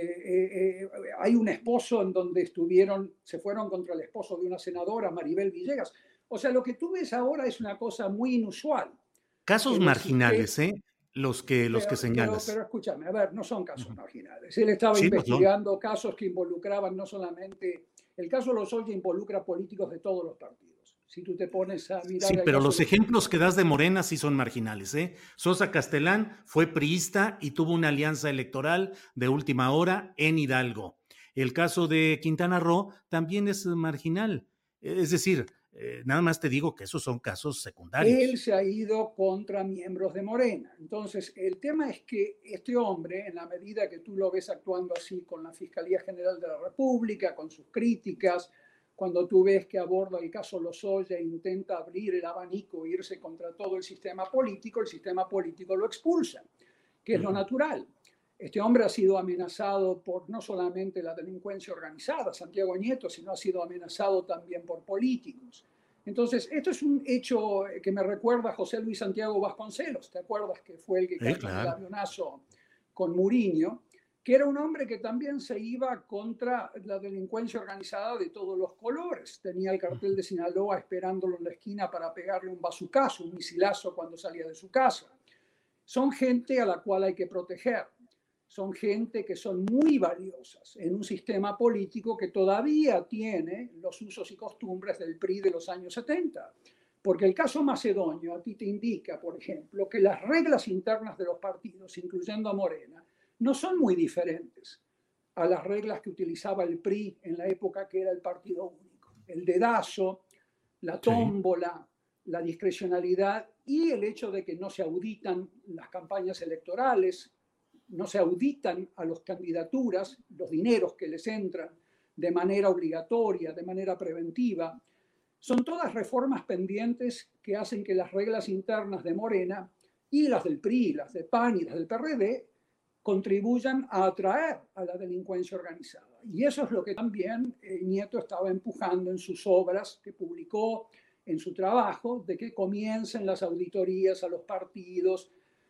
eh, eh, hay un esposo en donde estuvieron, se fueron contra el esposo de una senadora, Maribel Villegas. O sea, lo que tú ves ahora es una cosa muy inusual. Casos Pero marginales, sí que- ¿eh? Los que, los Pero- que señalas. Pero, pero escúchame, a ver, no son casos marginales. Él estaba Sí, lo son. investigando casos que involucraban no solamente... El caso Lozoya involucra políticos de todos los partidos. Si tú te pones a mirar... Sí, el pero caso los de- ejemplos que das de Morena sí son marginales, ¿eh? Sosa Castelán fue priista y tuvo una alianza electoral de última hora en Hidalgo. El caso de Quintana Roo también es marginal. Es decir, eh, nada más te digo que esos son casos secundarios. Él se ha ido contra miembros de Morena. Entonces, el tema es que este hombre, en la medida que tú lo ves actuando así con la Fiscalía General de la República, con sus críticas, cuando tú ves que aborda el caso Lozoya e intenta abrir el abanico e irse contra todo el sistema político, el sistema político lo expulsa, que es lo natural. Este hombre ha sido amenazado por no solamente la delincuencia organizada, Santiago Nieto, sino ha sido amenazado también por políticos. Entonces, esto es un hecho que me recuerda a José Luis Santiago Vasconcelos. ¿Te acuerdas que fue el que Sí, cayó en el claro. avionazo con Muriño? Que era un hombre que también se iba contra la delincuencia organizada de todos los colores. Tenía el cartel de Sinaloa esperándolo en la esquina para pegarle un bazucazo, un misilazo cuando salía de su casa. Son gente a la cual hay que proteger. Son gente que son muy valiosas en un sistema político que todavía tiene los usos y costumbres del P R I de los años setenta. Porque el caso macedonio a ti te indica, por ejemplo, que las reglas internas de los partidos, incluyendo a Morena, no son muy diferentes a las reglas que utilizaba el P R I en la época que era el partido único. El dedazo, la tómbola, la discrecionalidad y el hecho de que no se auditan las campañas electorales, no se auditan a las candidaturas, los dineros que les entran de manera obligatoria, de manera preventiva. Son todas reformas pendientes que hacen que las reglas internas de Morena y las del P R I, las del P A N y las del P R D contribuyan a atraer a la delincuencia organizada. Y eso es lo que también eh, Nieto estaba empujando en sus obras que publicó, en su trabajo, de que comiencen las auditorías a los partidos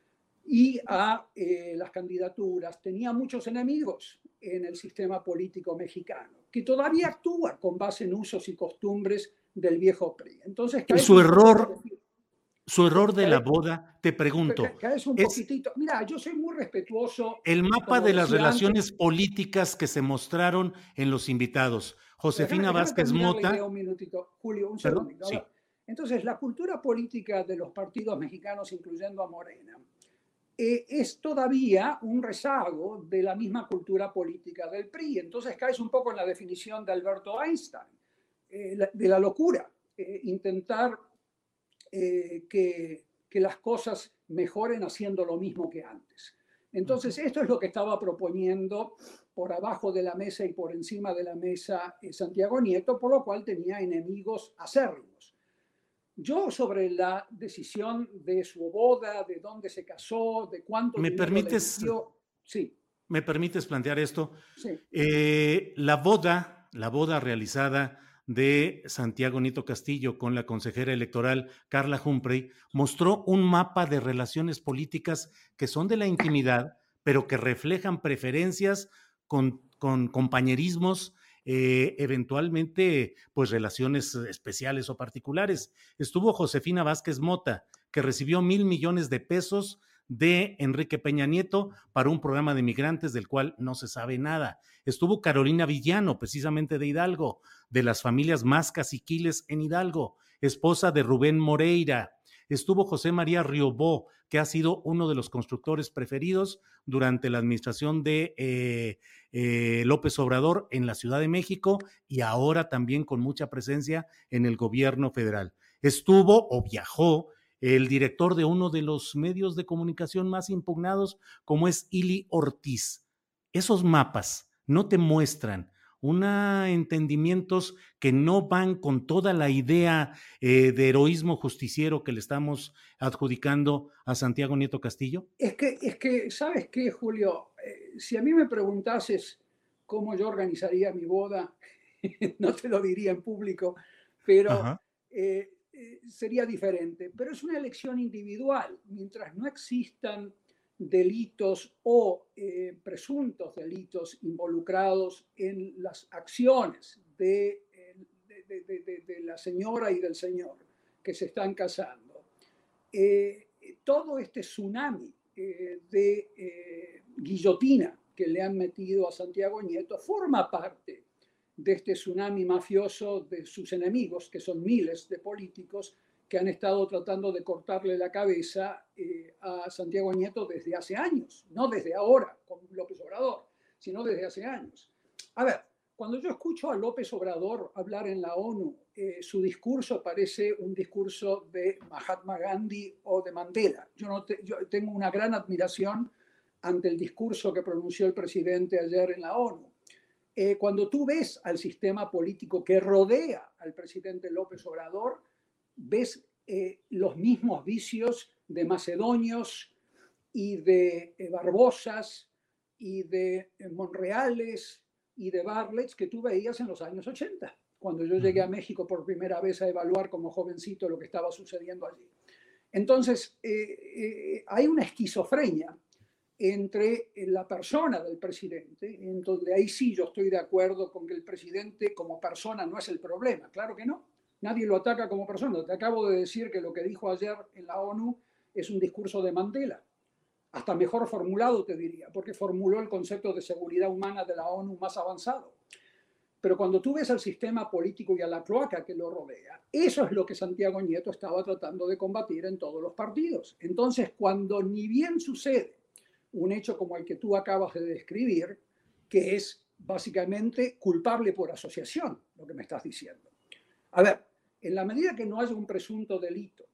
y a eh, las candidaturas. Tenía muchos enemigos en el sistema político mexicano, que todavía actúa con base en usos y costumbres del viejo P R I. Entonces, Y su error, su error de la boda, te pregunto, caes un es poquitito. Mira, yo soy muy respetuoso. el mapa como de las decía relaciones antes. políticas que se mostraron en los invitados. Josefina Déjame- déjame Vázquez terminar la Mota. idea un minutito, Julio, un Perdón, segundito. A sí. ver. Entonces, la cultura política de los partidos mexicanos, incluyendo a Morena, eh, es todavía un rezago de la misma cultura política del P R I. Entonces, caes un poco en la definición de Alberto Einstein, eh, la- de la locura. Eh, intentar eh, que, que las cosas mejoren haciendo lo mismo que antes. Entonces, esto es lo que estaba proponiendo por abajo de la mesa y por encima de la mesa eh, Santiago Nieto, por lo cual tenía enemigos acérrimos. Yo sobre la decisión de su boda, de dónde se casó, de cuánto ¿Me dinero permites, le dio, sí. ¿Me permites plantear esto? Sí. Eh, la boda, la boda realizada de Santiago Nieto Castillo con la consejera electoral Carla Humphrey mostró un mapa de relaciones políticas que son de la intimidad, pero que reflejan preferencias con, con compañerismos, eh, eventualmente pues relaciones especiales o particulares. Estuvo Josefina Vázquez Mota, que recibió mil millones de pesos de Enrique Peña Nieto para un programa de migrantes del cual no se sabe nada. Estuvo Carolina Villano, precisamente de Hidalgo, de las familias más caciquiles en Hidalgo, esposa de Rubén Moreira. Estuvo José María Riobó, que ha sido uno de los constructores preferidos durante la administración de eh, eh, López Obrador en la Ciudad de México y ahora también con mucha presencia en el gobierno federal. Estuvo o viajó el director de uno de los medios de comunicación más impugnados, como es Ili Ortiz. Esos mapas no te muestran unos entendimientos que no van con toda la idea eh, de heroísmo justiciero que le estamos adjudicando a Santiago Nieto Castillo. Es que, es que ¿sabes qué, Julio? Eh, si a mí me preguntases cómo yo organizaría mi boda, no te lo diría en público, pero eh, eh, sería diferente. Pero es una elección individual. Mientras no existan delitos o eh, presuntos delitos involucrados en las acciones de, de, de, de, de la señora y del señor que se están casando, eh, todo este tsunami eh, de eh, guillotina que le han metido a Santiago Nieto forma parte de este tsunami mafioso de sus enemigos, que son miles de políticos que han estado tratando de cortarle la cabeza eh, a Santiago Nieto desde hace años, no desde ahora con López Obrador, sino desde hace años. A ver, cuando yo escucho a López Obrador hablar en la ONU, eh, su discurso parece un discurso de Mahatma Gandhi o de Mandela. Yo, no te, yo tengo una gran admiración ante el discurso que pronunció el presidente ayer en la ONU. Eh, cuando tú ves al sistema político que rodea al presidente López Obrador, ves eh, los mismos vicios de macedonios y de eh, Barbosas y de eh, Monreales y de Bartlett que tú veías en los años ochenta, cuando yo llegué a México por primera vez a evaluar como jovencito lo que estaba sucediendo allí. Entonces, eh, eh, hay una esquizofrenia entre la persona del presidente, en donde ahí sí yo estoy de acuerdo con que el presidente como persona no es el problema, claro que no. Nadie lo ataca como persona. Te acabo de decir que lo que dijo ayer en la ONU es un discurso de Mandela. Hasta mejor formulado, te diría, porque formuló el concepto de seguridad humana de la ONU más avanzado. Pero cuando tú ves al sistema político y a la cloaca que lo rodea, eso es lo que Santiago Nieto estaba tratando de combatir en todos los partidos. Entonces, cuando ni bien sucede un hecho como el que tú acabas de describir, que es básicamente culpable por asociación, lo que me estás diciendo. A ver, en la medida que no haya un presunto delito,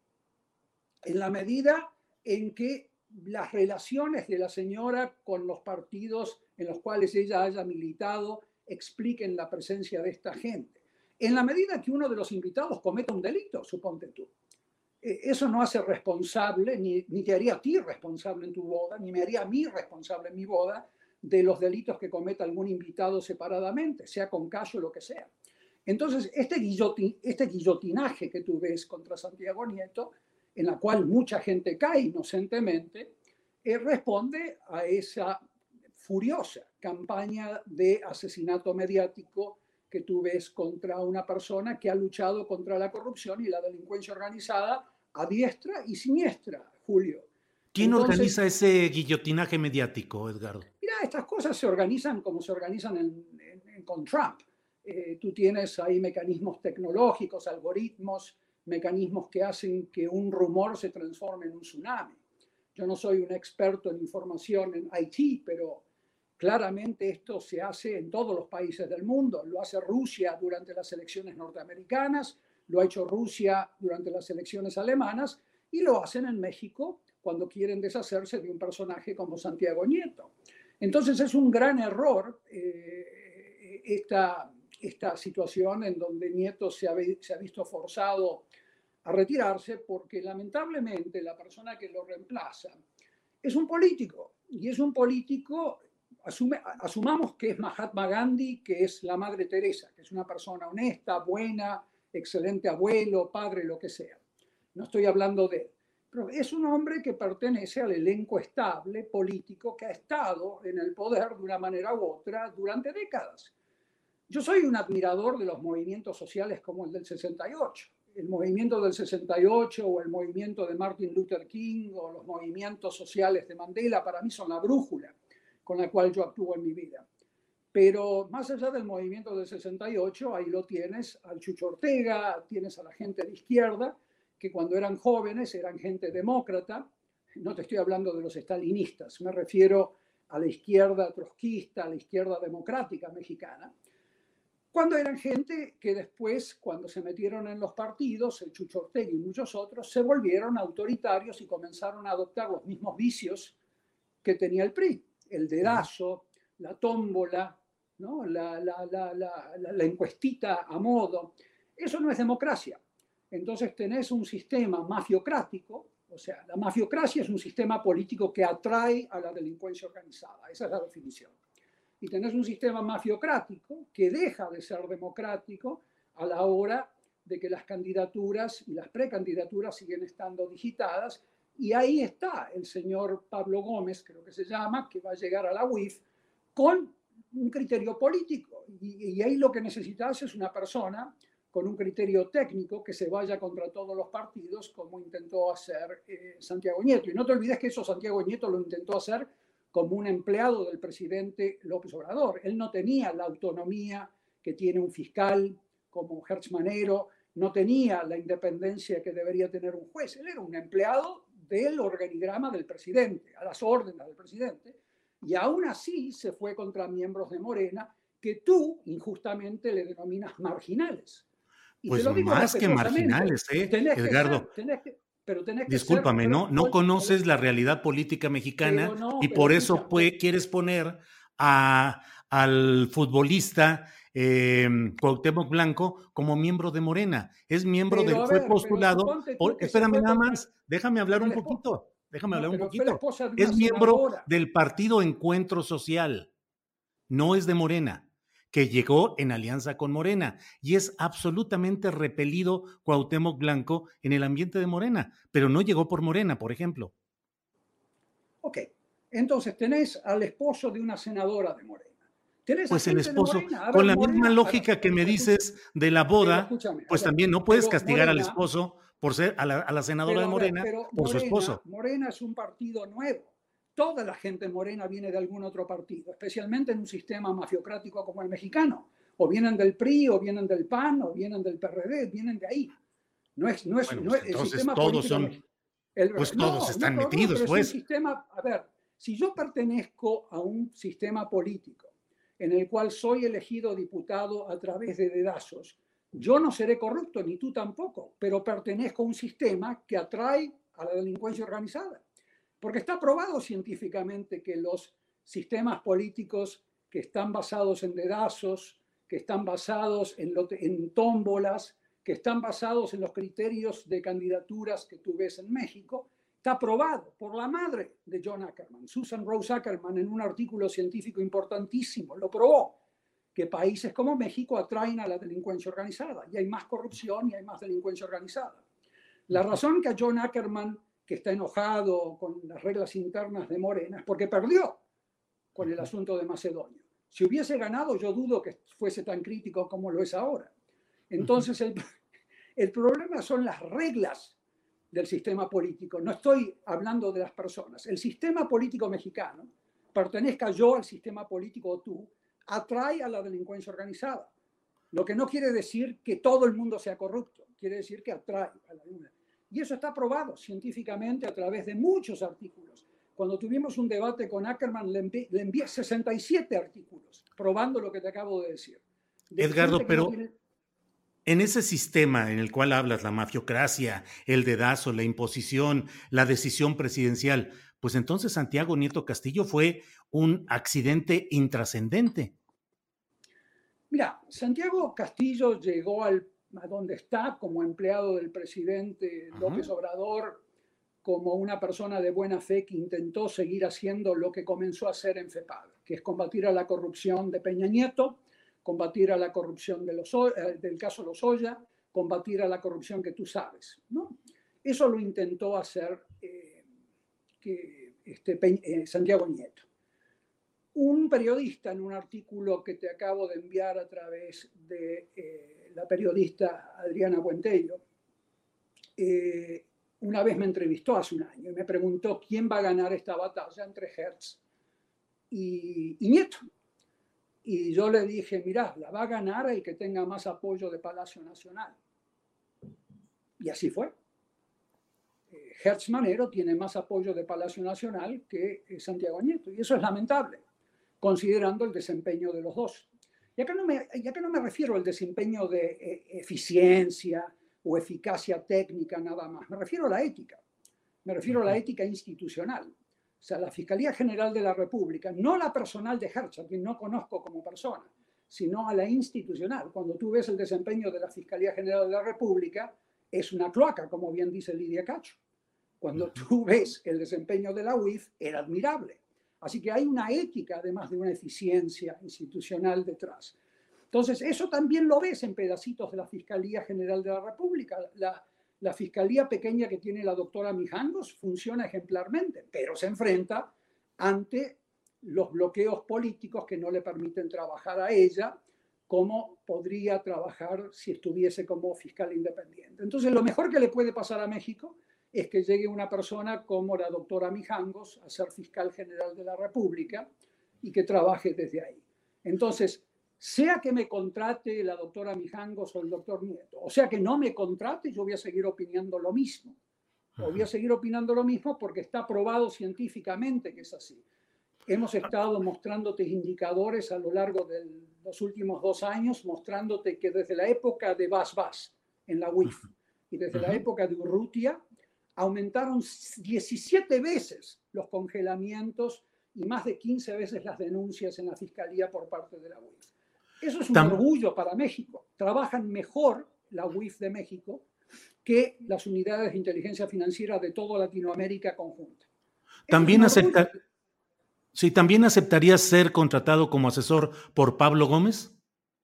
en la medida en que las relaciones de la señora con los partidos en los cuales ella haya militado expliquen la presencia de esta gente, en la medida que uno de los invitados cometa un delito, suponte tú, eso no hace responsable, ni, ni te haría a ti responsable en tu boda, ni me haría a mí responsable en mi boda de los delitos que cometa algún invitado separadamente, sea con caso o lo que sea. Entonces, este, guillotin, este guillotinaje que tú ves contra Santiago Nieto, en la cual mucha gente cae inocentemente, eh, responde a esa furiosa campaña de asesinato mediático que tú ves contra una persona que ha luchado contra la corrupción y la delincuencia organizada a diestra y siniestra, Julio. ¿Quién Entonces, organiza ese guillotinaje mediático, Edgardo? Mira, estas cosas se organizan como se organizan en, en, en, con Trump. Eh, tú tienes ahí mecanismos tecnológicos, algoritmos, mecanismos que hacen que un rumor se transforme en un tsunami. Yo no soy un experto en información en I T, pero claramente esto se hace en todos los países del mundo. Lo hace Rusia durante las elecciones norteamericanas, lo ha hecho Rusia durante las elecciones alemanas y lo hacen en México cuando quieren deshacerse de un personaje como Santiago Nieto. Entonces es un gran error eh, esta, esta situación en donde Nieto se ha, se ha visto forzado a retirarse porque lamentablemente la persona que lo reemplaza es un político, y es un político, asume, asumamos que es Mahatma Gandhi, que es la Madre Teresa, que es una persona honesta, buena, excelente abuelo, padre, lo que sea. No estoy hablando de él. Pero es un hombre que pertenece al elenco estable político que ha estado en el poder de una manera u otra durante décadas. Yo soy un admirador de los movimientos sociales como el del sesenta y ocho. El movimiento del sesenta y ocho o el movimiento de Martin Luther King o los movimientos sociales de Mandela para mí son la brújula con la cual yo actúo en mi vida. Pero más allá del movimiento del sesenta y ocho, ahí lo tienes al Chucho Ortega, tienes a la gente de izquierda, que cuando eran jóvenes eran gente demócrata. No te estoy hablando de los estalinistas, me refiero a la izquierda trotskista, a la izquierda democrática mexicana. Cuando eran gente que después, cuando se metieron en los partidos, el Chucho Ortega y muchos otros, se volvieron autoritarios y comenzaron a adoptar los mismos vicios que tenía el P R I. El dedazo, la tómbola, ¿no? la, la, la, la, la, la encuestita a modo. Eso no es democracia. Entonces tenés un sistema mafiocrático, o sea, la mafiocracia es un sistema político que atrae a la delincuencia organizada. Esa es la definición. Y tenés un sistema mafiocrático que deja de ser democrático a la hora de que las candidaturas y las precandidaturas siguen estando digitadas. Y ahí está el señor Pablo Gómez, creo que se llama, que va a llegar a la U I F con un criterio político. Y, y ahí lo que necesitas es una persona con un criterio técnico que se vaya contra todos los partidos, como intentó hacer eh, Santiago Nieto. Y no te olvides que eso Santiago Nieto lo intentó hacer como un empleado del presidente López Obrador. Él no tenía la autonomía que tiene un fiscal como Hertz Manero, no tenía la independencia que debería tener un juez. Él era un empleado del organigrama del presidente, a las órdenes del presidente, y aún así se fue contra miembros de Morena que tú injustamente le denominas marginales. Y pues más que marginales, ¿eh, Edgardo? Que ser, tenés que, pero tenés que Discúlpame, ser, no, no conoces la realidad política mexicana no, y por eso escucha, pues, quieres poner a, al futbolista eh, Cuauhtémoc Blanco como miembro de Morena. Es miembro de, fue ver, postulado. Por, espérame nada más, contra, déjame hablar un poquito. Déjame no, hablar un poquito. Es miembro senadora. del partido Encuentro Social. No es de Morena, que llegó en alianza con Morena, y es absolutamente repelido Cuauhtémoc Blanco en el ambiente de Morena, pero no llegó por Morena, por ejemplo. Ok, entonces tenés al esposo de una senadora de Morena. Pues el esposo, ver, con la Morena, misma lógica ver, que me dices de la boda, pues ver, también no puedes castigar Morena, al esposo por ser a la, a la senadora pero, de Morena, pero por Morena, su esposo. Morena es un partido nuevo. Toda la gente morena viene de algún otro partido, especialmente en un sistema mafiocrático como el mexicano. O vienen del P R I, o vienen del P A N, o vienen del P R D, vienen de ahí. No es, no es, bueno, no pues es entonces el sistema todos son, el, pues no, todos están no, metidos, no, pues. Es un sistema, a ver, si yo pertenezco a un sistema político en el cual soy elegido diputado a través de dedazos, yo no seré corrupto, ni tú tampoco, pero pertenezco a un sistema que atrae a la delincuencia organizada. Porque está probado científicamente que los sistemas políticos que están basados en dedazos, que están basados en, lo, en tómbolas, que están basados en los criterios de candidaturas que tú ves en México, está probado por la madre de John Ackerman, Susan Rose Ackerman, en un artículo científico importantísimo, lo probó, que países como México atraen a la delincuencia organizada, y hay más corrupción y hay más delincuencia organizada. La razón que a John Ackerman, que está enojado con las reglas internas de Morena, es porque perdió con el asunto de Macedonia. Si hubiese ganado, yo dudo que fuese tan crítico como lo es ahora. Entonces, el, el problema son las reglas del sistema político. No estoy hablando de las personas. El sistema político mexicano, pertenezca yo al sistema político o tú, atrae a la delincuencia organizada. Lo que no quiere decir que todo el mundo sea corrupto, quiere decir que atrae a la delincuencia. Y eso está probado científicamente a través de muchos artículos. Cuando tuvimos un debate con Ackerman, le envié, le envié sesenta y siete artículos probando lo que te acabo de decir. De Edgardo, pero no tiene... en ese sistema en el cual hablas, la mafiocracia, el dedazo, la imposición, la decisión presidencial, pues entonces Santiago Nieto Castillo fue un accidente intrascendente. Mira, Santiago Castillo llegó al a donde está como empleado del presidente López uh-huh. Obrador, como una persona de buena fe que intentó seguir haciendo lo que comenzó a hacer en FEPAD, que es combatir a la corrupción de Peña Nieto, combatir a la corrupción de los, eh, del caso Lozoya, combatir a la corrupción que tú sabes, ¿no? Eso lo intentó hacer eh, que, este, eh, Santiago Nieto. Un periodista, en un artículo que te acabo de enviar a través de eh, la periodista Adriana Buentello, eh, una vez me entrevistó hace un año y me preguntó quién va a ganar esta batalla entre Hertz y, y Nieto. Y yo le dije, mirá, la va a ganar el que tenga más apoyo de Palacio Nacional. Y así fue. Eh, Hertz Manero tiene más apoyo de Palacio Nacional que eh, Santiago Nieto. Y eso es lamentable, considerando el desempeño de los dos. Y acá no me, y acá no me refiero al desempeño de eh, eficiencia o eficacia técnica nada más. Me refiero a la ética. Me refiero a la ética institucional. O sea, la Fiscalía General de la República, no la personal de Hertz, a quien no conozco como persona, sino a la institucional. Cuando tú ves el desempeño de la Fiscalía General de la República, es una cloaca, como bien dice Lidia Cacho. Cuando tú ves el desempeño de la U I F, era admirable. Así que hay una ética, además de una eficiencia institucional detrás. Entonces, eso también lo ves en pedacitos de la Fiscalía General de la República. La, la fiscalía pequeña que tiene la doctora Mijangos funciona ejemplarmente, pero se enfrenta ante los bloqueos políticos que no le permiten trabajar a ella como podría trabajar si estuviese como fiscal independiente. Entonces, lo mejor que le puede pasar a México es que llegue una persona como la doctora Mijangos a ser fiscal general de la República y que trabaje desde ahí. Entonces, sea que me contrate la doctora Mijangos o el doctor Nieto, o sea que no me contrate, yo voy a seguir opinando lo mismo. O voy a seguir opinando lo mismo porque está probado científicamente que es así. Hemos estado mostrándote indicadores a lo largo de los últimos dos años, mostrándote que desde la época de Bas Bas en la U I F y desde la época de Urrutia, aumentaron diecisiete veces los congelamientos y más de quince veces las denuncias en la Fiscalía por parte de la U I F. Eso es un Tam- orgullo para México. Trabajan mejor la U I F de México que las unidades de inteligencia financiera de toda Latinoamérica conjunta. También, acepta- sí, ¿También aceptarías ser contratado como asesor por Pablo Gómez?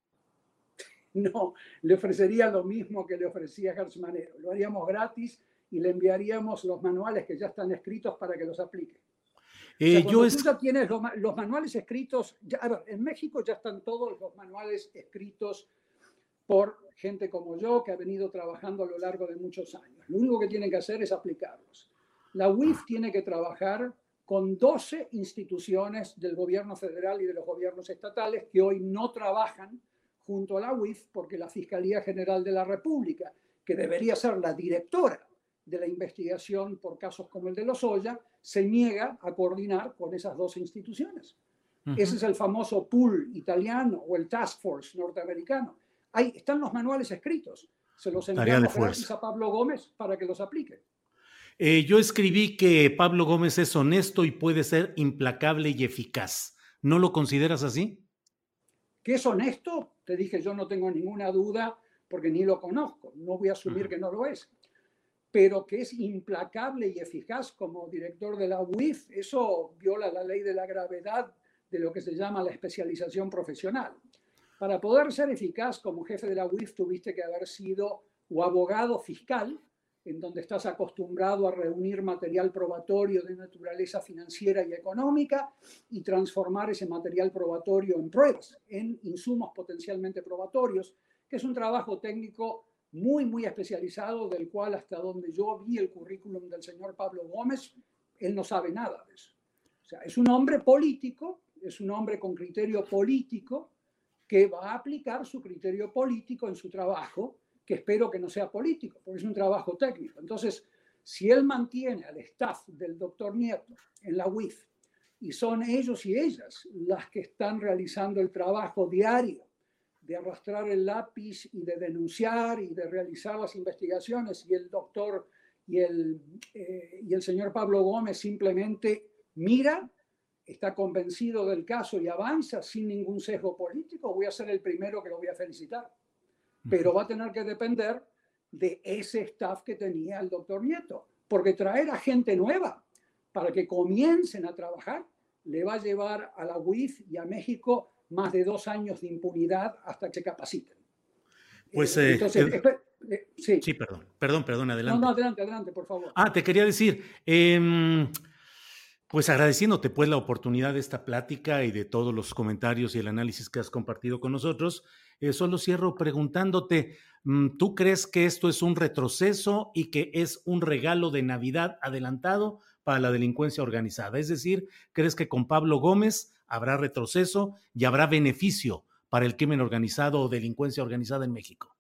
No, le ofrecería lo mismo que le ofrecía Hertz Manero. Lo haríamos gratis y le enviaríamos los manuales que ya están escritos para que los aplique. Eh, o sea, yo es... tú ya tienes los, los manuales escritos, ya, a ver, en México ya están todos los manuales escritos por gente como yo que ha venido trabajando a lo largo de muchos años. Lo único que tienen que hacer es aplicarlos. La U I F tiene que trabajar con doce instituciones del gobierno federal y de los gobiernos estatales que hoy no trabajan junto a la U I F porque la Fiscalía General de la República, que debería ser la directora de la investigación por casos como el de Lozoya, se niega a coordinar con esas dos instituciones. Uh-huh. Ese es el famoso pool italiano o el task force norteamericano. Ahí están los manuales escritos. Se los enviamos gratis a Pablo Gómez para que los aplique. Eh, yo escribí que Pablo Gómez es honesto y puede ser implacable y eficaz. ¿No lo consideras así? ¿Que es honesto? Te dije, yo no tengo ninguna duda porque ni lo conozco. No voy a asumir uh-huh. que no lo es. Pero que es implacable y eficaz como director de la U I F, eso viola la ley de la gravedad de lo que se llama la especialización profesional. Para poder ser eficaz como jefe de la U I F tuviste que haber sido o abogado fiscal, en donde estás acostumbrado a reunir material probatorio de naturaleza financiera y económica y transformar ese material probatorio en pruebas, en insumos potencialmente probatorios, que es un trabajo técnico muy, muy especializado, del cual hasta donde yo vi el currículum del señor Pablo Gómez, él no sabe nada de eso. O sea, es un hombre político, es un hombre con criterio político que va a aplicar su criterio político en su trabajo, que espero que no sea político, porque es un trabajo técnico. Entonces, si él mantiene al staff del doctor Nieto en la U I F y son ellos y ellas las que están realizando el trabajo diario de arrastrar el lápiz y de denunciar y de realizar las investigaciones, y el doctor y el, eh, y el señor Pablo Gómez simplemente mira, está convencido del caso y avanza sin ningún sesgo político, voy a ser el primero que lo voy a felicitar. pero va a tener que depender de ese staff que tenía el doctor Nieto, porque traer a gente nueva para que comiencen a trabajar le va a llevar a la U I F y a México más de dos años de impunidad hasta que se capaciten. Pues, Eh, eh, entonces, eh, espe- eh, sí. sí, perdón, perdón, perdón, adelante. No, no, adelante, adelante, por favor. Ah, te quería decir, eh, pues agradeciéndote pues la oportunidad de esta plática y de todos los comentarios y el análisis que has compartido con nosotros, eh, solo cierro preguntándote, ¿tú crees que esto es un retroceso y que es un regalo de Navidad adelantado para la delincuencia organizada? Es decir, ¿crees que con Pablo Gómez habrá retroceso y habrá beneficio para el crimen organizado o delincuencia organizada en México?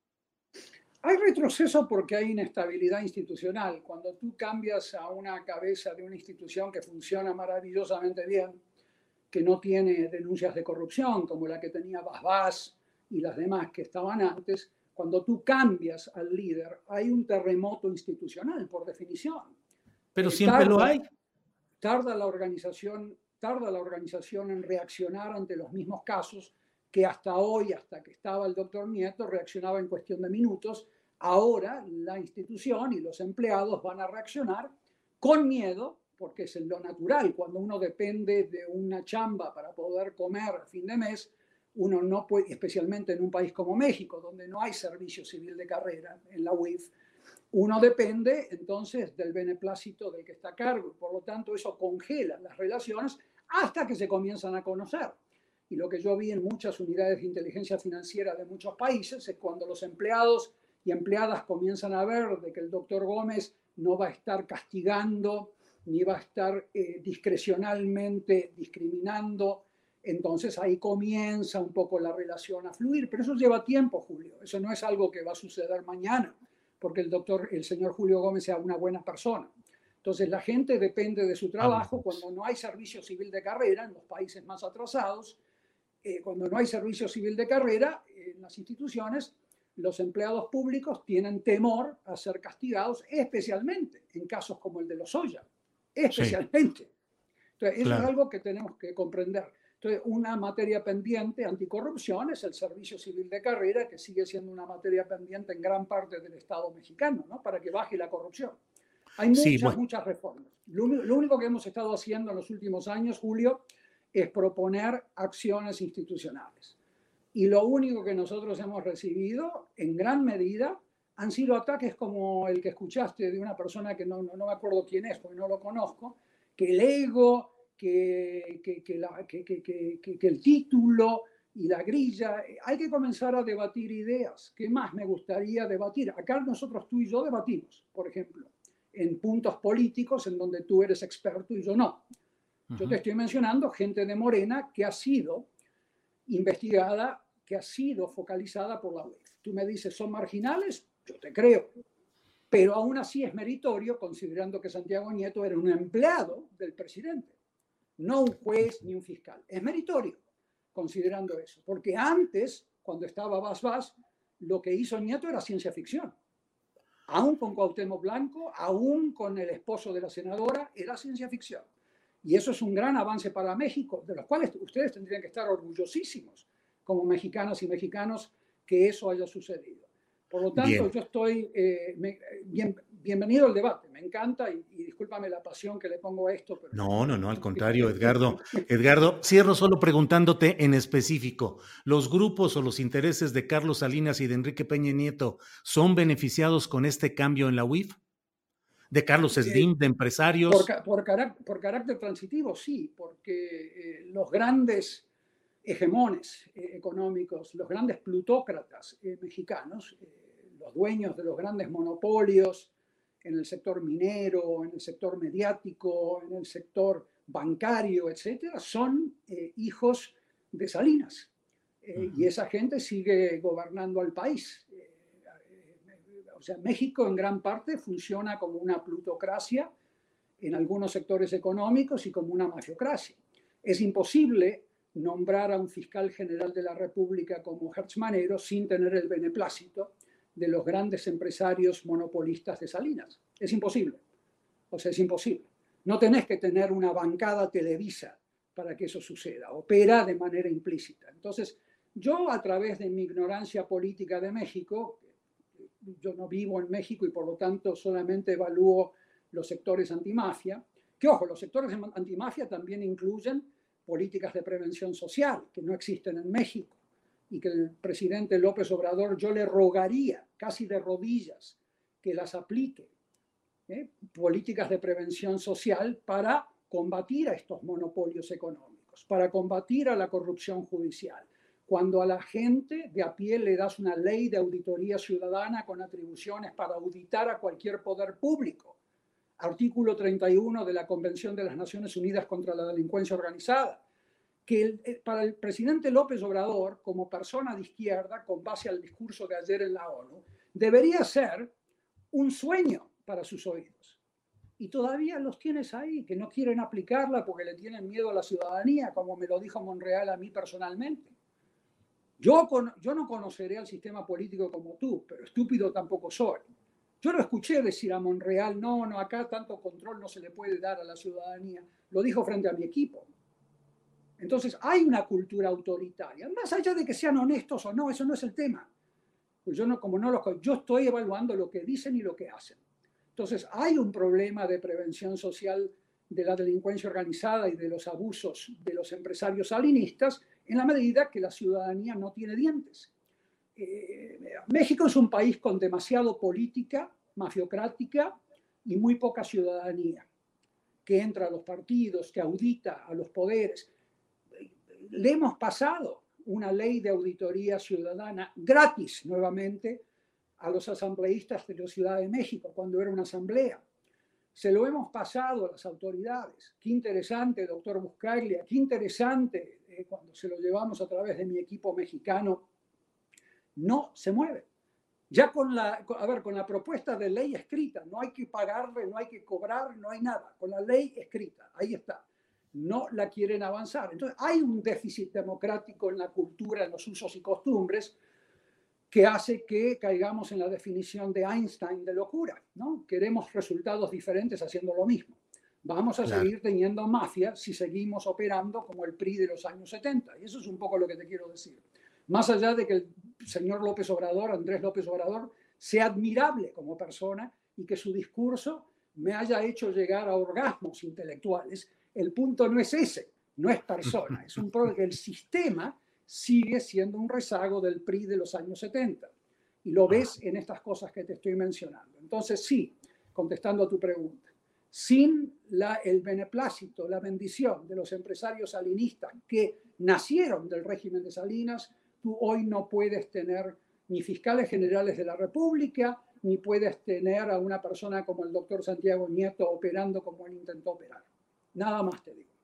Hay retroceso porque hay inestabilidad institucional. Cuando tú cambias a una cabeza de una institución que funciona maravillosamente bien, que no tiene denuncias de corrupción como la que tenía Bas y las demás que estaban antes, cuando tú cambias al líder, hay un terremoto institucional, por definición. Pero Eh, siempre tarda, lo hay. Tarda la organización, tarda la organización en reaccionar ante los mismos casos que hasta hoy, hasta que estaba el doctor Nieto, reaccionaba en cuestión de minutos. Ahora la institución y los empleados van a reaccionar con miedo, porque es lo natural. Cuando uno depende de una chamba para poder comer a fin de mes, uno no puede, especialmente en un país como México, donde no hay servicio civil de carrera en la U I F, uno depende entonces del beneplácito del que está a cargo. Por lo tanto, eso congela las relaciones hasta que se comienzan a conocer. Y lo que yo vi en muchas unidades de inteligencia financiera de muchos países es cuando los empleados y empleadas comienzan a ver de que el doctor Gómez no va a estar castigando ni va a estar eh, discrecionalmente discriminando, entonces ahí comienza un poco la relación a fluir. Pero eso lleva tiempo, Julio. Eso no es algo que va a suceder mañana, porque el doctor, el señor Julio Gómez sea una buena persona. Entonces la gente depende de su trabajo. Cuando no hay servicio civil de carrera en los países más atrasados, eh, cuando no hay servicio civil de carrera en las instituciones, los empleados públicos tienen temor a ser castigados, especialmente en casos como el de Lozoya, especialmente. Sí. Entonces, eso claro. es algo que tenemos que comprender. Entonces, una materia pendiente anticorrupción es el servicio civil de carrera, que sigue siendo una materia pendiente en gran parte del Estado mexicano, ¿no? Para que baje la corrupción. Hay muchas, sí, bueno. muchas reformas. Lo, lo único que hemos estado haciendo en los últimos años, Julio, es proponer acciones institucionales. Y lo único que nosotros hemos recibido, en gran medida, han sido ataques como el que escuchaste de una persona que no, no, no me acuerdo quién es, porque no lo conozco, que el ego, que, que, que, la, que, que, que, que el título y la grilla. Hay que comenzar a debatir ideas. ¿Qué más me gustaría debatir? Acá nosotros tú y yo debatimos, por ejemplo, en puntos políticos en donde tú eres experto y yo no. Yo te estoy mencionando gente de Morena que ha sido investigada, que ha sido focalizada por la U E F. Tú me dices, ¿son marginales? Yo te creo. Pero aún así es meritorio, considerando que Santiago Nieto era un empleado del presidente, no un juez ni un fiscal. Es meritorio, considerando eso. Porque antes, cuando estaba Bas Bas, lo que hizo Nieto era ciencia ficción. Aún con Cuauhtémoc Blanco, aún con el esposo de la senadora, era ciencia ficción. Y eso es un gran avance para México, de los cuales ustedes tendrían que estar orgullosísimos como mexicanas y mexicanos que eso haya sucedido. Por lo tanto, bien. yo estoy eh, me, bien, bienvenido al debate. Me encanta y, y discúlpame la pasión que le pongo a esto. Pero no, no, no, al contrario, Edgardo. Edgardo, cierro solo preguntándote en específico, ¿los grupos o los intereses de Carlos Salinas y de Enrique Peña Nieto son beneficiados con este cambio en la U I F? ¿De Carlos Slim, de empresarios? Por, por, carácter, por carácter transitivo, sí, porque eh, los grandes hegemones eh, económicos, los grandes plutócratas eh, mexicanos, eh, los dueños de los grandes monopolios en el sector minero, en el sector mediático, en el sector bancario, etcétera, son eh, hijos de Salinas. Eh, uh-huh. Y esa gente sigue gobernando al país. O sea, México en gran parte funciona como una plutocracia en algunos sectores económicos y como una mafiocracia. Es imposible nombrar a un fiscal general de la República como Hertz Manero sin tener el beneplácito de los grandes empresarios monopolistas de Salinas. Es imposible. O sea, es imposible. No tenés que tener una bancada Televisa para que eso suceda. Opera de manera implícita. Entonces, Yo, a través de mi ignorancia política de México, yo no vivo en México y por lo tanto solamente evalúo los sectores antimafia, que ojo, los sectores antimafia también incluyen políticas de prevención social que no existen en México y que el presidente López Obrador yo le rogaría casi de rodillas que las aplique, ¿eh? Políticas de prevención social para combatir a estos monopolios económicos, para combatir a la corrupción judicial. Cuando a la gente de a pie le das una ley de auditoría ciudadana con atribuciones para auditar a cualquier poder público, artículo treinta y uno de la Convención de las Naciones Unidas contra la Delincuencia Organizada, que el, para el presidente López Obrador, como persona de izquierda, con base al discurso de ayer en la ONU, debería ser un sueño para sus oídos. Y todavía los tienes ahí, que no quieren aplicarla porque le tienen miedo a la ciudadanía, como me lo dijo Monreal a mí personalmente. Yo, con, yo no conoceré al sistema político como tú, pero estúpido tampoco soy. Yo lo escuché decir a Monreal, no, no, acá tanto control no se le puede dar a la ciudadanía. Lo dijo frente a mi equipo. Entonces, hay una cultura autoritaria. Más allá de que sean honestos o no, eso no es el tema. Pues yo, no, como no los, yo estoy evaluando lo que dicen y lo que hacen. Entonces, hay un problema de prevención social de la delincuencia organizada y de los abusos de los empresarios salinistas en la medida que la ciudadanía no tiene dientes. Eh, México es un país con demasiado política, mafiocrática y muy poca ciudadanía, que entra a los partidos, que audita a los poderes. Le hemos pasado una ley de auditoría ciudadana gratis nuevamente a los asambleístas de la Ciudad de México cuando era una asamblea. Se lo hemos pasado a las autoridades. Qué interesante, doctor Buscaglia, qué interesante eh, cuando se lo llevamos a través de mi equipo mexicano. No se mueve. Ya con la, a ver, con la propuesta de ley escrita, no hay que pagarle, no hay que cobrar, no hay nada. Con la ley escrita, ahí está. No la quieren avanzar. Entonces, hay un déficit democrático en la cultura, en los usos y costumbres, que hace que caigamos en la definición de Einstein de locura, ¿no? Queremos resultados diferentes haciendo lo mismo. Vamos a claro. seguir teniendo mafia si seguimos operando como el P R I de los años setenta. Y eso es un poco lo que te quiero decir. Más allá de que el señor López Obrador, Andrés López Obrador, sea admirable como persona y que su discurso me haya hecho llegar a orgasmos intelectuales, el punto no es ese, no es persona, es un problema que el sistema sigue siendo un rezago del P R I de los años setenta. Y lo ves en estas cosas que te estoy mencionando. Entonces, sí, contestando a tu pregunta, sin la, el beneplácito, la bendición de los empresarios salinistas que nacieron del régimen de Salinas, tú hoy no puedes tener ni fiscales generales de la República, ni puedes tener a una persona como el doctor Santiago Nieto operando como él intentó operar. Nada más te digo.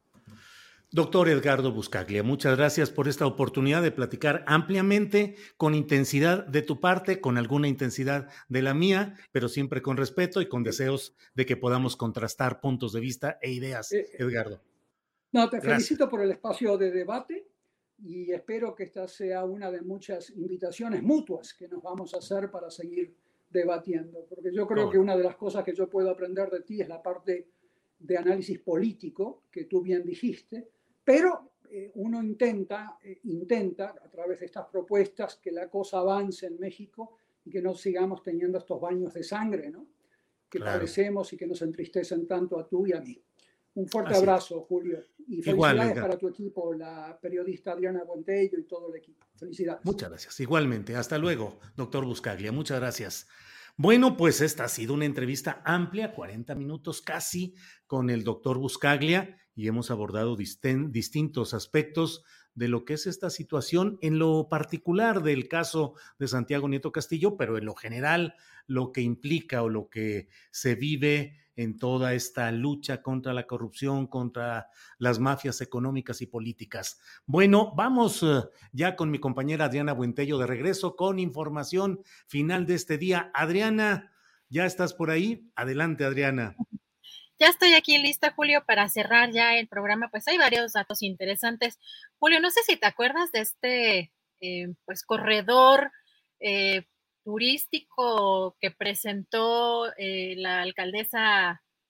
Doctor Edgardo Buscaglia, muchas gracias por esta oportunidad de platicar ampliamente, con intensidad de tu parte, con alguna intensidad de la mía, pero siempre con respeto y con deseos de que podamos contrastar puntos de vista e ideas, Edgardo. No, te gracias. Felicito por el espacio de debate y espero que esta sea una de muchas invitaciones mutuas que nos vamos a hacer para seguir debatiendo, porque yo creo oh. que una de las cosas que yo puedo aprender de ti es la parte de análisis político, que tú bien dijiste, pero eh, uno intenta, eh, intenta a través de estas propuestas que la cosa avance en México y que no sigamos teniendo estos baños de sangre, ¿no? Que claro. padecemos y que nos entristecen tanto a tú y a mí. Un fuerte Así abrazo, es. Julio, y felicidades Igual, para tu equipo, la periodista Adriana Buentello y todo el equipo. Felicidades. Muchas gracias. Igualmente. Hasta luego, doctor Buscaglia. Muchas gracias. Bueno, pues esta ha sido una entrevista amplia, cuarenta minutos casi, con el doctor Buscaglia, y hemos abordado disten, distintos aspectos de lo que es esta situación, en lo particular del caso de Santiago Nieto Castillo, pero en lo general lo que implica o lo que se vive en toda esta lucha contra la corrupción, contra las mafias económicas y políticas. Bueno, vamos uh, ya con mi compañera Adriana Buentello de regreso con información final de este día. Adriana, ¿ya estás por ahí? Adelante, Adriana. Ya estoy aquí lista, Julio, para cerrar ya el programa. Pues hay varios datos interesantes. Julio, no sé si te acuerdas de este eh, pues corredor eh, turístico que presentó eh, la alcaldesa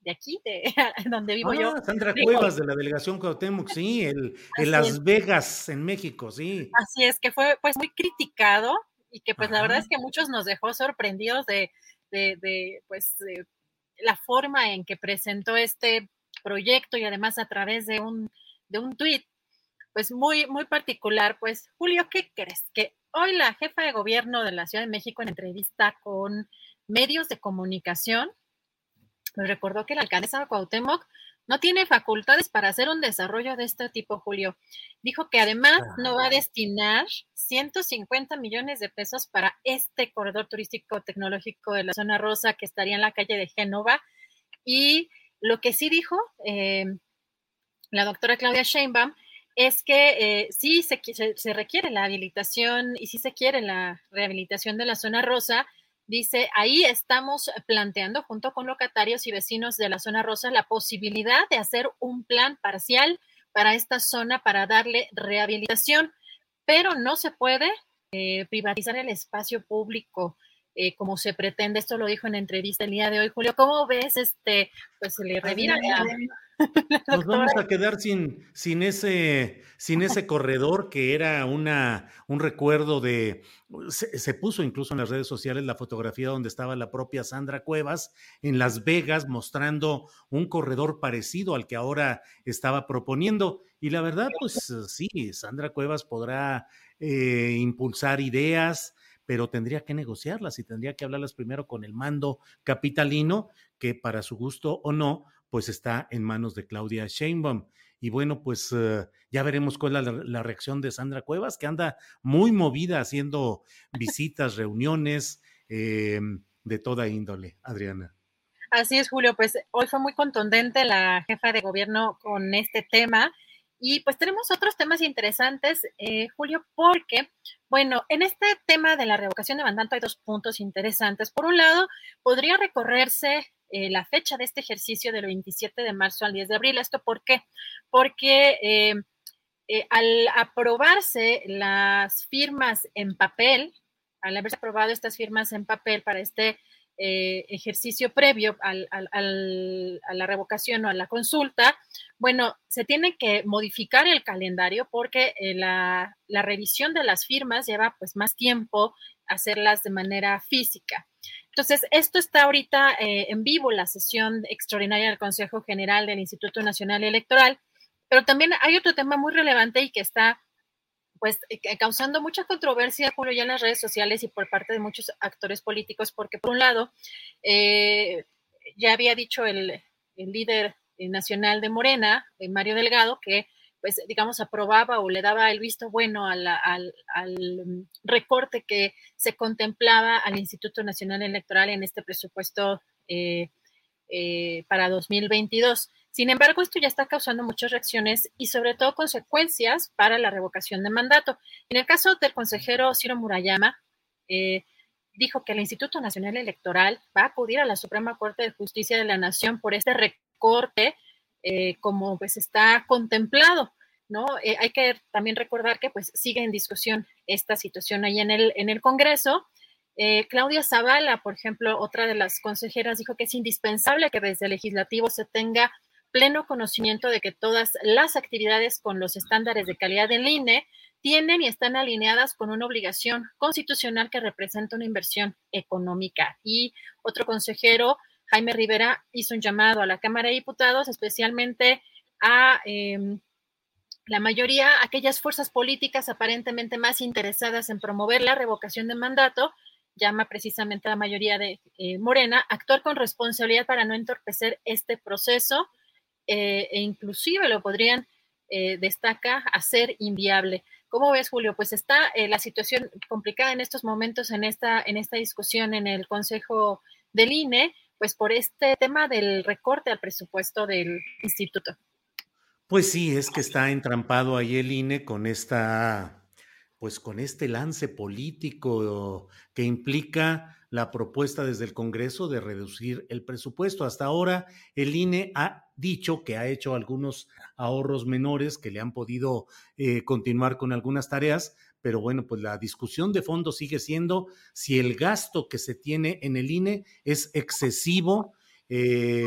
de aquí, de donde vivo ah, yo. Sandra Digo, Cuevas, de la delegación Cuauhtémoc, sí, el, en Las es. Vegas, en México, sí. Así es, que fue pues muy criticado y que pues Ajá. la verdad es que muchos nos dejó sorprendidos de, de, de pues de la forma en que presentó este proyecto y además a través de un, de un tuit pues muy, muy particular. Pues Julio, ¿qué crees? Que hoy la jefa de gobierno de la Ciudad de México en entrevista con medios de comunicación nos recordó que la alcaldesa Cuauhtémoc no tiene facultades para hacer un desarrollo de este tipo, Julio. Dijo que además no va a destinar ciento cincuenta millones de pesos para este corredor turístico tecnológico de la zona rosa que estaría en la calle de Génova. Y lo que sí dijo eh, la doctora Claudia Sheinbaum es que eh, sí se, se, se requiere la habilitación y sí se quiere la rehabilitación de la zona rosa. Dice, ahí estamos planteando junto con locatarios y vecinos de la zona rosa la posibilidad de hacer un plan parcial para esta zona para darle rehabilitación, pero no se puede eh, privatizar el espacio público eh, como se pretende. Esto lo dijo en entrevista el día de hoy. Julio, ¿cómo ves? Este, pues se le revira la... Nos vamos a quedar sin, sin, ese, sin ese corredor que era una, un recuerdo de... Se, se puso incluso en las redes sociales la fotografía donde estaba la propia Sandra Cuevas en Las Vegas mostrando un corredor parecido al que ahora estaba proponiendo. Y la verdad, pues sí, Sandra Cuevas podrá eh, impulsar ideas, pero tendría que negociarlas y tendría que hablarlas primero con el mando capitalino, que para su gusto o no, pues está en manos de Claudia Sheinbaum. Y bueno, pues uh, ya veremos cuál es la, la reacción de Sandra Cuevas, que anda muy movida haciendo visitas, reuniones eh, de toda índole, Adriana. Así es, Julio, pues hoy fue muy contundente la jefa de gobierno con este tema. Y pues tenemos otros temas interesantes, eh, Julio, porque, bueno, en este tema de la revocación de mandato hay dos puntos interesantes. Por un lado, podría recorrerse eh, la fecha de este ejercicio del veintisiete de marzo al diez de abril. ¿Esto por qué? Porque eh, eh, al aprobarse las firmas en papel, al haberse aprobado estas firmas en papel para este Eh, ejercicio previo al, al, al, a la revocación o a la consulta, bueno, se tiene que modificar el calendario porque eh, la, la revisión de las firmas lleva pues más tiempo hacerlas de manera física. Entonces, esto está ahorita eh, en vivo, la sesión extraordinaria del Consejo General del Instituto Nacional Electoral, pero también hay otro tema muy relevante y que está pues eh, causando mucha controversia, Julio, ya en las redes sociales y por parte de muchos actores políticos, porque por un lado, eh, ya había dicho el, el líder nacional de Morena, eh, Mario Delgado, que pues digamos aprobaba o le daba el visto bueno a la, al, al recorte que se contemplaba al Instituto Nacional Electoral en este presupuesto eh, eh, para dos mil veintidós. Sin embargo, esto ya está causando muchas reacciones y sobre todo consecuencias para la revocación de mandato. En el caso del consejero Ciro Murayama, eh, dijo que el Instituto Nacional Electoral va a acudir a la Suprema Corte de Justicia de la Nación por este recorte, eh, como pues está contemplado, ¿no? Eh, hay que también recordar que pues sigue en discusión esta situación ahí en el, en el Congreso. Eh, Claudia Zavala, por ejemplo, otra de las consejeras, dijo que es indispensable que desde el legislativo se tenga pleno conocimiento de que todas las actividades con los estándares de calidad del I N E tienen y están alineadas con una obligación constitucional que representa una inversión económica. Y otro consejero, Jaime Rivera, hizo un llamado a la Cámara de Diputados, especialmente a eh, la mayoría, aquellas fuerzas políticas aparentemente más interesadas en promover la revocación de mandato, llama precisamente a la mayoría de eh, Morena, actuar con responsabilidad para no entorpecer este proceso, Eh, e inclusive lo podrían, eh, destaca, hacer inviable. ¿Cómo ves, Julio? Pues está eh, la situación complicada en estos momentos, en esta, en esta discusión en el Consejo del I N E, pues por este tema del recorte al presupuesto del instituto. Pues sí, es que está entrampado ahí el I N E con esta, pues con este lance político que implica la propuesta desde el Congreso de reducir el presupuesto. Hasta ahora el I N E ha dicho que ha hecho algunos ahorros menores que le han podido eh, continuar con algunas tareas, pero bueno, pues la discusión de fondo sigue siendo si el gasto que se tiene en el I N E es excesivo, eh,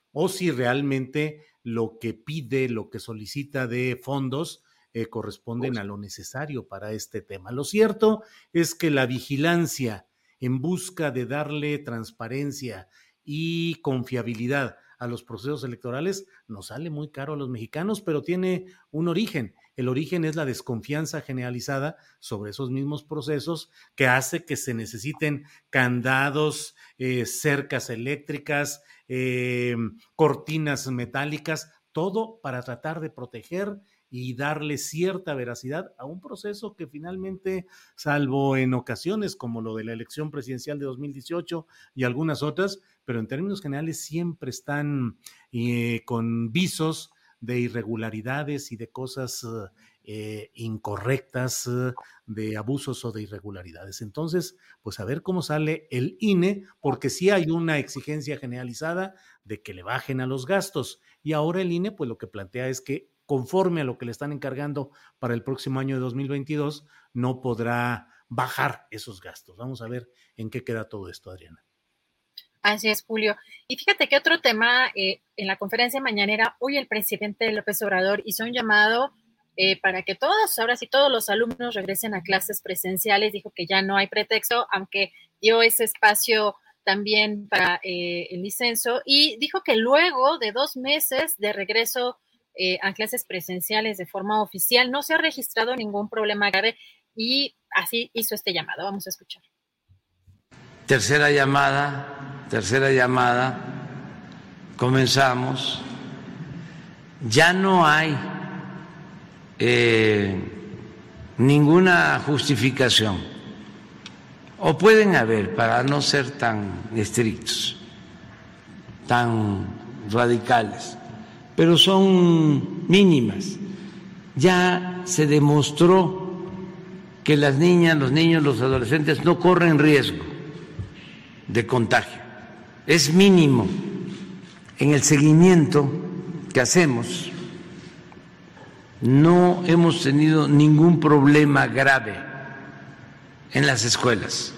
o si realmente lo que pide, lo que solicita de fondos eh, corresponden a lo necesario para este tema. Lo cierto es que la vigilancia en busca de darle transparencia y confiabilidad a los procesos electorales nos sale muy caro a los mexicanos, pero tiene un origen. El origen es la desconfianza generalizada sobre esos mismos procesos que hace que se necesiten candados, eh, cercas eléctricas, eh, cortinas metálicas, todo para tratar de proteger y darle cierta veracidad a un proceso que finalmente, salvo en ocasiones como lo de la elección presidencial de dos mil dieciocho y algunas otras, pero en términos generales siempre están eh, con visos de irregularidades y de cosas eh, incorrectas, eh, de abusos o de irregularidades. Entonces, pues a ver cómo sale el I N E, porque sí hay una exigencia generalizada de que le bajen a los gastos. Y ahora el I N E, pues lo que plantea es que conforme a lo que le están encargando para el próximo año de dos mil veintidós, no podrá bajar esos gastos. Vamos a ver en qué queda todo esto, Adriana. Así es, Julio. Y fíjate que otro tema, eh, en la conferencia mañanera, hoy el presidente López Obrador hizo un llamado eh, para que todos, ahora sí todos los alumnos regresen a clases presenciales. Dijo que ya no hay pretexto, aunque dio ese espacio también para eh, el licenso, y dijo que luego de dos meses de regreso Eh, a clases presenciales de forma oficial, no se ha registrado ningún problema grave, y así hizo este llamado. Vamos a escuchar. Tercera llamada, tercera llamada, comenzamos. Ya no hay eh, ninguna justificación, o pueden haber, para no ser tan estrictos, tan radicales, pero son mínimas. Ya se demostró que las niñas, los niños, los adolescentes no corren riesgo de contagio. Es mínimo. En el seguimiento que hacemos, no hemos tenido ningún problema grave en las escuelas.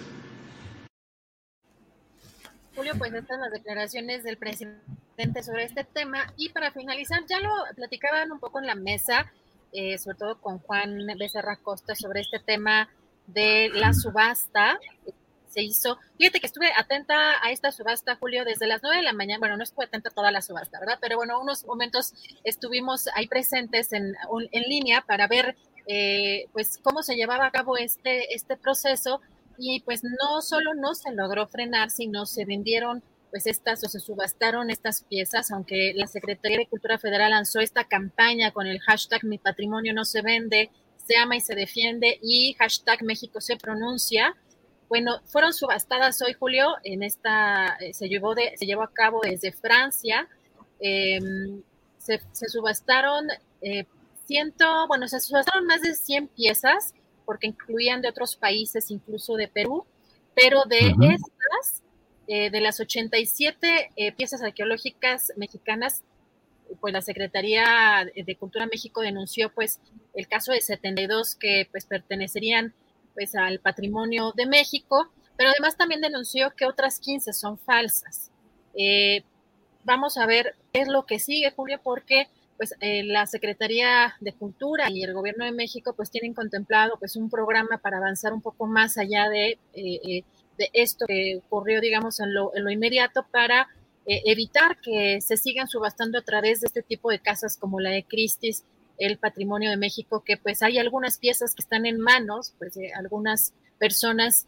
Julio, pues estas son las declaraciones del presidente sobre este tema. Y para finalizar, ya lo platicaban un poco en la mesa, eh, sobre todo con Juan Becerra Costa, sobre este tema de la subasta. Se hizo, fíjate que estuve atenta a esta subasta, Julio, desde las nueve de la mañana. Bueno, no estuve atenta a toda la subasta, ¿verdad? Pero bueno, unos momentos estuvimos ahí presentes en, en línea para ver eh, pues cómo se llevaba a cabo este, este proceso. Y pues no solo no se logró frenar, sino se vendieron pues estas o se subastaron estas piezas, aunque la Secretaría de Cultura Federal lanzó esta campaña con el hashtag Mi Patrimonio No Se Vende, Se Ama y Se Defiende, y hashtag México Se Pronuncia. Bueno, fueron subastadas hoy, Julio, en esta, eh, se llevó de, se llevó a cabo desde Francia, eh, se, se subastaron eh, ciento, bueno, se subastaron más de cien piezas, porque incluían de otros países, incluso de Perú, pero de uh-huh. estas, eh, de las ochenta y siete eh, piezas arqueológicas mexicanas, pues la Secretaría de Cultura México denunció pues el caso de setenta y dos que pues pertenecerían pues al patrimonio de México, pero además también denunció que otras quince son falsas. Eh, vamos a ver qué es lo que sigue, Julio, porque pues eh, la Secretaría de Cultura y el Gobierno de México pues tienen contemplado pues un programa para avanzar un poco más allá de, eh, de esto que ocurrió, digamos, en lo, en lo inmediato, para eh, evitar que se sigan subastando a través de este tipo de casas como la de Christie's, el Patrimonio de México, que pues hay algunas piezas que están en manos pues de algunas personas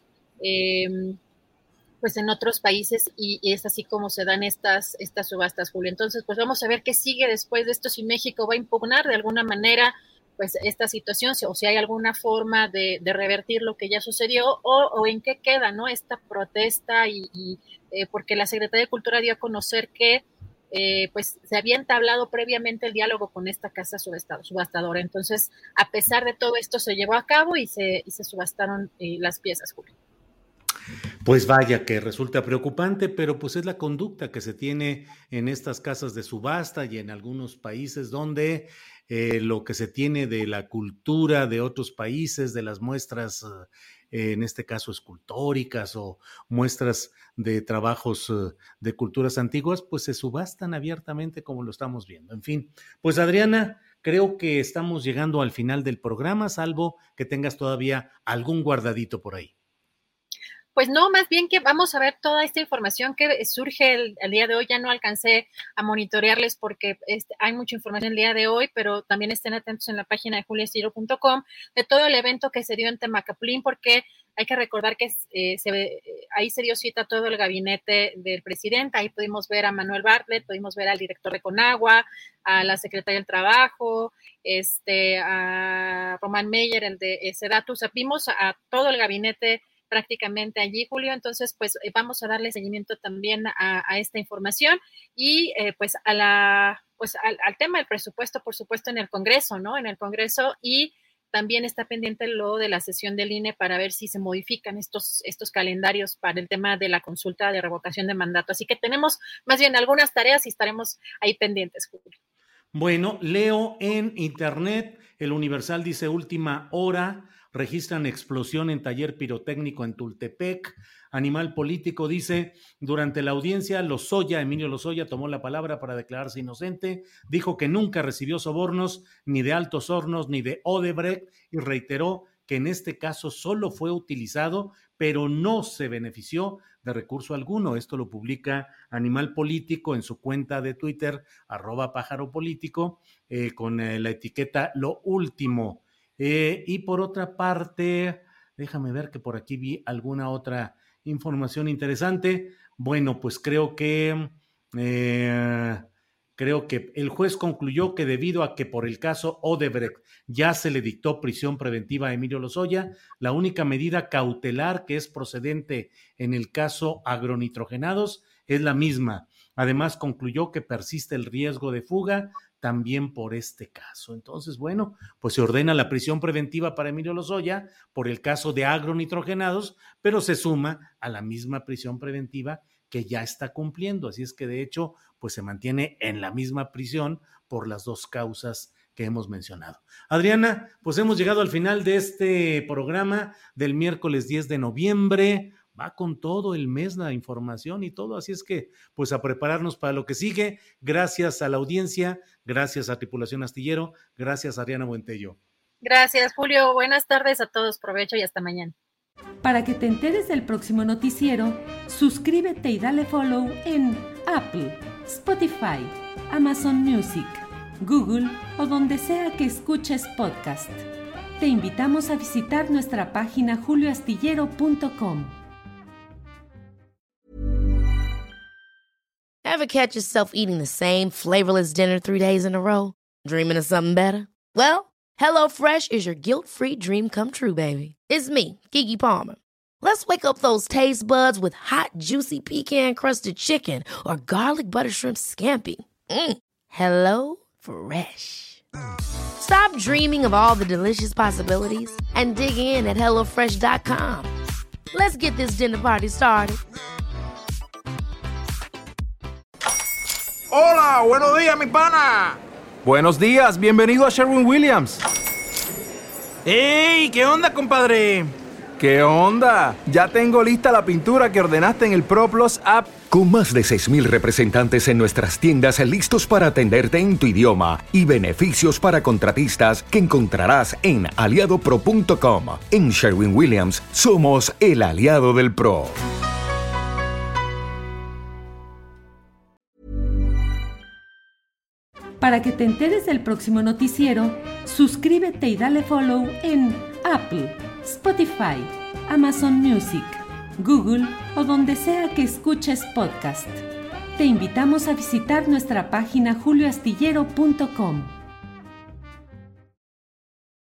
eh, pues en otros países, y, y es así como se dan estas, estas subastas, Julio. Entonces, pues vamos a ver qué sigue después de esto, si México va a impugnar de alguna manera pues esta situación, o si hay alguna forma de, de revertir lo que ya sucedió, o, o en qué queda, ¿no?, esta protesta, y, y eh, porque la Secretaría de Cultura dio a conocer que eh, pues se había entablado previamente el diálogo con esta casa subastadora. Entonces, a pesar de todo esto, se llevó a cabo y se, y se subastaron eh, las piezas, Julio. Pues vaya que resulta preocupante, pero pues es la conducta que se tiene en estas casas de subasta y en algunos países donde eh, lo que se tiene de la cultura de otros países, de las muestras, eh, en este caso escultóricas o muestras de trabajos eh, de culturas antiguas, pues se subastan abiertamente como lo estamos viendo. En fin, pues Adriana, creo que estamos llegando al final del programa, salvo que tengas todavía algún guardadito por ahí. Pues no, más bien que vamos a ver toda esta información que surge el, el día de hoy. Ya no alcancé a monitorearles porque este, hay mucha información el día de hoy, pero también estén atentos en la página de julia astillero punto com de todo el evento que se dio en Temacaplín, porque hay que recordar que eh, se, ahí se dio cita a todo el gabinete del presidente. Ahí pudimos ver a Manuel Bartlett, pudimos ver al director de Conagua, a la secretaria del Trabajo, este, a Román Meyer, el de Sedatu. O sea, vimos a todo el gabinete prácticamente allí, Julio. Entonces, pues vamos a darle seguimiento también a, a esta información y eh, pues a la, pues al, al tema del presupuesto, por supuesto, en el Congreso, ¿no? En el Congreso, y también está pendiente lo de la sesión del I N E para ver si se modifican estos, estos calendarios para el tema de la consulta de revocación de mandato. Así que tenemos más bien algunas tareas y estaremos ahí pendientes, Julio. Bueno, leo en internet, el Universal dice última hora, registran explosión en taller pirotécnico en Tultepec. Animal Político dice, durante la audiencia, Lozoya, Emilio Lozoya, tomó la palabra para declararse inocente, dijo que nunca recibió sobornos ni de Altos Hornos ni de Odebrecht y reiteró que en este caso solo fue utilizado, pero no se benefició de recurso alguno. Esto lo publica Animal Político en su cuenta de Twitter, arroba pájaro político, eh, con eh, la etiqueta Lo Último. Eh, y por otra parte, déjame ver que por aquí vi alguna otra información interesante. Bueno, pues creo que eh, creo que el juez concluyó que debido a que por el caso Odebrecht ya se le dictó prisión preventiva a Emilio Lozoya, la única medida cautelar que es procedente en el caso agronitrogenados es la misma. Además, concluyó que persiste el riesgo de fuga también por este caso. Entonces, bueno, pues se ordena la prisión preventiva para Emilio Lozoya por el caso de agronitrogenados, pero se suma a la misma prisión preventiva que ya está cumpliendo. Así es que, de hecho, pues se mantiene en la misma prisión por las dos causas que hemos mencionado. Adriana, pues hemos llegado al final de este programa del miércoles diez de noviembre. Va con todo el mes la información y todo, así es que pues a prepararnos para lo que sigue. Gracias a la audiencia, gracias a Tripulación Astillero, gracias a Adriana Buentello. Gracias, Julio. Buenas tardes a todos, provecho y hasta mañana. Para que te enteres del próximo noticiero, suscríbete y dale follow en Apple, Spotify, Amazon Music, Google o donde sea que escuches podcast. Te invitamos a visitar nuestra página julio astillero punto com. Ever catch yourself eating the same flavorless dinner three days in a row? Dreaming of something better? Well, HelloFresh is your guilt-free dream come true, baby. It's me, Keke Palmer. Let's wake up those taste buds with hot, juicy pecan-crusted chicken or garlic butter shrimp scampi. Mm. Hello Fresh. Stop dreaming of all the delicious possibilities and dig in at hello fresh dot com. Let's get this dinner party started. Hola, buenos días, mi pana. Buenos días, bienvenido a Sherwin-Williams. ¡Ey! ¿Qué onda, compadre? ¿Qué onda? Ya tengo lista la pintura que ordenaste en el ProPlus app. Con más de seis mil representantes en nuestras tiendas listos para atenderte en tu idioma y beneficios para contratistas que encontrarás en aliado pro punto com. En Sherwin-Williams somos el aliado del pro. Para que te enteres del próximo noticiero, suscríbete y dale follow en Apple, Spotify, Amazon Music, Google o donde sea que escuches podcast. Te invitamos a visitar nuestra página julio astillero punto com.